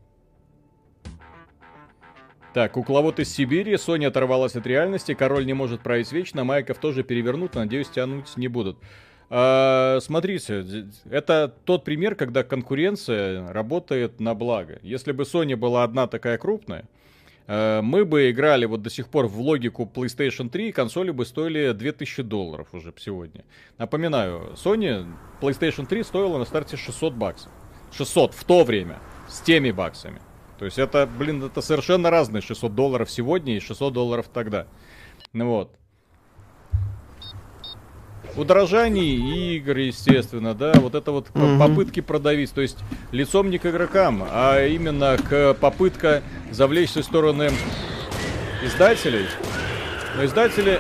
Так, кукловод из Сибири, Соня оторвалась от реальности, король не может править вечно, Майков тоже перевернут, надеюсь, тянуть не будут. А, смотрите, это тот пример, когда конкуренция работает на благо. Если бы Sony была одна такая крупная, э, мы бы играли вот до сих пор в логику PlayStation три, и консоли бы стоили две тысячи долларов уже сегодня. Напоминаю, Sony PlayStation три стоила на старте шестьсот баксов. шестьсот в то время, с теми баксами. То есть это, блин, это совершенно разные шестьсот долларов сегодня и шестьсот долларов тогда. Ну вот. Удорожание игр, естественно, да, вот это вот Мгм. попытки продавить, то есть лицом не к игрокам, а именно к попытка завлечься в стороны издателей. Но издатели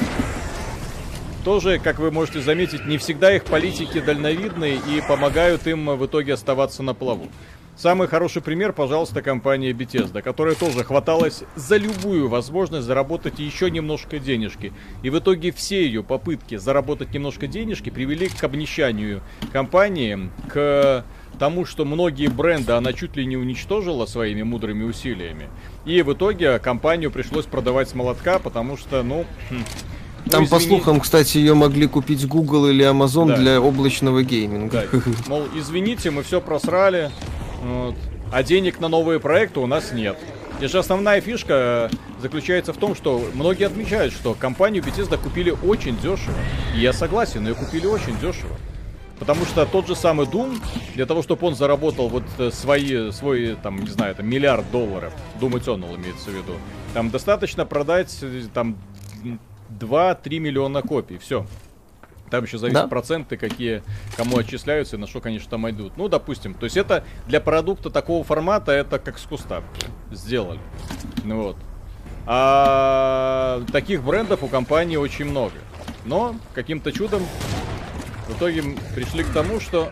тоже, как вы можете заметить, не всегда их политики дальновидны и помогают им в итоге оставаться на плаву. Самый хороший пример, пожалуйста, компания Bethesda, которая тоже хваталась за любую возможность заработать еще немножко денежки. И в итоге все ее попытки заработать немножко денежки привели к обнищанию компании, к тому, что многие бренды она чуть ли не уничтожила своими мудрыми усилиями. И в итоге компанию пришлось продавать с молотка, потому что, ну... хм, ну, Там, по извини- слухам, кстати, ее могли купить Google или Amazon Да. для облачного гейминга. Да, мол, извините, мы все просрали, вот, а денег на новые проекты у нас нет. И же основная фишка заключается в том, что многие отмечают, что компанию Bethesda купили очень дешево. И я согласен, ее купили очень дешево. Потому что тот же самый Doom, для того, чтобы он заработал вот э, свои, свой, там, не знаю, там, миллиард долларов, Doom Eternal имеется в виду, там достаточно продать, э, там, два-три миллиона копий, все. Там еще зависит Да. проценты, какие кому отчисляются и на что, конечно, там идут. Ну, допустим, то есть это для продукта такого формата, это как с куста сделали. Ну вот. А таких брендов у компании очень много. Но каким-то чудом в итоге пришли к тому, что...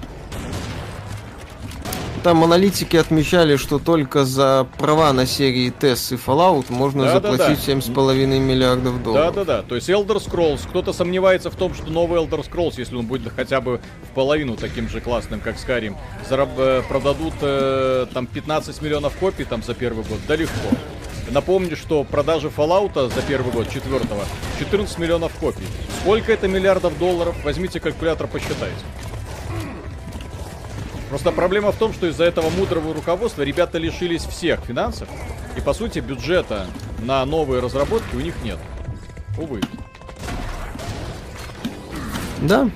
Там аналитики отмечали, что только за права на серии Тесс и Fallout можно Да-да-да. заплатить семь с половиной миллиардов долларов. Да-да-да, то есть Elder Scrolls, кто-то сомневается в том, что новый Elder Scrolls, если он будет хотя бы в половину таким же классным, как Skyrim, зараб- э, продадут э, там пятнадцать миллионов копий там за первый год, да легко. Напомню, что продажи Fallout за первый год, четвертого, четырнадцать миллионов копий. Сколько это миллиардов долларов? Возьмите калькулятор, посчитайте. Просто проблема в том, что из-за этого мудрого руководства ребята лишились всех финансов, и по сути бюджета на новые разработки у них нет. Увы. Да.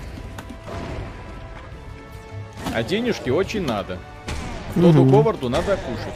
А денежки очень надо. Тоду Мгм. Говарду надо кушать.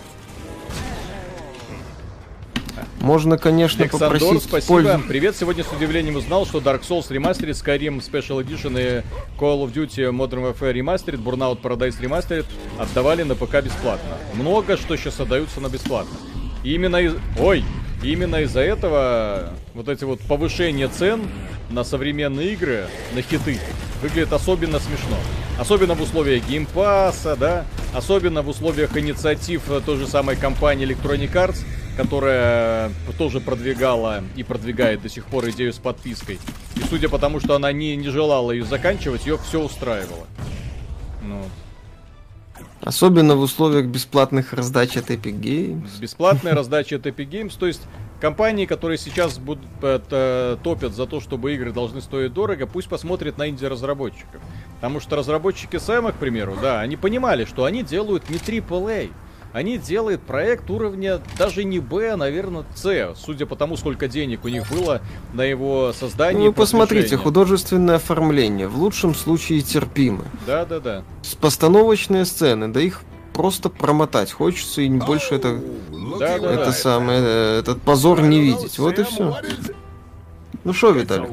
Можно, конечно, Александр, попросить спасибо. пользу- Привет. Сегодня с удивлением узнал, что Dark Souls Remastered, Skyrim Special Edition и Call of Duty Modern Warfare Remastered, Burnout Paradise Remastered отдавали на ПК бесплатно. Много что сейчас отдаются на бесплатно. И именно из... Ой, именно из-за этого вот эти вот повышения цен на современные игры, на хиты, выглядит особенно смешно. Особенно в условиях геймпасса, да, особенно в условиях инициатив той же самой компании Electronic Arts, которая тоже продвигала и продвигает до сих пор идею с подпиской. И судя по тому, что она не, не желала ее заканчивать, ее все устраивало. Ну. Особенно в условиях бесплатных раздач от Epic Games. Бесплатная раздача от Epic Games, то есть компании, которые сейчас будут это, топят за то, чтобы игры должны стоить дорого, пусть посмотрят на инди-разработчиков. Потому что разработчики Сэма, к примеру, да, они понимали, что они делают не трипл эй. Они делают проект уровня даже не Б, а, наверное, С, судя по тому, сколько денег у них было на его создание. Ну, вы посмотрите, художественное оформление, в лучшем случае терпимо. Да-да-да. С постановочные сцены, да их просто промотать хочется, и не больше это, да, да, это да. самое, этот позор не видеть. Вот и все. Ну что, Виталик?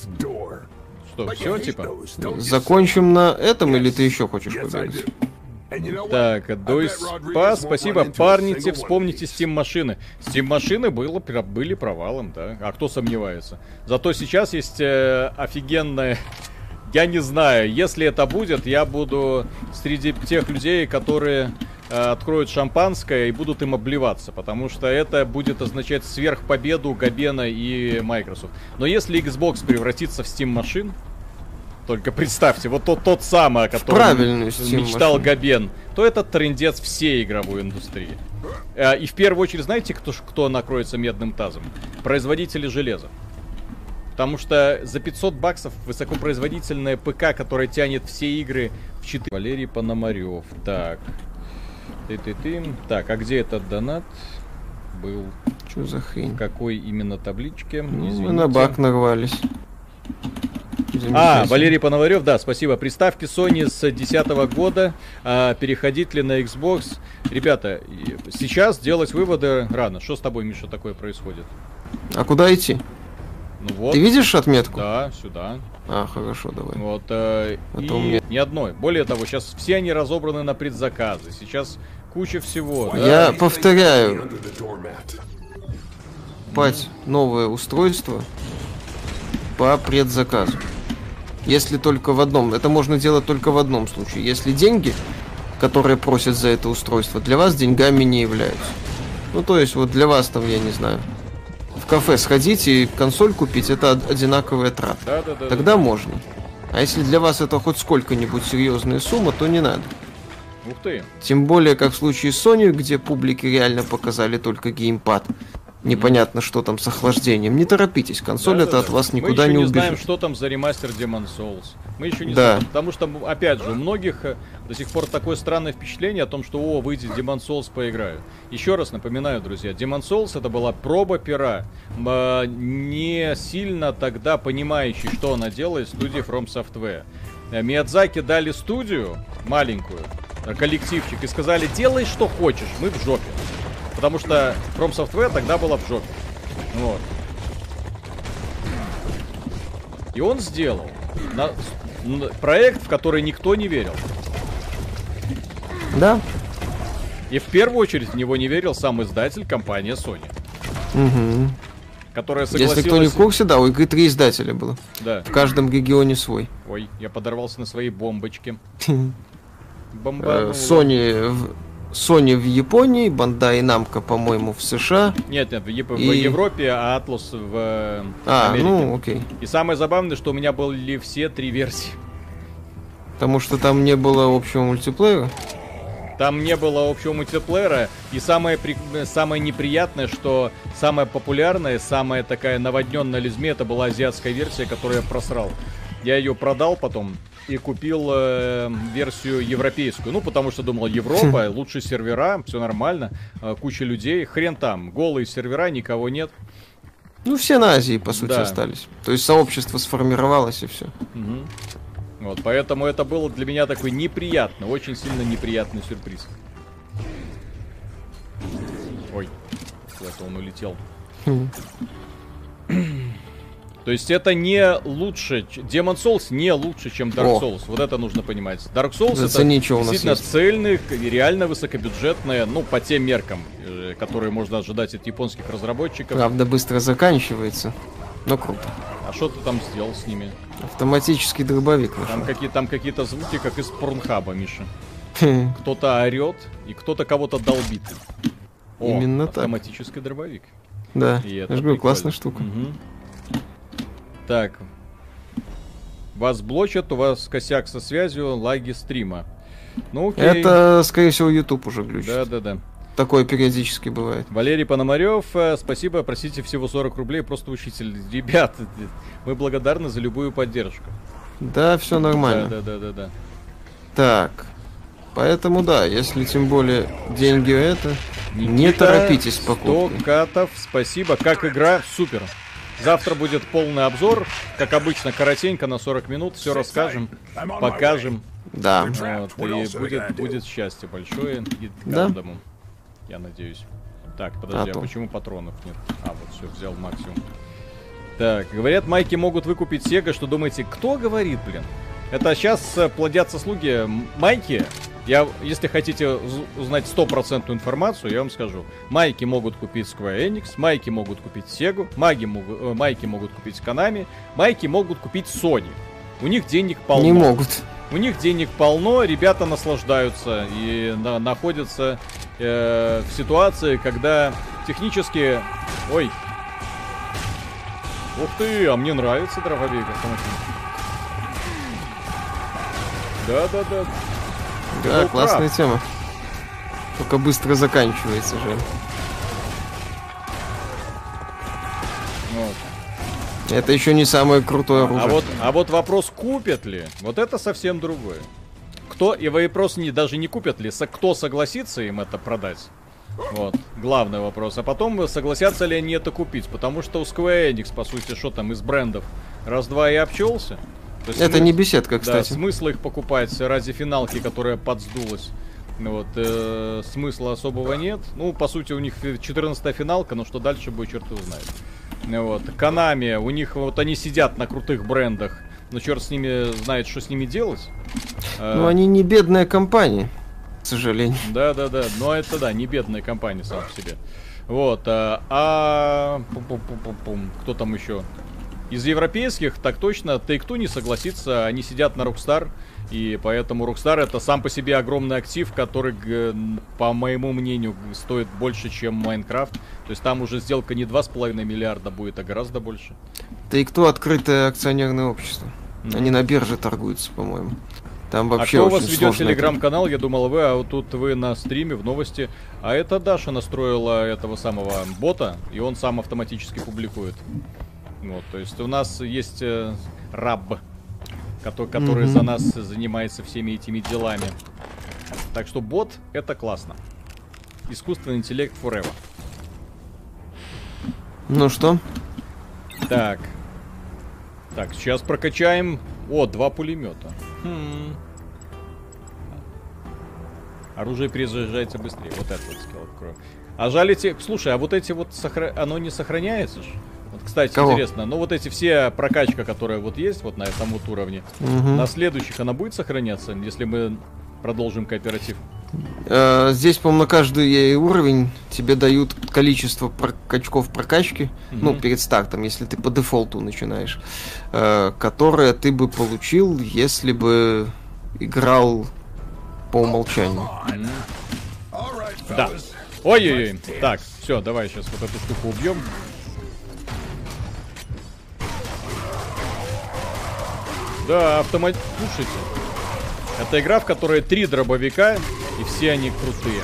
Что, все, типа? Закончим на этом, или ты еще хочешь побегать? Так, Дойс Спас, спасибо. Парните, вспомните Steam машины. Steam машины было, были провалом, да. А кто сомневается? Зато сейчас есть э, офигенная... Я не знаю, если это будет, я буду среди тех людей, которые э, откроют шампанское и будут им обливаться, потому что это будет означать сверхпобеду Габена и Microsoft. Но если Xbox превратится в Steam машин, только представьте, вот тот, тот самый, о котором мечтал Габен, то это трындец всей игровой индустрии. Э, и в первую очередь, знаете, кто, кто накроется медным тазом? Производители железа. Потому что за пятьсот баксов высокопроизводительное ПК, которое тянет все игры в четыре... Валерий Пономарев. Так. Ты-ты-ты. Так, а где этот донат был? Что за хрень? В какой именно табличке? Ну, мы на бак нарвались. А, Валерий Пономарев, да, спасибо. Приставки Sony с две тысячи десятого года. А, переходить ли на Xbox? Ребята, сейчас делать выводы рано. Что с тобой, Миша, такое происходит? А куда идти? Ну вот. Ты видишь отметку? Да, сюда. А, хорошо, давай. Вот, э, а и мне... ни одной. Более того, сейчас все они разобраны на предзаказы. Сейчас куча всего. Я да? повторяю. Пать новое устройство по предзаказу. Если только в одном. Это можно делать только в одном случае. Если деньги, которые просят за это устройство, для вас деньгами не являются. Ну, то есть, вот для вас там, я не знаю, в кафе сходить и консоль купить, это одинаковая трата. Да, да, да, Тогда да. можно. А если для вас это хоть сколько-нибудь серьезная сумма, то не надо. Ух ты. Тем более, как в случае с Sony, где публике реально показали только геймпад. Непонятно, что там с охлаждением. Не торопитесь, консоль Да, это да, от да. вас Мы никуда еще не не убежит. знаем, что там за ремастер Demon's Souls. Мы еще не Да. знаем, потому что, опять же, у многих э, до сих пор такое странное впечатление о том, что, о, выйдет Demon's Souls, поиграю. Еще раз напоминаю, друзья, Demon's Souls это была проба пера, э, не сильно тогда понимающий, что она делает, студии From Software. Э, Миядзаки дали студию маленькую, э, коллективчик, и сказали, делай что хочешь, мы в жопе. Потому что From Software тогда была в жопе. Вот. И он сделал на, на, проект, в который никто не верил. Да. И в первую очередь в него не верил сам издатель, компания Sony. Угу. Которая согласилась... Если кто не в курсе, да, у игры три издателя было. Да. В каждом регионе свой. Ой, я подорвался на своей бомбочке. Э, Бомбануло. Sony в... Sony в Японии, Bandai Namco, по-моему, в США. Нет, нет, в, Еп... И- в Европе, а Atlus в э, А, Америке. ну, окей. И самое забавное, что у меня были все три версии. Потому что там не было общего мультиплеера. Там не было общего мультиплеера. И самое, при... самое неприятное, что самая популярная, самая такая наводненная людьми, это была азиатская версия, которую я просрал. Я ее продал потом и купил э, версию европейскую. Ну, потому что думал, Европа, лучшие сервера, все нормально, э, куча людей. Хрен там, голые сервера, никого нет. Ну, все на Азии, по сути, Да. остались. То есть сообщество сформировалось и все. Мгм. Вот, поэтому это было для меня такой неприятный, очень сильно неприятный сюрприз. Ой, куда-то он улетел. То есть это не лучше, ч- Demon Souls не лучше, чем Dark О. Souls. Вот это нужно понимать. Dark Souls Зацени, это что у нас действительно есть. цельные, и реально высокобюджетные, ну, по тем меркам, э, которые можно ожидать от японских разработчиков. Правда, быстро заканчивается. Но круто. А что ты там сделал с ними? Автоматический дробовик Там, нашел. какие, там какие-то звуки, как из порнхаба, Миша. Кто-то орет, и кто-то кого-то долбит. О, Именно так. автоматический дробовик. Да, И я это же говорю, прикольно. классная штука. Мгм. Так. Вас блочат, у вас косяк со связью, лаги стрима. Ну окей. Это, скорее всего, YouTube уже глючит. Да-да-да. Такое периодически бывает. Валерий Пономарев, э, спасибо, простите, всего сорок рублей, просто учитель. Ребят, мы благодарны за любую поддержку. Да, все нормально. Да-да-да-да-да. Так. Поэтому да, если тем более деньги это, не Никита, торопитесь с сто покупкой. катов, спасибо. Как игра, супер. Завтра будет полный обзор, как обычно, коротенько на сорок минут, все расскажем, покажем. Да. Вот, и будет, будет счастье большое и Да. каждому, я надеюсь. Так, подожди, А а, то. почему патронов нет? А, вот все, взял максимум. Так, говорят, майки могут выкупить Sega, что думаете, кто говорит, блин? Это сейчас плодятся слуги. М, Майки, я, если хотите уз- узнать стопроцентную информацию, я вам скажу. Майки могут купить Square Enix, майки могут купить Sega, маги могут, э, майки могут купить Konami, майки могут купить Sony. У них денег полно. Не могут. У них денег полно, ребята наслаждаются и на- находятся э, в ситуации, когда технически... Ой. Ух ты, а мне нравится дробовик автоматически. Да-да-да. Ты Да, был классная прав. тема. Только быстро заканчивается же. Вот. Это еще не самое крутое оружие. А вот, а вот вопрос, купят ли, вот это совсем другое. Кто, и вопрос не, даже не купят ли, со- кто согласится им это продать. Вот, главный вопрос. А потом, согласятся ли они это купить. Потому что у Square Enix, по сути, что там из брендов, раз-два и обчелся. То есть Это смы- не беседка, Да, кстати. смысла их покупать ради финалки, которая подсдулась. Ну Вот, э, смысла особого нет. Ну, по сути, у них четырнадцатая финалка, но что дальше будет, черт его знает. Ну Вот, Konami, у них вот они сидят на крутых брендах, но черт с ними знает, что с ними делать. Э, Ну, они не бедная компания, к сожалению. Да, да, да. Но это да, не бедная компания сама по себе. Вот. А, а пум-пум-пум-пум-пум. Кто там еще? Из европейских, так точно, Take-Two не согласится. Они сидят на Rockstar. И поэтому Rockstar это сам по себе огромный актив, который, г- по моему мнению, стоит больше, чем Майнкрафт. То есть там уже сделка не два с половиной миллиарда будет, а гораздо больше. Take-Two открытое акционерное общество. Мгм. Они на бирже торгуются, по-моему. Там А вообще кто у очень вас ведет сложно это. телеграм-канал? Я думал, вы, а вот тут вы на стриме, в новости. А это Даша настроила этого самого бота, и он сам автоматически публикует. Вот, то есть у нас есть э, раб, который, который Мгм. за нас занимается всеми этими делами. Так что бот — это классно. Искусственный интеллект forever. Ну что? Так. Так, сейчас прокачаем. О, два пулемета. Хм. Оружие перезаряжается быстрее. Вот это вот скилл открою. А жаль эти... Слушай, а вот эти вот... Сохра... Оно не сохраняется ж? Вот, кстати, Кого? интересно. Ну вот эти все прокачка, которая вот есть вот на этом вот уровне. Мгм. На следующих она будет сохраняться, если мы продолжим кооператив? Э, Здесь, по-моему, на каждый уровень тебе дают количество прок- очков прокачки, ну, Мгм. перед стартом, если ты по дефолту начинаешь, э, которое ты бы получил, если бы играл по умолчанию. М. All right, Да. fellas. Ой-ой-ой. Так, все, давай сейчас вот эту штуку убьем. Да, автомат... Слушайте. Это игра, в которой три дробовика, и все они крутые.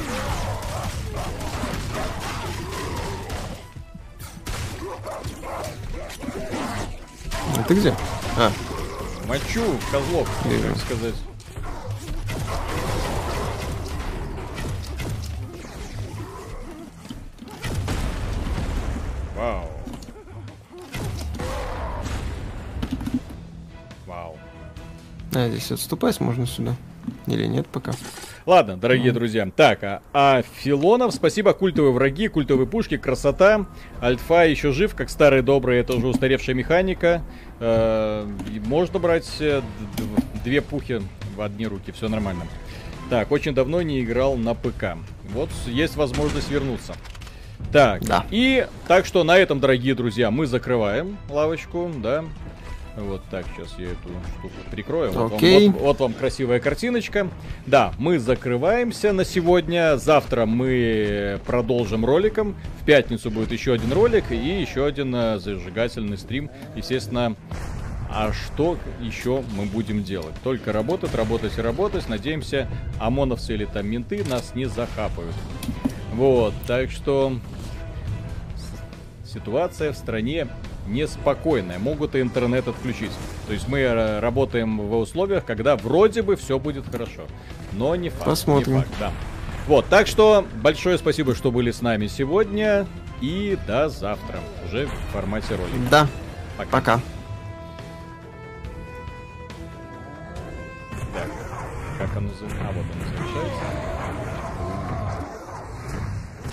А ты где? А, Мочу, козлов, Вижу. как сказать. Вау. Вау. а здесь отступать можно сюда. Или нет пока? Ладно, дорогие друзья. Так, а, а Филонов, спасибо. Культовые враги, культовые пушки, красота. Альфа еще жив, как старый добрый, это уже устаревшая механика. Э, можно брать э, д- две пухи в одни руки, все нормально. Так, очень давно не играл на ПК. Вот есть возможность вернуться. Так, Да. и так что на этом, дорогие друзья, мы закрываем лавочку, да. Вот так, сейчас я эту штуку прикрою. Вот вам, Окей. вот, вот вам красивая картиночка. Да, мы закрываемся на сегодня. Завтра мы продолжим роликом. В пятницу будет еще один ролик и еще один э, зажигательный стрим. Естественно, а что еще мы будем делать? Только работать, работать и работать. Надеемся, ОМОНовцы или там менты нас не захапают. Вот, так что с- ситуация в стране неспокойная. Могут и интернет отключить. То есть мы э, работаем в условиях, когда вроде бы все будет хорошо. Но не факт. Посмотрим. Не факт, да. Вот, так что большое спасибо, что были с нами сегодня. И до завтра. Уже в формате ролика. Да, Пока. пока. Так, как оно... за- А, вот оно завершается.